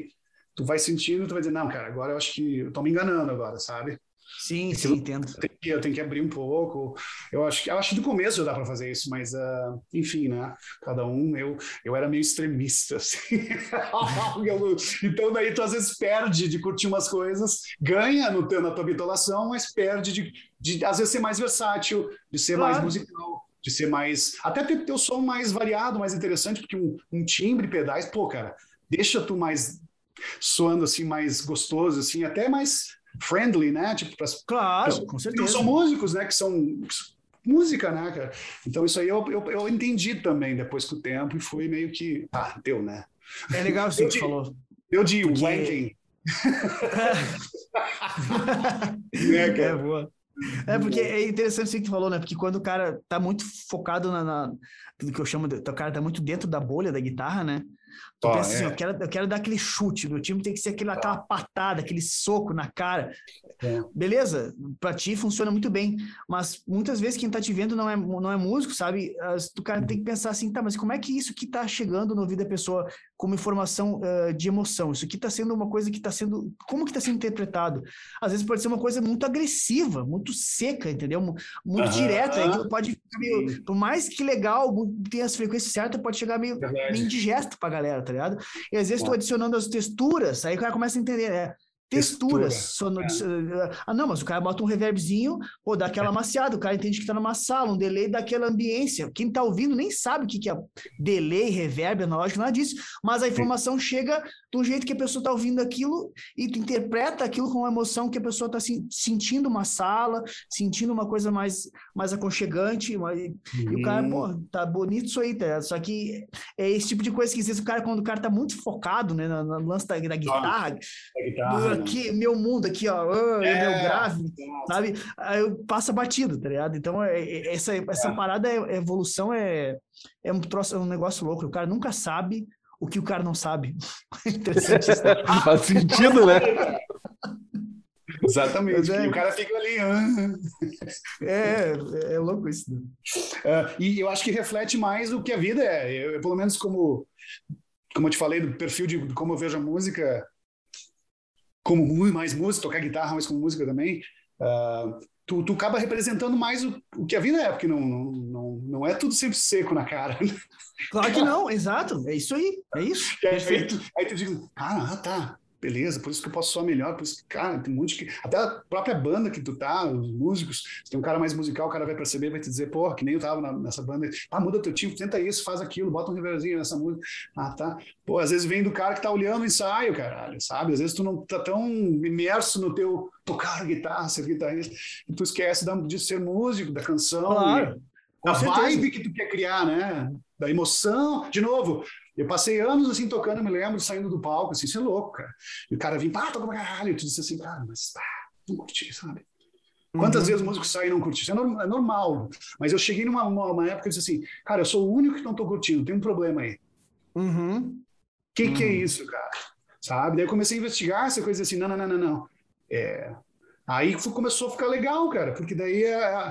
vai sentindo, tu vai dizer, não, cara, agora eu acho que eu tô me enganando agora, sabe? Sim, entendo. Eu tenho que abrir um pouco. Eu acho que do começo já dá para fazer isso, mas enfim, né? Cada um, eu era meio extremista, assim. Então daí tu às vezes perde de curtir umas coisas, ganha na tua bitolação, mas perde de às vezes ser mais versátil, de ser mais musical, de ser mais... Até ter teu som mais variado, mais interessante, porque um timbre, pedais, pô, cara, deixa tu mais soando assim, mais gostoso, assim, até mais friendly, né? Tipo, claro, com certeza. Não são músicos, né? Que são música, né, cara? Então isso aí eu entendi também depois com o tempo e fui meio que... deu, né? É legal isso que tu falou. Deu de wanking. É boa. Porque é interessante isso que tu falou, né? Porque quando o cara tá muito focado tudo que eu chamo o cara tá muito dentro da bolha da guitarra, né? Tu pensa assim, eu quero dar aquele chute, meu time tem que ser aquela patada, aquele soco na cara. Beleza, pra ti funciona muito bem, mas muitas vezes quem tá te vendo não é músico, sabe? O cara tem que pensar assim, tá, mas como é que isso que tá chegando no ouvido da pessoa como informação de emoção? Isso aqui tá sendo uma coisa que tá sendo... Como que tá sendo interpretado? Às vezes pode ser uma coisa muito agressiva, muito seca, entendeu? Muito direta, pode ficar meio... Por mais que legal, tem as frequências certas, pode chegar meio indigesto pra galera. galera, tá ligado? E às vezes tu adicionando as texturas, aí o cara começa a entender, texturas. Não, mas o cara bota um reverbzinho, pô, dá aquela amaciada, o cara entende que tá numa sala, um delay daquela ambiência. Quem tá ouvindo nem sabe o que é delay, reverb, analógico, nada disso, mas a informação chega do jeito que a pessoa tá ouvindo aquilo e tu interpreta aquilo com a emoção que a pessoa tá sentindo uma sala, sentindo uma coisa mais aconchegante, e o cara, pô, tá bonito isso aí, tá? Só que é esse tipo de coisa que às vezes quando o cara tá muito focado, né, no lance da guitarra, aqui, meu mundo aqui, ó, meu grave, sabe? Aí passa batido, tá ligado? Então, essa parada, evolução é um negócio louco. O cara nunca sabe o que o cara não sabe. Interessante isso. Faz sentido, né? Exatamente. E o cara fica ali. É louco isso. Né? E eu acho que reflete mais o que a vida é. Eu, pelo menos como eu te falei, do perfil de como eu vejo a música, como mais música, tocar guitarra, mas como música também, tu acaba representando mais o que a vida é, porque não é tudo sempre seco na cara. Claro que não, exato, é isso aí, é isso. Aí tu diz, cara, tá, beleza, por isso que eu posso soar melhor, por isso que, cara, tem um monte que... Até a própria banda que tu tá, os músicos, se tem um cara mais musical, o cara vai perceber, vai te dizer, porra, que nem eu tava nessa banda, muda teu timbre, tenta isso, faz aquilo, bota um reverbzinho nessa música, tá. Pô, às vezes vem do cara que tá olhando o ensaio, caralho, sabe? Às vezes tu não tá tão imerso no teu tocar guitarra, ser guitarrista, e tu esquece de ser músico, da canção, claro, da vibe que tu quer criar, né? Da emoção, de novo... Eu passei anos assim tocando, eu me lembro, saindo do palco, assim, isso é louco, cara. E o cara vinha, toca pra caralho, e tu disse assim, cara, mas não curti, sabe? Quantas vezes o músico sai e não curte? Isso é normal. Mas eu cheguei numa época e disse assim, cara, eu sou o único que não tô curtindo, tem um problema aí. Que é isso, cara? Sabe? Daí eu comecei a investigar essa coisa assim, não. Aí começou a ficar legal, cara, porque daí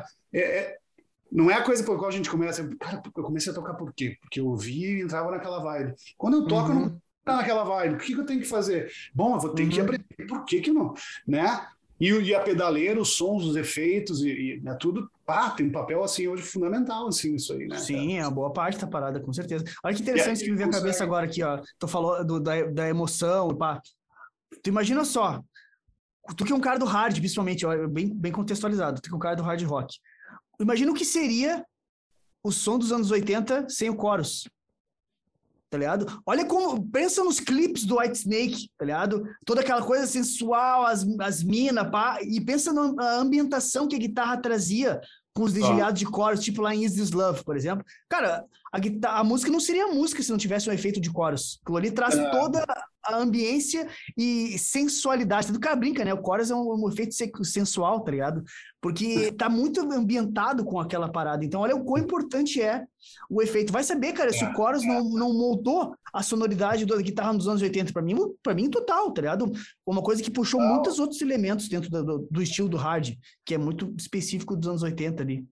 não é a coisa por qual a gente começa. Cara, eu comecei a tocar por quê? Porque eu ouvi e entrava naquela vibe. Quando eu toco, eu não tô naquela vibe. O que eu tenho que fazer? Bom, eu vou ter que aprender. Por que não? Né? E a pedaleira, os sons, os efeitos, né, tudo, tem um papel assim hoje fundamental, assim, isso aí, né? Sim, é uma boa parte da parada, com certeza. Olha que interessante que me veio a cabeça agora aqui, ó. Tu falou da emoção, pá. Tu imagina só, tu que é um cara do hard, principalmente, ó, bem contextualizado, tu que é um cara do hard rock. Imagina o que seria o som dos anos 80 sem o chorus, tá ligado? Olha como, pensa nos clipes do Whitesnake, tá ligado? Toda aquela coisa sensual, as minas, pá, e pensa na ambientação que a guitarra trazia com os dedilhados de chorus, tipo lá em Is This Love, por exemplo. Cara, a música não seria música se não tivesse um efeito de chorus. Aquilo ali traz toda a ambiência e sensualidade. Tanto que o cara brinca, né? O chorus é um efeito sensual, tá ligado? Porque tá muito ambientado com aquela parada. Então, olha o quão importante é o efeito. Vai saber, cara, se o chorus não moldou a sonoridade da guitarra nos anos 80. Pra mim, total, tá ligado? Uma coisa que puxou muitos outros elementos dentro do estilo do hard, que é muito específico dos anos 80 ali.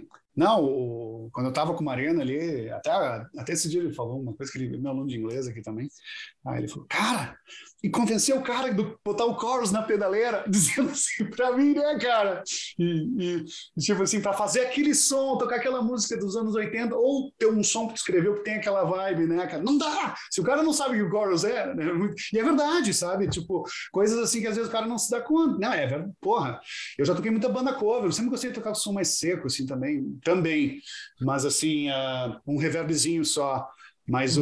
Não, quando eu tava com o Mariano ali, até esse dia ele falou uma coisa que ele, meu aluno de inglês aqui também, aí ele falou, cara, e convenceu o cara de botar o chorus na pedaleira, dizendo assim, pra mim, né, cara? E tipo assim, pra fazer aquele som, tocar aquela música dos anos 80, ou ter um som que tu escreveu que tem aquela vibe, né, cara? Não dá! Se o cara não sabe o que o chorus é, né? E é verdade, sabe? Tipo, coisas assim que às vezes o cara não se dá conta. Não, porra, eu já toquei muita banda cover, eu sempre gostei de tocar com som mais seco, assim, também, mas assim, um reverbzinho só, mas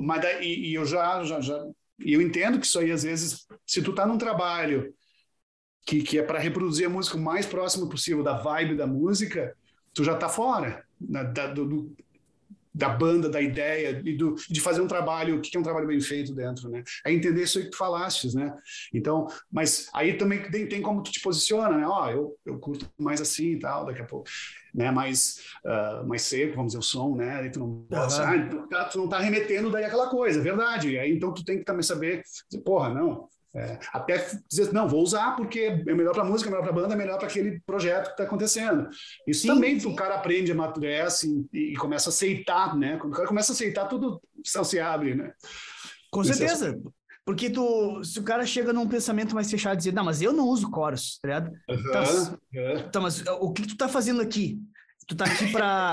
eu entendo que isso aí às vezes, se tu tá num trabalho que é para reproduzir a música o mais próximo possível da vibe da música, tu já tá fora da banda, da ideia e de fazer um trabalho, o que é um trabalho bem feito dentro, né? É entender isso aí que tu falastes, né? Então, mas aí também tem como tu te posiciona, né? Eu curto mais assim e tal, daqui a pouco, né? Mais seco, vamos dizer, o som, né? Aí tu não tá remetendo daí aquela coisa, verdade. E aí então tu tem que também saber, porra, não... até dizer, não, vou usar porque é melhor para a música, é melhor para a banda, é melhor para aquele projeto que está acontecendo. Isso também o cara aprende, amadurece e começa a aceitar, né? Quando o cara começa a aceitar, tudo se abre, né? Com certeza. Porque se o cara chega num pensamento mais fechado e dizer, não, mas eu não uso chorus, tá ligado? Tá, mas o que tu tá fazendo aqui? Tu tá aqui para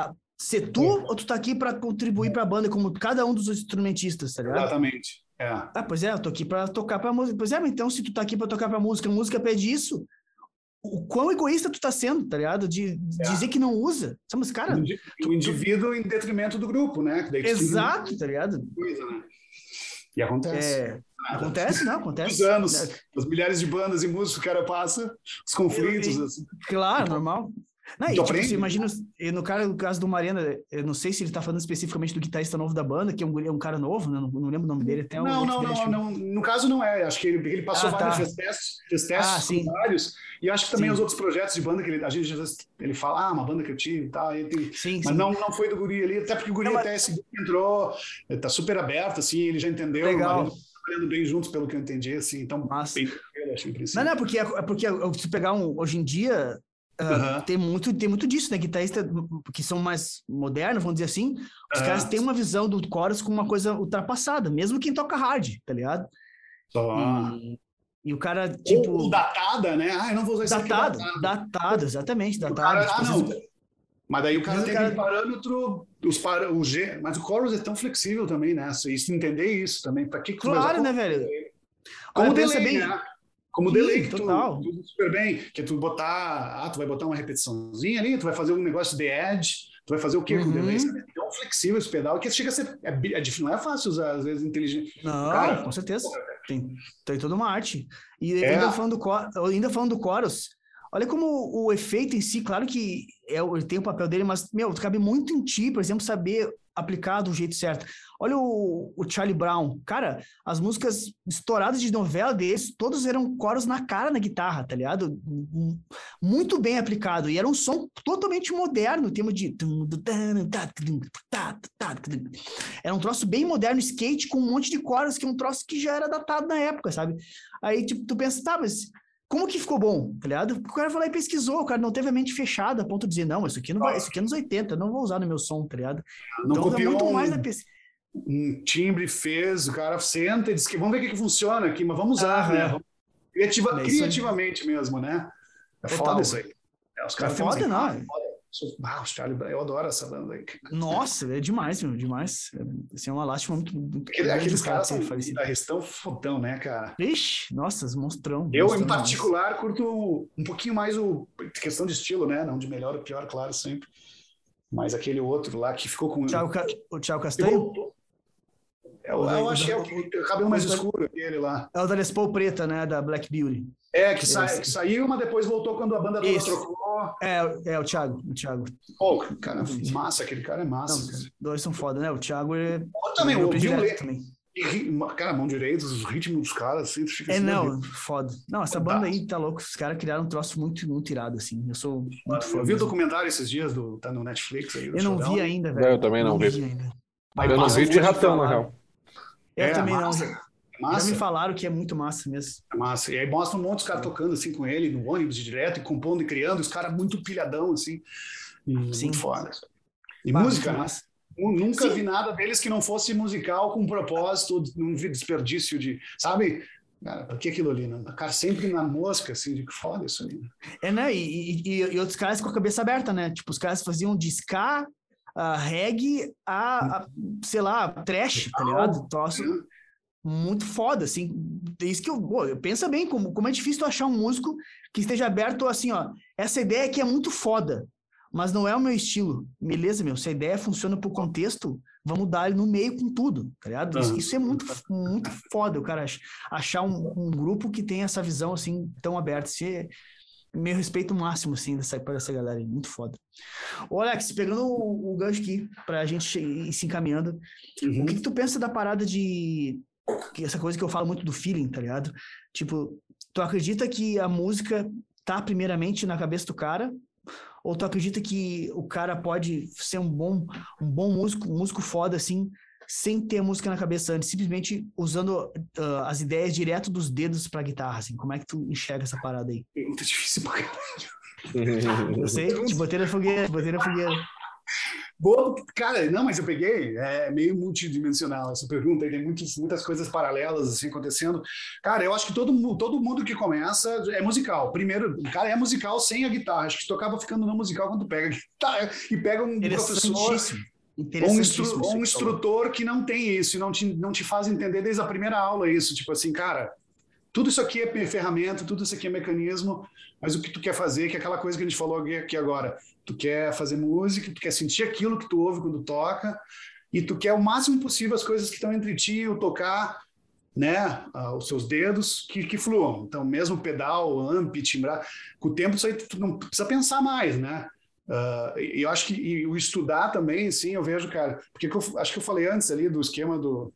ser tu ou tu tá aqui pra contribuir pra banda como cada um dos instrumentistas, tá ligado? Exatamente. Pois é, eu tô aqui pra tocar pra música. Pois é, mas então se tu tá aqui pra tocar pra música, a música pede isso, o quão egoísta tu tá sendo, tá ligado? De dizer que não usa. Mas, cara... O indivíduo em detrimento do grupo, né? Daí Exato, tá ligado? Coisa, né? E acontece. Acontece. Os anos, as milhares de bandas e músicos que o cara passa, os conflitos. Assim. Claro, normal. Não, e, tipo, você imagina, no caso do Mariana, eu não sei se ele tá falando especificamente do guitarrista novo da banda, que é um cara novo, né? Não lembro o nome dele. Até não, no caso não é. Acho que ele passou vários, fez testes com vários, e acho que também os outros projetos de banda que ele fala, uma banda que eu tive e tal, mas não foi do guri ali, até porque o guri até entrou, tá super aberto, assim, ele já entendeu. Legal. Trabalhando bem juntos, pelo que eu entendi, assim, então bem tranquilo, acho, em princípio. Não, porque se pegar hoje em dia... tem muito disso, né? Guitarristas que são mais modernos, vamos dizer assim, os caras têm uma visão do chorus como uma coisa ultrapassada, mesmo quem toca hard, tá ligado? E o cara, tipo... Ou datada, né? Eu não vou usar isso aqui. Datado, exatamente, datado. Mas daí o cara tem aquele parâmetro, o G, mas o chorus é tão flexível também, né? Isso, entender isso também. Pra que claro, né, velho? Como o delay, né? Como o delay, que total. tu super bem, que é tu botar, tu vai botar uma repetiçãozinha ali, tu vai fazer um negócio de edge, tu vai fazer o quê com o delay? É tão flexível esse pedal que chega a ser, não é fácil usar, às vezes, inteligente. Não, cara, com certeza. Tem toda uma arte. E ainda falando do chorus, olha como o efeito em si, claro que ele tem o papel dele, mas, cabe muito em ti, por exemplo, saber aplicar do jeito certo. Olha o Charlie Brown. Cara, as músicas estouradas de novela deles, todos eram coros na cara na guitarra, tá ligado? Muito bem aplicado. E era um som totalmente moderno, em termos de... Era um troço bem moderno, skate, com um monte de coros, que é um troço que já era datado na época, sabe? Aí, tipo, tu pensa, mas... Como que ficou bom, tá ligado? O cara foi lá e pesquisou, o cara não teve a mente fechada a ponto de dizer, não, isso aqui não vai, isso aqui é nos 80, eu não vou usar no meu som, tá ligado? Não então, copiou muito mais na pesquisa. Um timbre fez, o cara senta e diz que vamos ver o que funciona aqui, mas vamos usar, né? Criativamente mesmo, né? É foda isso aí. Os caras foda, não. Eu adoro essa banda aí. Nossa, é demais, demais. Assim, é uma lástima muito aqueles caras são guitarristão fodão, né, cara? Ixi, nossa, monstrão. Eu, em particular, curto um pouquinho mais questão de estilo, né? Não de melhor ou pior, claro, sempre. Mas aquele outro lá que ficou com... O Thiago Castanho? Eu acho que é o cabelo mais escuro, aquele lá. É o da Les Paul preta, né? Da Black Beauty. Que saiu, mas depois voltou quando a banda toda trocou. O Thiago. Cara, massa, aquele cara é massa. Os dois são foda, né? O Thiago é... também, o também. Cara, mão direita, os ritmos dos caras, assim, tu fica assim... foda. Não, essa banda aí tá louco. Os caras criaram um troço muito, muito irado, assim. Eu sou muito fã. Eu vi o documentário esses dias, tá no Netflix aí. Eu não vi ainda, velho. Eu também não vi. Eu não vi de ratão, na real. Eu também massa. não. Já me falaram que é muito massa mesmo. É massa. E aí mostra um monte de caras tocando assim com ele, no ônibus direto, e compondo e criando, os caras muito pilhadão, assim. Muito foda. E música, né? Nunca vi nada deles que não fosse musical com propósito, não vi desperdício de... Sabe? Cara, por que aquilo ali, né? O cara sempre na mosca, assim, de que foda isso ali, né? Né? E outros caras com a cabeça aberta, né? Tipo, os caras faziam de ska, reggae, sei lá, trash, tá ligado? Troço muito foda, assim. É isso que eu pensa bem, como é difícil tu achar um músico que esteja aberto, assim, essa ideia aqui é muito foda, mas não é o meu estilo. Beleza, se a ideia funciona pro contexto, vamos dar ele no meio com tudo, tá ligado? Isso é muito, muito foda, o cara achar um grupo que tem essa visão, assim, tão aberta. Isso é meu respeito máximo, assim, para essa galera aí. Muito foda. Ô, Alex, pegando o gancho aqui, pra gente ir se encaminhando, o que tu pensa da parada essa coisa que eu falo muito do feeling, tá ligado? Tipo, tu acredita que a música tá primeiramente na cabeça do cara? Ou tu acredita que o cara pode ser um bom músico, um músico foda, assim, sem ter a música na cabeça antes, simplesmente usando as ideias direto dos dedos pra guitarra, assim? Como é que tu enxerga essa parada aí? É muito difícil pra caralho. Eu sei, te botei na fogueira. Boa, cara, não, mas eu peguei, é meio multidimensional essa pergunta, tem muitas coisas paralelas assim acontecendo. Cara, eu acho que todo mundo que começa é musical. Primeiro, o cara é musical sem a guitarra, acho que tu acaba ficando não musical quando tu pega a guitarra e pega um professor ou um instrutor que não tem isso e não te faz entender desde a primeira aula isso, tipo assim, cara, tudo isso aqui é ferramenta, tudo isso aqui é mecanismo, mas o que tu quer fazer, que é aquela coisa que a gente falou aqui agora, tu quer fazer música, tu quer sentir aquilo que tu ouve quando toca, e tu quer o máximo possível as coisas que estão entre ti e o tocar, né, os seus dedos que fluam. Então, mesmo pedal, amp, timbrar, com o tempo isso aí tu não precisa pensar mais, né? E eu acho que o estudar também, sim, eu vejo, cara, porque acho que eu falei antes ali do esquema do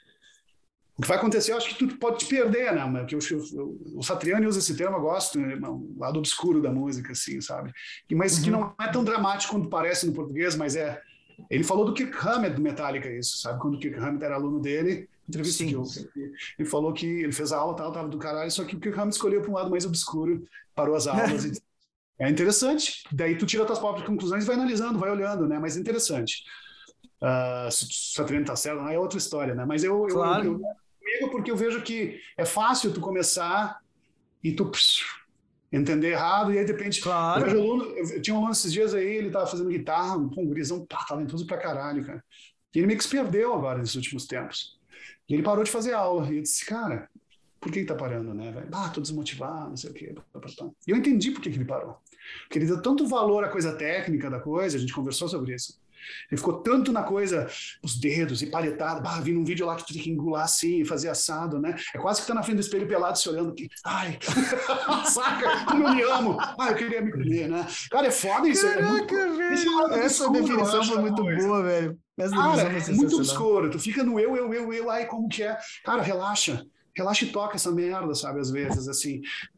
o que vai acontecer, eu acho que tu pode te perder, né? Porque o Satriani usa esse termo, eu gosto, né? O lado obscuro da música, assim, sabe? Mas que não é tão dramático quanto parece no português, mas é. Ele falou do Kirk Hammett do Metallica, isso, sabe? Quando o Kirk Hammett era aluno dele, entrevista que eu. Ele falou que ele fez a aula, tal, tava do caralho, só que o Kirk Hammett escolheu para um lado mais obscuro, parou as aulas. É interessante, daí tu tira tuas próprias conclusões e vai analisando, vai olhando, né? Mas é interessante. Se o Satriani tá certo, não é outra história, né? Mas Claro. porque eu vejo que é fácil tu começar e tu entender errado, e aí de repente. Claro. Eu tinha um aluno esses dias aí, ele tava fazendo guitarra, um gurizão talentoso pra caralho, cara. E ele meio que se perdeu agora nesses últimos tempos. E ele parou de fazer aula. E eu disse, cara, por que tá parando, né, velho? Tô desmotivado, não sei o quê. E eu entendi por que ele parou. Porque ele deu tanto valor à coisa técnica da coisa, a gente conversou sobre isso. Ele ficou tanto na coisa, os dedos e palhetado, vi num vídeo lá que tu tem que engolar assim, fazer assado, né? É quase que tá na frente do espelho pelado se olhando aqui. Ai, saca, como eu me amo. Eu queria me comer, né? Cara, é foda isso. Caraca, velho. Essa definição foi muito boa, velho. Cara, é muito obscuro. Tu fica no eu, ai, como que é? Cara, relaxa. Relaxa e toca essa merda, sabe? Às vezes, assim.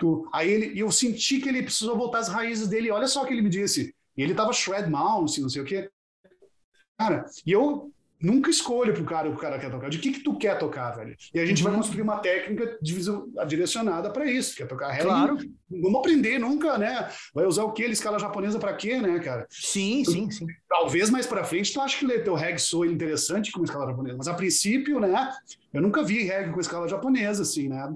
E eu senti que ele precisou voltar às raízes dele. Olha só o que ele me disse. E ele tava shred mouse, não sei o quê. Cara, e eu nunca escolho pro cara o que o cara quer tocar. De que tu quer tocar, velho? E a gente vai construir uma técnica direcionada para isso. Quer tocar reggae? Claro. Vamos aprender nunca, né? Vai usar o quê? Escala japonesa para quê, né, cara? Sim. Talvez mais para frente tu acha que o teu reggae soa interessante com escala japonesa. Mas a princípio, né? Eu nunca vi reggae com escala japonesa, assim, né?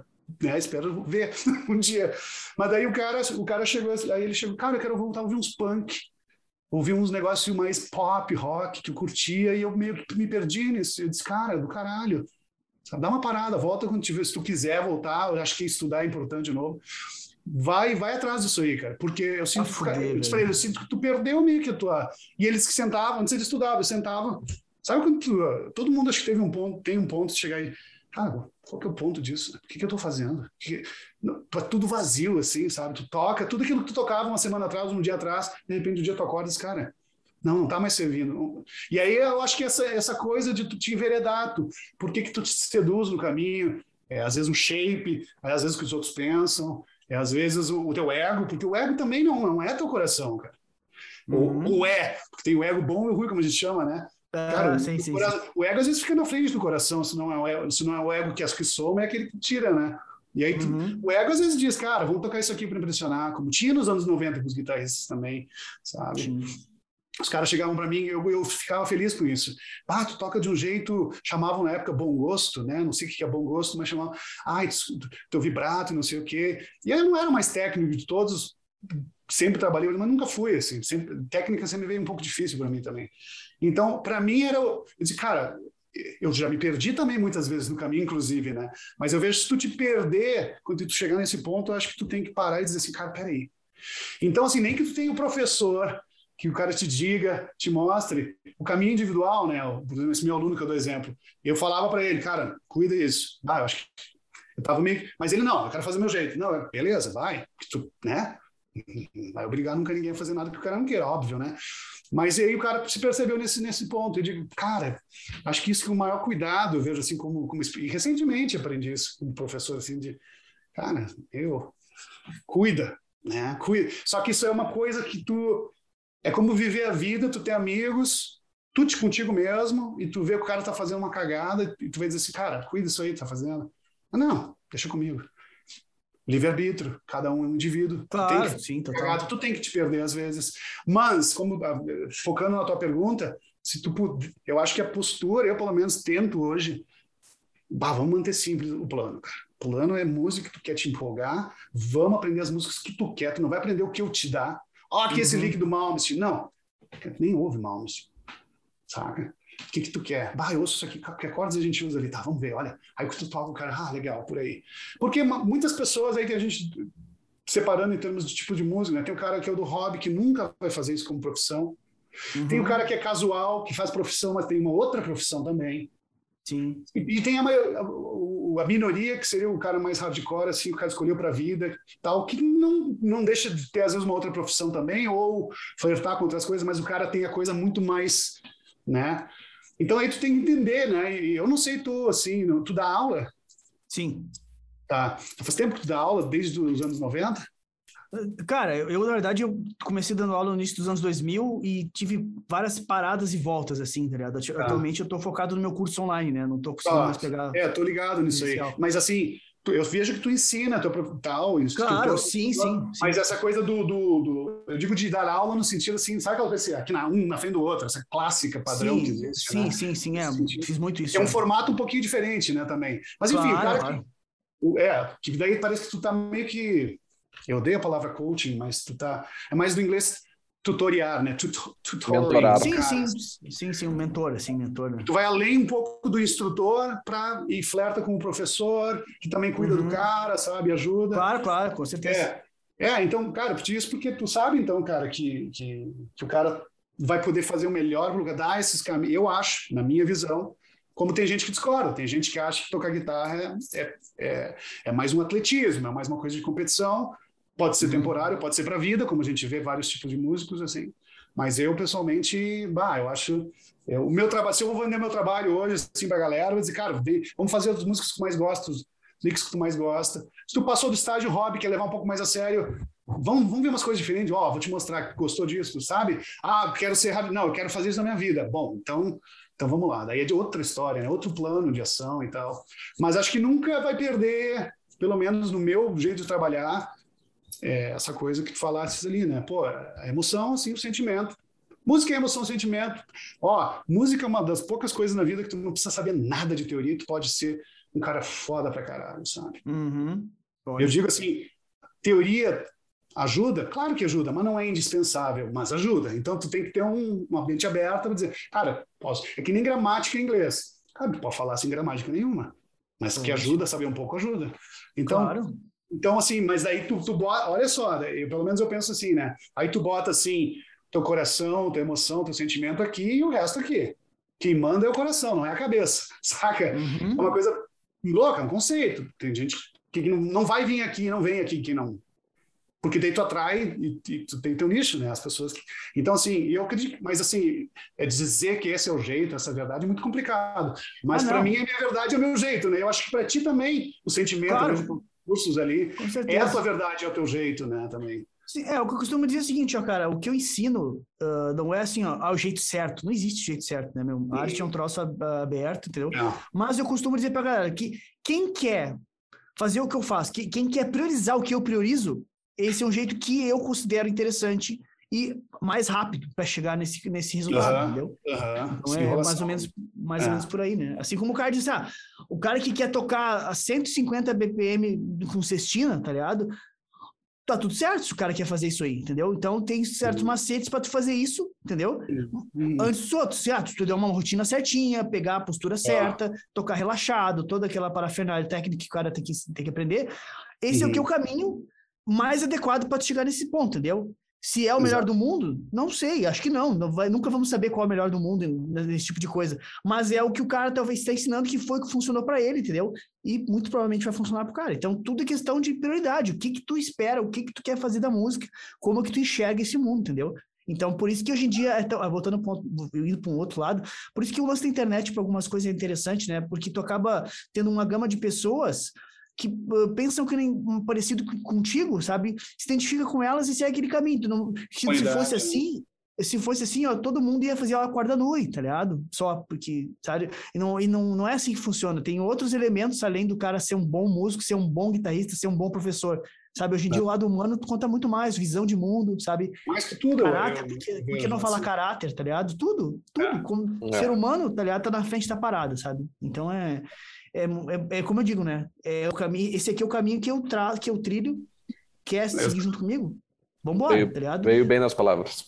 Espero ver um dia. Mas daí o cara chegou, aí ele chegou, cara, eu quero voltar a ouvir uns punk. Ouvi uns negócios mais pop, rock, que eu curtia, e eu meio que me perdi nisso. Eu disse, cara, do caralho. Sabe? Dá uma parada, volta quando tiver, se tu quiser voltar, eu acho que estudar é importante de novo. Vai atrás disso aí, cara. Porque eu sinto, eu sinto que tu perdeu meio que a tua... E eles que sentavam, antes eles estudavam, eu sentava... Sabe quando todo mundo acho que tem um ponto de chegar aí... Cara, qual que é o ponto disso? O que eu tô fazendo? Tá tudo vazio, assim, sabe? Tu toca, tudo aquilo que tu tocava uma semana atrás, um dia atrás, de repente um dia tu acorda e diz, cara, não tá mais servindo. E aí eu acho que essa coisa de tu te enveredar, por que tu te seduz no caminho? Às vezes o shape, às vezes o que os outros pensam, às vezes o teu ego, porque o ego também não é teu coração, cara. Ou é, porque tem o ego bom e o ruim, como a gente chama, né? Cara, sim. O ego às vezes fica na frente do coração, se não é o ego que soma, é aquele que tira, né? E aí o ego às vezes diz, cara, vamos tocar isso aqui para impressionar, como tinha nos anos 90 com os guitarristas também, sabe? Sim. Os caras chegavam para mim, eu ficava feliz com isso. Tu toca de um jeito, chamavam na época bom gosto, né? Não sei o que é bom gosto, mas chamavam, teu vibrato, não sei o quê. E aí eu não era mais técnico de todos, sempre trabalhei, mas nunca fui assim. Técnica sempre veio um pouco difícil para mim também. Então, para mim eu disse, cara, eu já me perdi também muitas vezes no caminho, inclusive, né? Mas eu vejo se tu te perder, quando tu chegar nesse ponto, eu acho que tu tem que parar e dizer assim, cara, peraí. Então, assim, nem que tu tenha um professor que o cara te diga, te mostre o caminho individual, né? Por exemplo, esse meu aluno que eu dou exemplo, eu falava para ele, cara, cuida disso. Eu acho que eu tava meio... Mas ele, não, eu quero fazer do meu jeito. Não, beleza, vai. Tu, né? Não vai obrigar nunca ninguém a fazer nada que o cara não queira, óbvio, né? Mas aí o cara se percebeu nesse ponto. Eu digo, cara, acho que isso é o maior cuidado, eu vejo assim como... E recentemente aprendi isso como professor, assim, de... Cara, cuida, né? Cuida. Só que isso é uma coisa que tu... É como viver a vida, tu ter amigos, tu contigo mesmo, e tu vê que o cara tá fazendo uma cagada, e tu vai dizer assim, cara, cuida disso aí que tá fazendo. Não, deixa comigo. livre-arbítrio, cada um é um indivíduo. Claro, sim, total. Tu tem que te perder às vezes. Mas, focando na tua pergunta, eu acho que a postura, eu pelo menos tento hoje, vamos manter simples o plano, cara. O plano é música que tu quer te empolgar, vamos aprender as músicas que tu quer, tu não vai aprender o que eu te dar. Aqui esse link do Malmsteen. Não, nem ouve Malmsteen, saca? O que tu quer? Eu ouço isso aqui, que acordes a gente usa ali, tá, vamos ver, olha. Aí tu toca o cara, legal, por aí. Porque muitas pessoas aí tem a gente separando em termos de tipo de música, né? Tem o cara que é o do hobby, que nunca vai fazer isso como profissão. Tem o cara que é casual, que faz profissão, mas tem uma outra profissão também. Sim. E tem a minoria, que seria o cara mais hardcore, assim, o cara escolheu pra vida, tal, que não deixa de ter, às vezes, uma outra profissão também, ou flertar com outras coisas, mas o cara tem a coisa muito mais, né? Então aí tu tem que entender, né? E eu não sei tu, assim, tu dá aula? Sim. Tá. Faz tempo que tu dá aula, desde os anos 90? Cara, na verdade, eu comecei dando aula no início dos anos 2000 e tive várias paradas e voltas, assim, tá ligado? Atualmente eu tô focado no meu curso online, né? Não tô conseguindo mais pegar... tô ligado nisso aí. Mas, assim, eu vejo que tu ensina, tal, claro, sim. Mas essa coisa eu digo de dar aula no sentido, assim, sabe aquela coisa aqui na frente do outro, essa clássica padrão que existe, né? Sim, fiz muito isso. É um formato um pouquinho diferente, né, também. Mas, enfim, claro. Que daí parece que tu tá meio que... Eu odeio a palavra coaching, mas tu tá... É mais do inglês tutoriar, né? Mentorar. Sim, um mentor, assim, mentor. Né? Tu vai além um pouco do instrutor e flerta com o professor, que também cuida do cara, sabe? Ajuda. Claro, com certeza. Então, cara, eu te isso porque tu sabe, então, cara, que o cara vai poder fazer o melhor, dar esses caminhos. Eu acho, na minha visão, como tem gente que discorda, tem gente que acha que tocar guitarra é mais um atletismo, é mais uma coisa de competição. Pode ser temporário, pode ser para a vida, como a gente vê vários tipos de músicos, assim. Mas eu, pessoalmente, eu acho... o meu trabalho, se eu vou vender meu trabalho hoje, assim, para a galera, eu vou dizer, cara, vamos fazer as músicas que tu mais gosta, os licks que tu mais gosta. Se tu passou do estágio hobby, quer levar um pouco mais a sério, vamos ver umas coisas diferentes. Vou te mostrar que gostou disso, sabe? Quero ser rápido. Não, eu quero fazer isso na minha vida. Bom, então vamos lá. Daí é de outra história, né? Outro plano de ação e tal. Mas acho que nunca vai perder, pelo menos no meu jeito de trabalhar, essa coisa que tu falasses ali, né? A emoção, assim, o sentimento. Música é emoção, sentimento. Música é uma das poucas coisas na vida que tu não precisa saber nada de teoria, tu pode ser um cara foda pra caralho, sabe? Eu digo assim, teoria ajuda? Claro que ajuda, mas não é indispensável, mas ajuda. Então tu tem que ter uma mente aberta para dizer, cara, é que nem gramática em inglês. Cara, tu pode falar sem gramática nenhuma, mas que ajuda, saber um pouco ajuda. Então, claro. Então, assim, mas daí tu bota, olha só, pelo menos eu penso assim, né? Aí tu bota assim, teu coração, tua emoção, teu sentimento aqui e o resto aqui. Quem manda é o coração, não é a cabeça, saca? É uma coisa louca, um conceito. Tem gente que não vai vir aqui, não vem aqui, que não. Porque daí tu atrai e tu tem teu nicho, né? As pessoas que... Então, assim, eu acredito, mas assim, dizer que esse é o jeito, essa verdade é muito complicado. Mas para mim, a minha verdade é o meu jeito, né? Eu acho que para ti também, o sentimento, claro. Cursos ali, é a tua verdade, é o teu jeito, né, também. Sim, o que eu costumo dizer é o seguinte, cara, o que eu ensino não é assim, o jeito certo, não existe jeito certo, né, meu? A arte é um troço aberto, entendeu? Mas eu costumo dizer pra galera que quem quer fazer o que eu faço, quem quer priorizar o que eu priorizo, esse é um jeito que eu considero interessante e mais rápido para chegar nesse resultado, entendeu? Então é mais ou menos por aí, né? Assim como o cara diz, o cara que quer tocar a 150 BPM com cestina, tá ligado? Tá tudo certo se o cara quer fazer isso aí, entendeu? Então tem certos macetes para tu fazer isso, entendeu? Antes dos outros, se tu der uma rotina certinha, pegar a postura certa, tocar relaxado, toda aquela parafernália técnica que o cara tem que aprender, esse é o caminho mais adequado para tu chegar nesse ponto, entendeu? Se é o melhor do mundo, não sei, acho que nunca vamos saber qual é o melhor do mundo nesse tipo de coisa, mas é o que o cara talvez está ensinando que foi o que funcionou para ele, entendeu? E muito provavelmente vai funcionar para o cara. Então tudo é questão de prioridade, o que tu espera, o que tu quer fazer da música, como que tu enxerga esse mundo, entendeu? Então por isso que hoje em dia, voltando indo para um outro lado, por isso que o lance da internet para algumas coisas é interessante, né? Porque tu acaba tendo uma gama de pessoas que pensam que nem parecido contigo, sabe? Se identifica com elas e segue aquele caminho. Se fosse assim, se fosse assim, ó, todo mundo ia fazer a corda nua, tá ligado? Só porque, sabe? E não é assim que funciona. Tem outros elementos além do cara ser um bom músico, ser um bom guitarrista, ser um bom professor. Sabe, hoje em dia o lado humano conta muito mais, visão de mundo, sabe? Mais que tudo. Caráter, por que não falar assim. caráter, tá ligado? Tudo. Como ser humano, tá ligado? Tá na frente da parada, sabe? Então é como eu digo, né? É o caminho, esse aqui é o caminho que eu trilho, quer seguir junto comigo? Vambora, tá ligado? Veio bem nas palavras.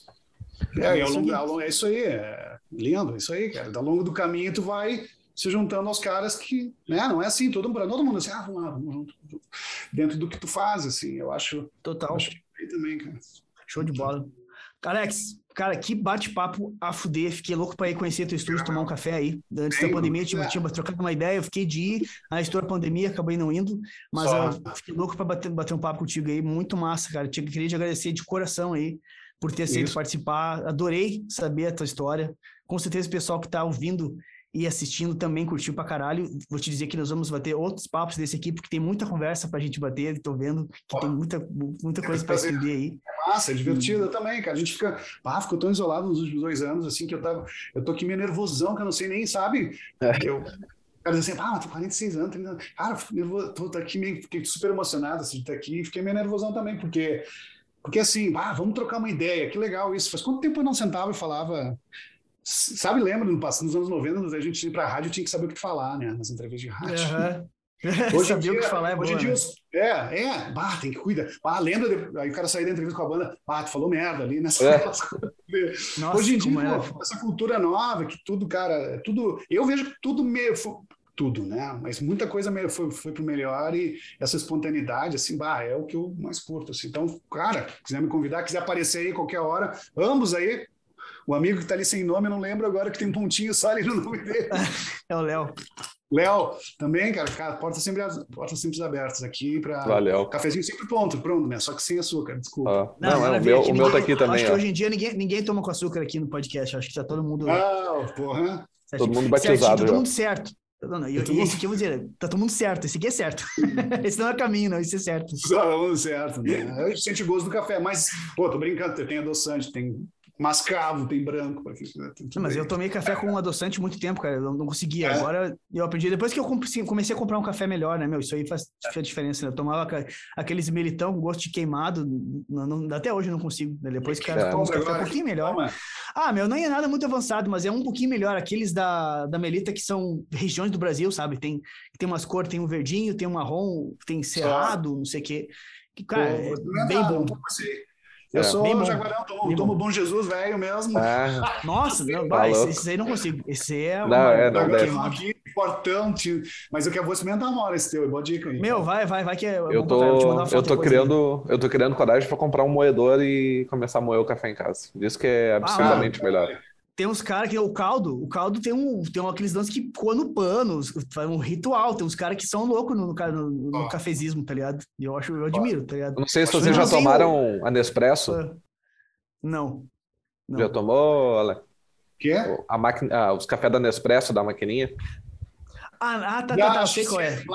É isso aí, é lindo, é isso aí, cara. Ao longo do caminho tu vai se juntando aos caras que, né, não é assim, todo mundo assim, vamos lá, vamos junto, dentro do que tu faz, assim, eu acho. Total. Acho que aí também, cara. Show de bola. Alex, cara, que bate-papo a fuder. Fiquei louco pra ir conhecer teu estúdio, tomar um café aí. Antes da pandemia, tinha trocado uma ideia, eu fiquei de ir. Aí estourou a pandemia, acabei não indo. Mas eu fiquei louco pra bater um papo contigo aí. Muito massa, cara. Queria te agradecer de coração aí por ter aceito participar. Adorei saber a tua história. Com certeza o pessoal que tá ouvindo e assistindo também curtiu pra caralho. Vou te dizer que nós vamos bater outros papos desse aqui, porque tem muita conversa pra gente bater. Tô vendo que tem muita coisa pra estender aí. Massa, é divertido também, cara. A gente ficou tão isolado nos últimos 2 anos, assim, que eu tô aqui meio nervosão, que eu não sei nem, sabe? Cara, assim, tô 46 anos, 30 anos. Cara, tô aqui meio, fiquei super emocionado assim, de estar aqui, fiquei meio nervosão também, porque assim, vamos trocar uma ideia, que legal isso. Faz quanto tempo eu não sentava e falava, sabe, lembra, nos anos 90, a gente ia pra rádio e tinha que saber o que falar, né, nas entrevistas de rádio. Hoje em dia, o que falar é hoje em dia, tem que cuidar. Lembra, aí o cara sair da entrevista com a banda, tu falou merda ali nessa. Nossa, hoje em dia, essa cultura nova, que tudo, cara, tudo. Eu vejo que tudo meio. Tudo, né? Mas muita coisa foi pro melhor e essa espontaneidade, assim, é o que eu mais curto, assim. Então, cara, quiser me convidar, quiser aparecer aí qualquer hora, ambos aí. O amigo que tá ali sem nome, eu não lembro agora que tem um pontinho só ali no nome dele. É o Léo. Léo, também, cara, portas sempre abertas aqui para cafezinho sempre pronto, né? Só que sem açúcar, desculpa. O meu tá aqui também. Acho que hoje em dia ninguém toma com açúcar aqui no podcast. Acho que tá todo mundo. Porra. Todo mundo batizado. Certinho, todo mundo certo. Não, e esse aqui eu vou dizer, tá todo mundo certo, esse aqui é certo. Esse não é caminho, não, esse é certo. Todo certo, né? A gente sente gosto do café, mas, tô brincando, tem adoçante, tem mascavo, tem branco. Mas eu tomei café com um adoçante muito tempo, cara, eu não conseguia. Agora eu aprendi, depois que eu comecei a comprar um café melhor, né, meu, isso aí faz diferença, né? Eu tomava aqueles melitão com gosto de queimado, até hoje eu não consigo, né? Depois que o cara toma um café um pouquinho melhor. Meu, não é nada muito avançado, mas é um pouquinho melhor, aqueles da Melita que são regiões do Brasil, sabe, tem umas cores, tem um verdinho, tem um marrom, tem cerrado, não sei o quê, que, cara, é bem bom. Eu sou jaguarão, tomo Bom Jesus, velho mesmo. Nossa, esse aí não consigo. Esse é não aqui, portão, mas eu vou experimentar uma hora esse teu, boa dica aí. Meu, vai que é eu tô criando coragem para comprar um moedor e começar a moer o café em casa. Diz que é absurdamente melhor. Tem uns caras que o caldo tem aqueles lances que coam no pano, faz um ritual, tem uns caras que são loucos no cafezismo, tá ligado? E eu admiro, tá ligado? Eu não sei se vocês já tomaram a Nespresso. Não. Já tomou, Ale? Quê? Os cafés da Nespresso, da maquininha? Tá, sei qual é.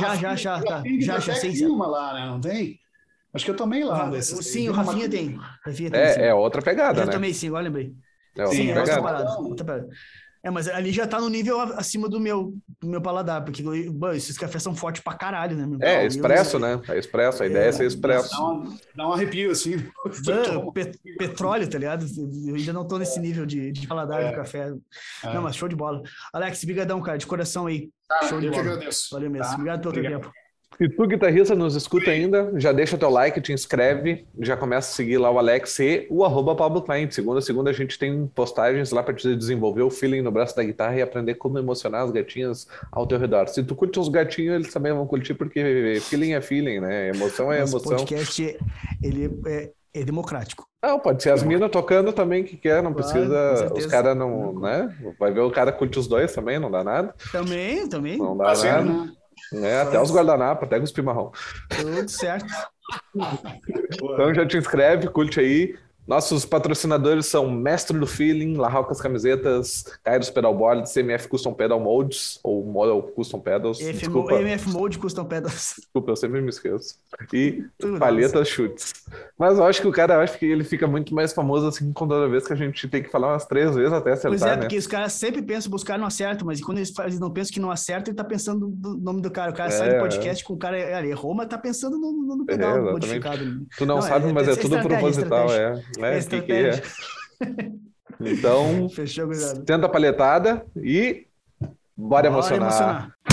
Já sei. Uma lá, né? Não tem? Acho que eu tomei lá. Sim, o Rafinha tem. É outra pegada, né? Eu também, sim, agora lembrei. Sim, é outra parada. Mas ali já tá no nível acima do meu paladar, porque esses cafés são fortes pra caralho, né? Expresso, né? É expresso, a ideia é ser expresso. Dá um arrepio, assim. Petróleo, tá ligado? Eu ainda não tô nesse nível de paladar do café. Não, mas show de bola. Alex, brigadão, cara, de coração aí. Show de bola. Eu que agradeço. Valeu mesmo. Obrigado pelo teu tempo. Se tu, guitarrista, nos escuta ainda, já deixa teu like, te inscreve, já começa a seguir lá o Alex e o @PabloClient. Segunda a segunda a gente tem postagens lá para te desenvolver o feeling no braço da guitarra e aprender como emocionar as gatinhas ao teu redor. Se tu curte os gatinhos, eles também vão curtir, porque feeling é feeling, né? Emoção é emoção. O podcast, ele é democrático. Não, pode ser as minas tocando também, que quer, não precisa, os caras não, né? Vai ver o cara curte os dois também, não dá nada. Também. Não dá nada. Né? Até os guardanapos, até os marrom. Tudo certo. Então já te inscreve, curte aí. Nossos patrocinadores são Mestre do Feeling, La Rocas Camisetas, Kairos Pedalboards, MF Custom Pedal Molds, ou Model Custom Pedals. MF Mold Custom Pedals. Desculpa, eu sempre me esqueço. E Palhetas Chutes. Mas eu acho que acho que ele fica muito mais famoso assim, com toda vez que a gente tem que falar umas 3 vezes até Pois é, acertar, né? porque os caras sempre pensam buscar no acerto, mas quando eles não pensam que não acerta, ele tá pensando no nome do cara. O cara sai do podcast com o cara errou, mas tá pensando no pedal exatamente. modificado. Tu não sabe, mas é tudo proposital, É estratégia. Então, Fechou, gurizada. senta a palhetada e bora emocionar.